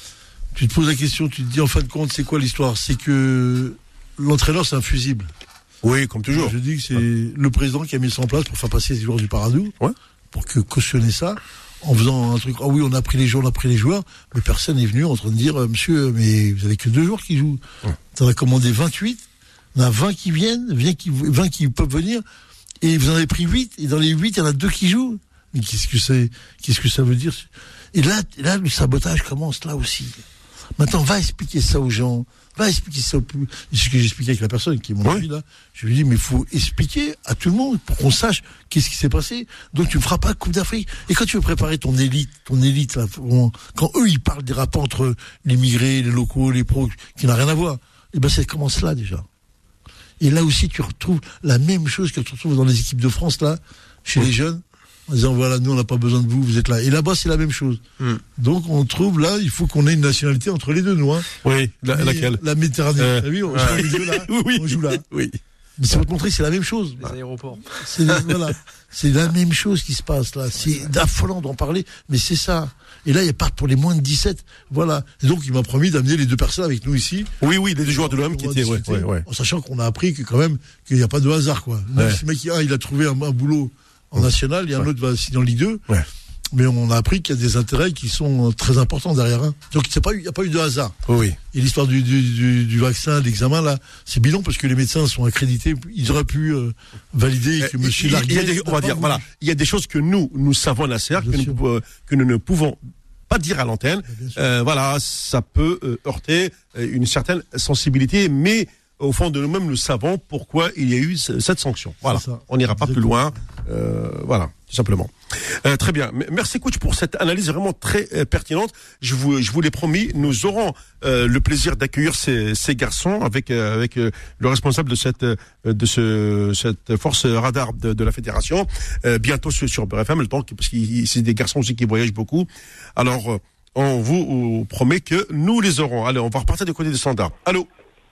Tu te poses la question, tu te dis en fin de compte, c'est quoi l'histoire? C'est que l'entraîneur, c'est un fusible. Oui, comme toujours. Je dis que c'est ouais. le président qui a mis ça en place pour faire passer les joueurs du Paradou, ouais. pour que cautionner ça. En faisant un truc, ah oui, on a pris les joueurs, on a pris les joueurs, mais personne n'est venu en train de dire, euh, monsieur, mais vous avez que deux joueurs qui jouent. Ouais. T'en as commandé vingt-huit, on a vingt qui viennent, vingt qui, vingt qui peuvent venir, et vous en avez pris huit, et dans les huit, il y en a deux qui jouent. Mais qu'est-ce que c'est, qu'est-ce que ça veut dire? Et là, là, le sabotage commence là aussi. Maintenant, va expliquer ça aux gens. Va expliquer ça au plus. C'est ce que j'expliquais avec la personne qui est mon ami, là. Je lui dis, mais il faut expliquer à tout le monde pour qu'on sache qu'est-ce qui s'est passé. Donc, tu ne feras pas Coupe d'Afrique. Et quand tu veux préparer ton élite, ton élite, là, quand eux, ils parlent des rapports entre l'immigré, les locaux, les pros, qui n'a rien à voir, et ben, ça commence là, déjà. Et là aussi, tu retrouves la même chose que tu retrouves dans les équipes de France, là, chez oui. les jeunes. En disant, voilà, nous, on n'a pas besoin de vous, vous êtes là. Et là-bas, c'est la même chose. Mm. Donc, on trouve, là, il faut qu'on ait une nationalité entre les deux, nous. Hein. Oui, la, laquelle La Méditerranée. Euh, vu, on, ouais. joue là, oui, on joue là. Oui. Mais c'est pour te montrer, c'est la même chose. Les aéroports. C'est, voilà. C'est la même chose qui se passe, là. C'est affolant d'en parler, mais c'est ça. Et là, il part pour les moins de dix-sept. Voilà. Et donc, il m'a promis d'amener les deux personnes avec nous ici. Oui, oui, les deux joueurs de l'O M qui étaient, ouais, ouais, ouais. En sachant qu'on a appris que, quand même, qu'il n'y a pas de hasard, quoi. Même ouais. si le mec, un, il a trouvé un, un boulot en national, il y a un ouais. autre va signer en Ligue deux. Ouais. Mais on a appris qu'il y a des intérêts qui sont très importants derrière. Hein. Donc il n'y a pas eu de hasard. Oui. Et l'histoire du, du, du, du vaccin, de l'examen, là, c'est bidon parce que les médecins sont accrédités. Ils auraient pu euh, valider que monsieur Larguet... On va dire, voilà, il y a des choses que nous, nous savons, Nasser, que nous, euh, que nous ne pouvons pas dire à l'antenne. Euh, voilà, ça peut euh, heurter euh, une certaine sensibilité, mais... Au fond de nous-mêmes, nous savons pourquoi il y a eu cette sanction. Voilà. On n'ira pas plus loin. Euh, voilà, tout simplement. Euh, très bien. Merci, coach, pour cette analyse vraiment très euh, pertinente. Je vous, je vous l'ai promis, nous aurons euh, le plaisir d'accueillir ces, ces garçons avec, euh, avec euh, le responsable de cette, euh, de ce, cette force radar de, de la fédération. Euh, bientôt sur, sur B R F M, le temps, parce que c'est des garçons aussi qui voyagent beaucoup. Alors, euh, on vous on promet que nous les aurons. Allez, on va repartir du côté des standards. Allô?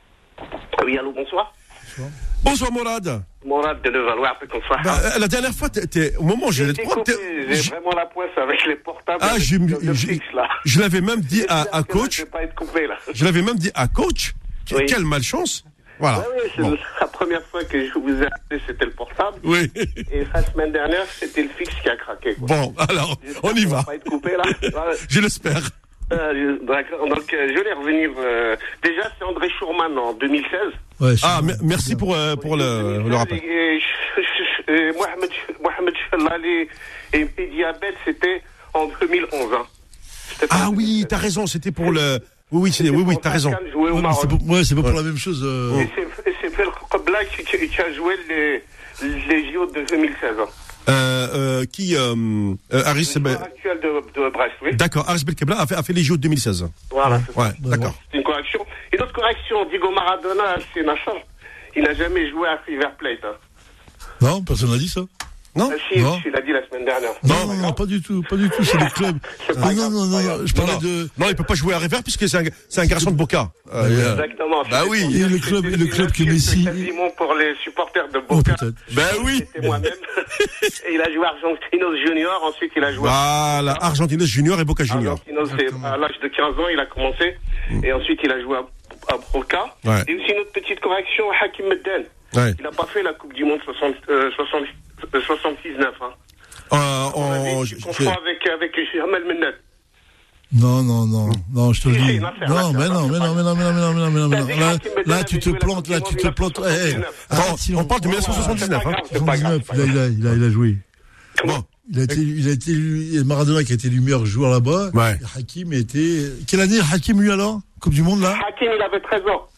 Oui, allô, bonsoir. Bonsoir. Bonsoir, Morad. Morad de Levallois, bonsoir. Bah, la dernière fois, t'es, t'es, au moment où j'ai J'ai vraiment la poisse avec les portables. Ah, je, je, fixe, là. je l'avais même dit à, à coach. Je vais pas être coupé, là. Je l'avais même dit à coach. Oui. Quelle malchance. Voilà. Oui, oui, c'est bon. La première fois que je vous ai appelé, c'était le portable. Oui. Et la semaine dernière, c'était le fixe qui a craqué, quoi. Bon, alors, J'espère on y va. va pas être coupé, là. Je l'espère. Euh, d'accord. Donc, euh, je vais revenir. Euh, déjà, c'est André Chourman en deux mille seize. Ouais, ah, m- merci pour, euh, pour oui, le, le rappel. Et, et, et Mohamed, Mohamed Chalali et Mehdi Abed, c'était en deux mille onze. Hein. Ah oui, t'as raison, c'était pour le... Oui, oui, c'est, oui, oui, t'as raison. Ouais, c'est pour, ouais, c'est pas ouais. pour la même chose. Euh... Et c'est, c'est Fel Kobla qui, qui a joué les, les J O de deux mille seize. Euh, euh, qui euh, euh, Aris le joueur actuel de, de Brest, oui. D'accord, Aris Belkebla a fait, a fait les J O de deux mille seize. Voilà, c'est ouais, ça. D'accord. C'est une correction. Une autre correction, Diego Maradona, c'est Nassar. Il n'a jamais joué à River Plate. Hein. Non, personne n'a dit ça. Non, euh, si, non. il l'a dit la semaine dernière. Non, non, non, pas du tout, pas du tout, c'est le club. Ah, non, non, non, non, je parlais non, de... Non, il peut pas jouer à River puisque c'est un, c'est un garçon de Boca. Euh, Exactement. Bah oui. Et le club, et le club que Messi... Quasiment pour les supporters de Boca. Oh, bah oui. C'était moi-même. Et il a joué à Argentinos Junior, ensuite il a joué à... Voilà, Argentinos Junior et Boca Junior. Argentinos, c'est à l'âge de quinze ans, il a commencé. Mm. Et ensuite il a joué à, à Boca. Ouais. Et aussi une autre petite correction, Hakim Medden. Ouais. Il n'a pas fait la Coupe du Monde soixante, euh, soixante, euh, soixante-dix-neuf. Hein. Euh, on... Je confonds avec, avec Jamal Mennet. Non, non, non, non, je te le dis. Non, mais non, mais non, mais non, mais non, mais non, mais non, mais non, mais non. Là, là, tu te plantes, là, tu te plantes. Eh, eh, on parle de dix-neuf cent soixante-dix-neuf, hein. soixante-dix-neuf, il a, il a, il a, il a joué. Bon. Il a été, il a été, Maradona qui a été le meilleur joueur là-bas. Ouais. Et Hakim a été, quelle année Hakim lui alors? Coupe du Monde là? Hakim, il avait treize ans.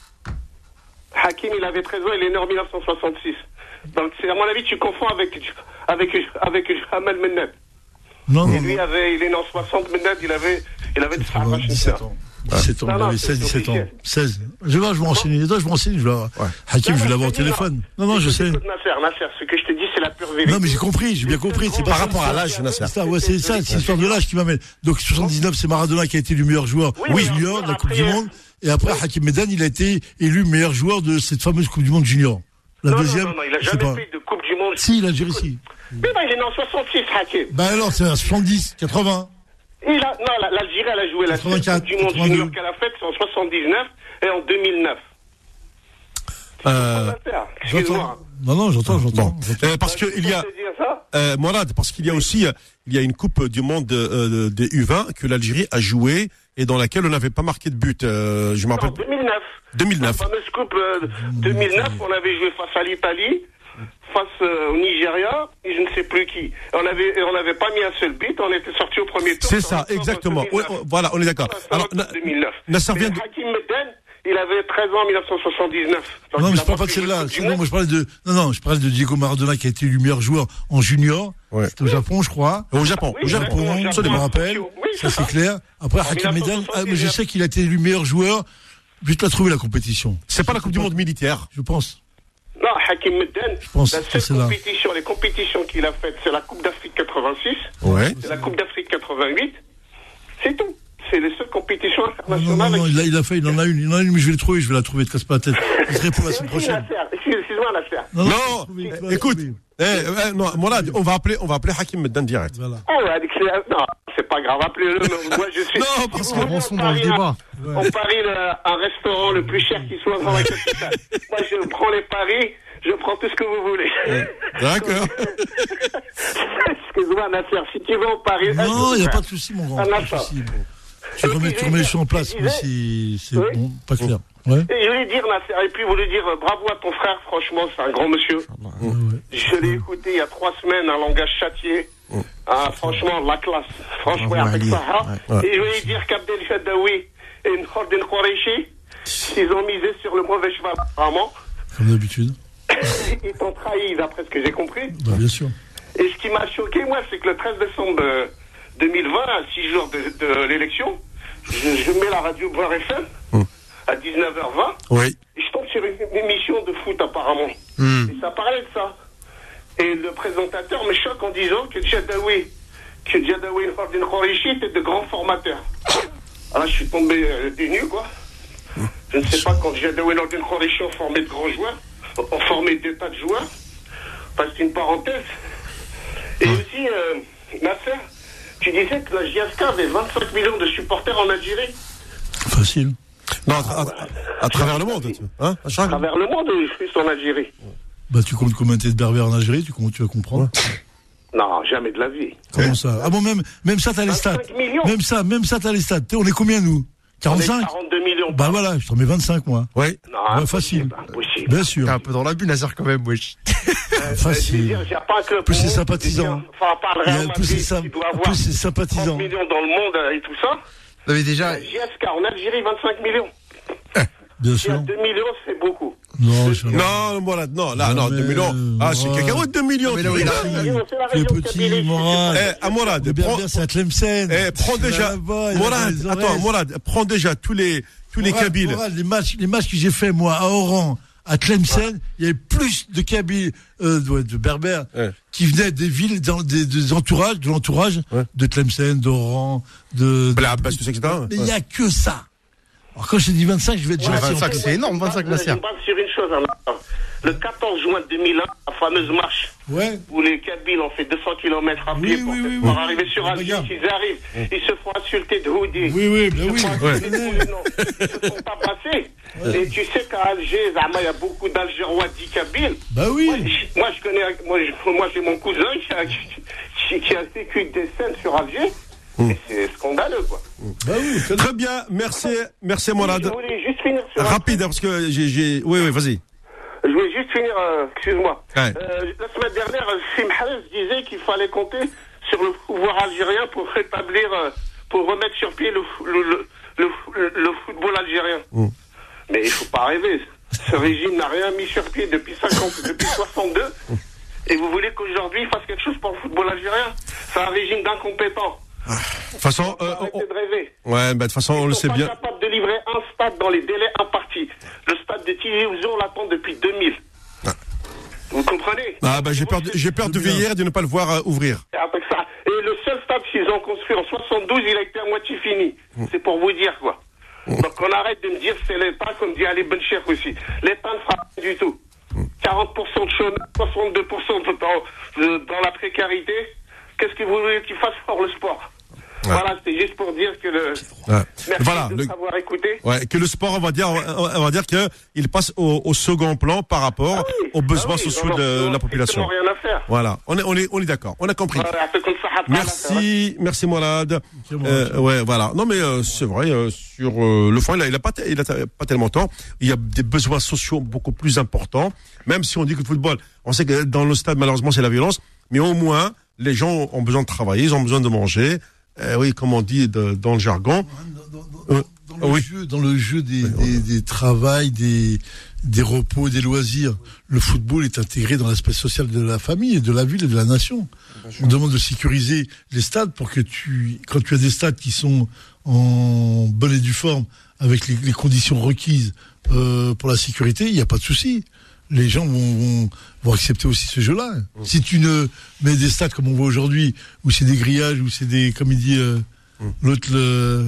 Hakim, il avait treize ans, il est né en dix-neuf cent soixante-six. Donc, c'est, à mon avis, tu confonds avec, avec, avec Jamal Mennet. Non, et non, lui, non. Avait, il est né en soixante, Mennet, il avait, il avait dix-sept ans. dix-sept ans, il avait seize, dix-sept ans. seize. Je vais voir, je me renseigne. Je me renseigne, je vais voir. Hakim, je vais l'avoir au téléphone. Non, non, je sais. Nasser, Nasser, ce que je te dis, c'est la pure vérité. Non, mais j'ai compris, j'ai bien compris. C'est par rapport à l'âge, Nasser. C'est ça, ouais, c'est ça, c'est l'histoire de l'âge qui m'amène. Donc, soixante-dix-neuf, c'est Maradona qui a été le meilleur joueur, oui, junior de la Coupe du Monde. Et après, Hakim Meddan, il a été élu meilleur joueur de cette fameuse Coupe du Monde junior. La non, deuxième. Non, non, non, il a jamais fait de Coupe du Monde. Si, l'Algérie, si. Mais ben, il est né en soixante-six, Hakim. Ben alors, c'est à soixante-dix, quatre-vingts. Il a, non, l'Algérie, elle a joué la Coupe du Monde junior qu'elle a faite, c'est en soixante-dix-neuf et en deux mille neuf. Euh, Excuse-moi. Non, non, j'entends, j'entends. Bon. Euh, parce que il y a, euh, Mourad, parce qu'il y a aussi, il y a une Coupe du Monde euh, des U vingt que l'Algérie a joué et dans laquelle on n'avait pas marqué de but. Euh, je me rappelle. En deux mille neuf. deux mille neuf. La fameuse Coupe euh, deux mille neuf, on avait joué face à l'Italie, face euh, au Nigeria, et je ne sais plus qui. On avait, on n'avait pas mis un seul but, on était sorti au premier tour. C'est ça, exactement. Oui, voilà, on est d'accord. Alors, deux mille neuf. Nasser vient de... Hakim Meddan, il avait treize ans en mille neuf cent soixante-dix-neuf. Donc non, mais je parle pas de celle-là. Non, moi je parlais de, non, non, je parlais de Diego Maradona qui a été élu meilleur joueur en junior. Ouais. C'était au Japon, je crois. Au Japon, oui, au Japon, Japon, ça je me rappelle. Oui, ça c'est clair. Après, Hakim Meddan, ah, je sais qu'il a été élu meilleur joueur. Je vais trouver la compétition. C'est pas la Coupe du Monde militaire, je pense. Non, Hakim Meddan, je pense la seule compétition, les compétitions qu'il a faites, c'est la Coupe d'Afrique quatre-vingt-six. Ouais. C'est la Coupe d'Afrique quatre-vingt-huit. C'est tout. C'est les seules compétitions internationales. Non, non, non, il a, il a fait, il en a une, il en a une, mais je vais le trouver, je vais la trouver, te casse pas la tête. Je serai pour la semaine prochaine. Excuse-moi, Nasser. Non, non, non écoute, eh, eh, non, Mourad, on va appeler, on va appeler Hakim Meddan direct. Voilà. Oh, non, c'est pas grave, appelez-le. Moi, je suis. Non, parce que on dans le débat. On parie un restaurant le plus cher qui soit dans la capitale. Moi, je prends les paris. Je prends tout ce que vous voulez. D'accord. Excuse-moi, Nasser, si tu veux en parier. Non, il n'y a pas de souci, mon grand. Pas de souci. Tu remets, tu remets les choses en place, mais c'est, c'est oui. bon, pas clair. Ouais. Et je voulais dire, Nasser, et puis vous voulez dire bravo à ton frère, franchement, c'est un grand monsieur. Ouais, ouais. Je l'ai écouté il y a trois semaines, un langage châtié. Ah, franchement, la classe. Franchement, avec ça. Hein. Ouais. Et je voulais dire qu'Abdel Shadawi et Khordin Khoureichi, ils ont misé sur le mauvais cheval, apparemment. Comme d'habitude. Ils t'ont trahi, d'après ce que j'ai compris. Bah, bien sûr. Et ce qui m'a choqué, moi, c'est que le treize décembre deux mille vingt, à six jours de, de l'élection, je, je mets la radio Beurre F M mm. à dix-neuf heures vingt. Oui. Et je tombe sur une, une émission de foot, apparemment. Mm. Et ça parlait de ça. Et le présentateur me choque en disant que Jadawi, que Jadawi et Khordin Khoureichi étaient de grands formateurs. Alors, je suis tombé euh, des nues, quoi. Mm. Je ne sais pas quand Jadawi et Khordin Khoureichi ont formé de grands joueurs, ont formé des tas de joueurs. Enfin, c'est une parenthèse. Et mm. aussi, euh, Nasser, tu disais que la J S K avait vingt-cinq millions de supporters en Algérie. Facile. Non, à, à, à travers le monde. Hein, à, à travers le monde, juste en Algérie. Bah, tu comptes combien de berbères en Algérie, tu, tu vas comprendre. Non, jamais de la vie. Comment ça? Ah bon, même, même ça, t'as les stats. Millions. Même ça, même ça, t'as les stats. On est combien, nous? quarante-cinq? quarante-deux millions. Bah voilà, je t'en mets vingt-cinq, moi. Oui. Non, ouais, facile. Bien sûr. T'es un peu dans la bulle, Nazar, quand même, wesh. Euh, facile. Plus c'est sympathisant. Enfin, pas le Real plus c'est sy- sympathisant. trente millions dans le monde et tout ça. Non, mais déjà. J S K en Algérie, vingt-cinq millions. Bien sûr. deux millions, c'est beaucoup. Non, je non, voilà, non, là, non, deux millions. Ah, c'est cacahuète, deux millions. Mais là, oui, là, le petit, Mourad. Eh, à Mourad. Le berbère, c'est à Tlemcen. Eh, prends déjà, Mourad, attends, Mourad, prends déjà tous les, tous les Kabyles. Mourad, les matchs, les matchs que j'ai fait, moi, à Oran, à Tlemcen, il y avait plus de Kabyles, euh, de, de berbères, ouais. qui venaient des villes, dans, des, des entourages, de l'entourage, ouais. de Tlemcen, d'Oran, de. Bah, parce que c'est que Mais il n'y a que ça. Alors quand je t'ai dit vingt-cinq, je vais être ouais, gentil. vingt-cinq, c'est énorme, vingt-cinq, Nasser. Je base sur une chose, hein. Le quatorze juin deux mille un, la fameuse marche, ouais. où les Kabyles ont fait deux cents kilomètres à pied oui, pour, oui, oui, pour oui. arriver sur Alger, ils arrivent, oui. ils se font insulter de hoodie. Oui, oui, ben ils oui. Se font ouais. Ils se font pas passer. Ouais. Et tu sais qu'à Alger, il y a beaucoup d'Algérois dits Kabyles. Bah oui. Moi, je, moi, je connais, moi, je, moi j'ai mon cousin qui a, qui, qui a vécu des scènes sur Alger. Et c'est scandaleux, quoi. Bah oui, très bien, merci, merci Mourad. Je voulais juste finir sur rapide, parce que j'ai, j'ai, oui, oui, vas-y. Je voulais juste finir, euh, excuse-moi. Ouais. Euh, la semaine dernière, Sim Harris disait qu'il fallait compter sur le pouvoir algérien pour rétablir, euh, pour remettre sur pied le, le, le, le, le football algérien. Mm. Mais il faut pas rêver. Ce régime n'a rien mis sur pied depuis cinquante, depuis soixante-deux. Et vous voulez qu'aujourd'hui il fasse quelque chose pour le football algérien? C'est un régime d'incompétents. De toute façon, euh, on... de rêver. Ouais, bah de toute façon, on le sait bien. Ils sont pas capables stade dans les délais impartis. Le stade de Tizi Ouzou, on l'attend depuis deux mille. Ah. Vous comprenez? Ah bah j'ai peur, de, j'ai peur de Villiers de ne pas le voir euh, ouvrir. Avec ça. Et le seul stade qu'ils ont construit en soixante-douze, il a été à moitié fini. Mmh. C'est pour vous dire quoi. Mmh. Donc on arrête de me dire c'est l'État, comme dit Ali Bencher aussi. L'État ne fera pas du tout. Mmh. quarante pour cent de chômage, soixante-deux pour cent dans, dans la précarité. Qu'est-ce que vous voulez qu'ils fassent pour le sport? Ouais. Voilà, c'était juste pour dire que le. Ouais. Merci voilà, de le... savoir écouter. Ouais, que le sport, on va dire, on va dire que il passe au, au second plan par rapport ah oui. aux besoins ah oui, sociaux de non, la population. Rien à faire. Voilà, on est, on est, on est d'accord, on a compris. Voilà, merci, merci Moulad. Euh, ouais, voilà. Non mais euh, c'est vrai, euh, sur euh, le fond, il a, il a pas, il a pas tellement de temps. Il y a des besoins sociaux beaucoup plus importants. Même si on dit que le football, on sait que dans le stade malheureusement c'est la violence, mais au moins les gens ont besoin de travailler, ils ont besoin de manger. Euh, oui, comme on dit de, dans le jargon. Dans, dans, dans, euh, dans, le, oui. jeu, dans le jeu des, des, des travails, des, des repos, des loisirs, le football est intégré dans l'aspect social de la famille, de la ville et de la nation. On demande de sécuriser les stades pour que tu, quand tu as des stades qui sont en bonne et due forme, avec les, les conditions requises euh, pour la sécurité, il n'y a pas de souci. Les gens vont, vont, vont accepter aussi ce jeu-là. Mmh. Si tu ne mets des stades comme on voit aujourd'hui, où c'est des grillages, où c'est des, comme il dit euh, mmh. l'autre, le...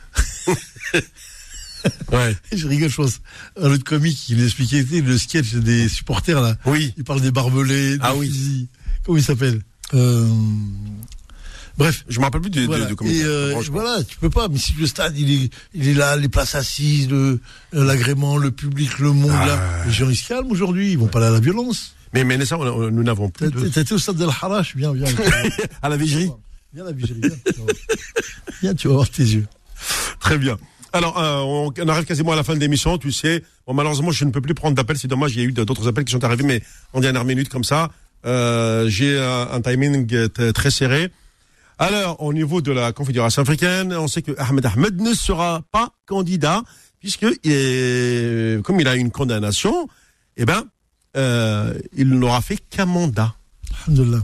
ouais. Je rigole, je pense. Un autre comique qui l'expliquait, le sketch des supporters là. Oui. Il parle des barbelés, des ah oui. fusils. Comment il s'appelle euh... Bref, je me rappelle plus du voilà. de, de, de et euh, voilà, tu peux pas. Mais si le stade, il est, il est là, les places assises, le, l'agrément, le public, le monde, ah. là, les gens ils se calment aujourd'hui. Ils vont pas aller à la violence. Mais mais ça, on, on, nous n'avons plus. T'as, de... T'as été au stade de l'Harash, viens, viens. À la Vigerie. Viens à la Vigerie. Viens, tu vas, viens, tu vas voir tes yeux. Très bien. Alors, euh, on, on arrive quasiment à la fin de l'émission, tu sais. Bon, malheureusement, je ne peux plus prendre d'appels. C'est dommage. Il y a eu d'autres appels qui sont arrivés, mais en dernière minute comme ça, euh, j'ai un, un timing t- très serré. Alors, au niveau de la Confédération africaine, on sait que Ahmed Ahmed ne sera pas candidat, puisque il est, comme il a une condamnation, eh ben, euh, il n'aura fait qu'un mandat. Alhamdulillah.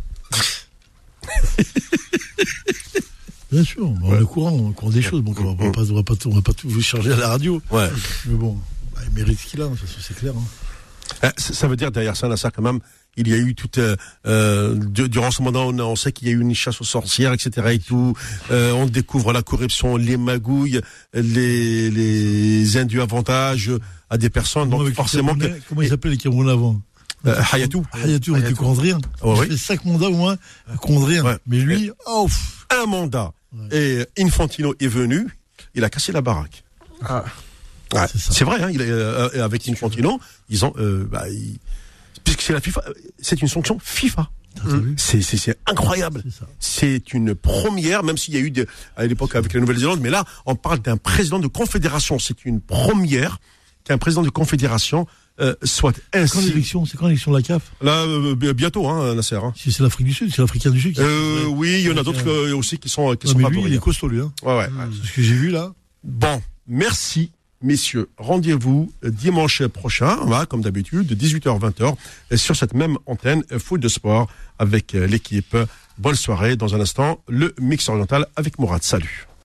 Bien sûr, on est au courant, on est au courant des choses, donc on va pas, on va pas, on va pas tout vous charger à la radio. Ouais. Mais bon, bah, il mérite ce qu'il a, de toute façon, c'est clair. Hein. Ça, ça veut dire derrière ça, Nasser, quand même, il y a eu tout euh, euh, durant ce mandat, on, on sait qu'il y a eu une chasse aux sorcières, et cetera et tout. Euh, on découvre la corruption, les magouilles, les les indus avantages à des personnes. Donc forcément, que, comment ils s'appelaient les Camerounais avant? Euh, Hayatou. Hayatou, on était contre rien. Oh, il oui. fait cinq mandats au moins contre rien. Ouais. Mais lui, oh, un mandat. Ouais. Et Infantino est venu, il a cassé la baraque. Ah. Ouais, c'est, c'est vrai, hein, il est, euh, avec Infantino, ils ont, euh, bah, ils, puisque c'est la FIFA, c'est une sanction FIFA. Mmh. C'est, c'est, c'est incroyable. C'est, c'est une première, même s'il y a eu de, à l'époque avec la Nouvelle-Zélande, mais là, on parle d'un président de confédération. C'est une première qu'un président de confédération euh, soit ainsi. C'est quand l'élection, c'est quand l'élection de la C A F? Là, euh, bientôt, hein, Nasser. Hein. Si c'est l'Afrique du Sud, c'est l'Africain du Sud. Qui euh, oui, il y en a d'autres euh, aussi qui sont, qui ouais, sont mais favoris. Lui, il est costaud, lui. Hein. Ouais, ouais. Mmh. C'est ce que j'ai vu là. Bon, merci. Messieurs, rendez-vous dimanche prochain, voilà, comme d'habitude, de dix-huit heures à vingt heures, sur cette même antenne Foot de Sport avec l'équipe. Bonne soirée. Dans un instant, le mix oriental avec Mourad. Salut.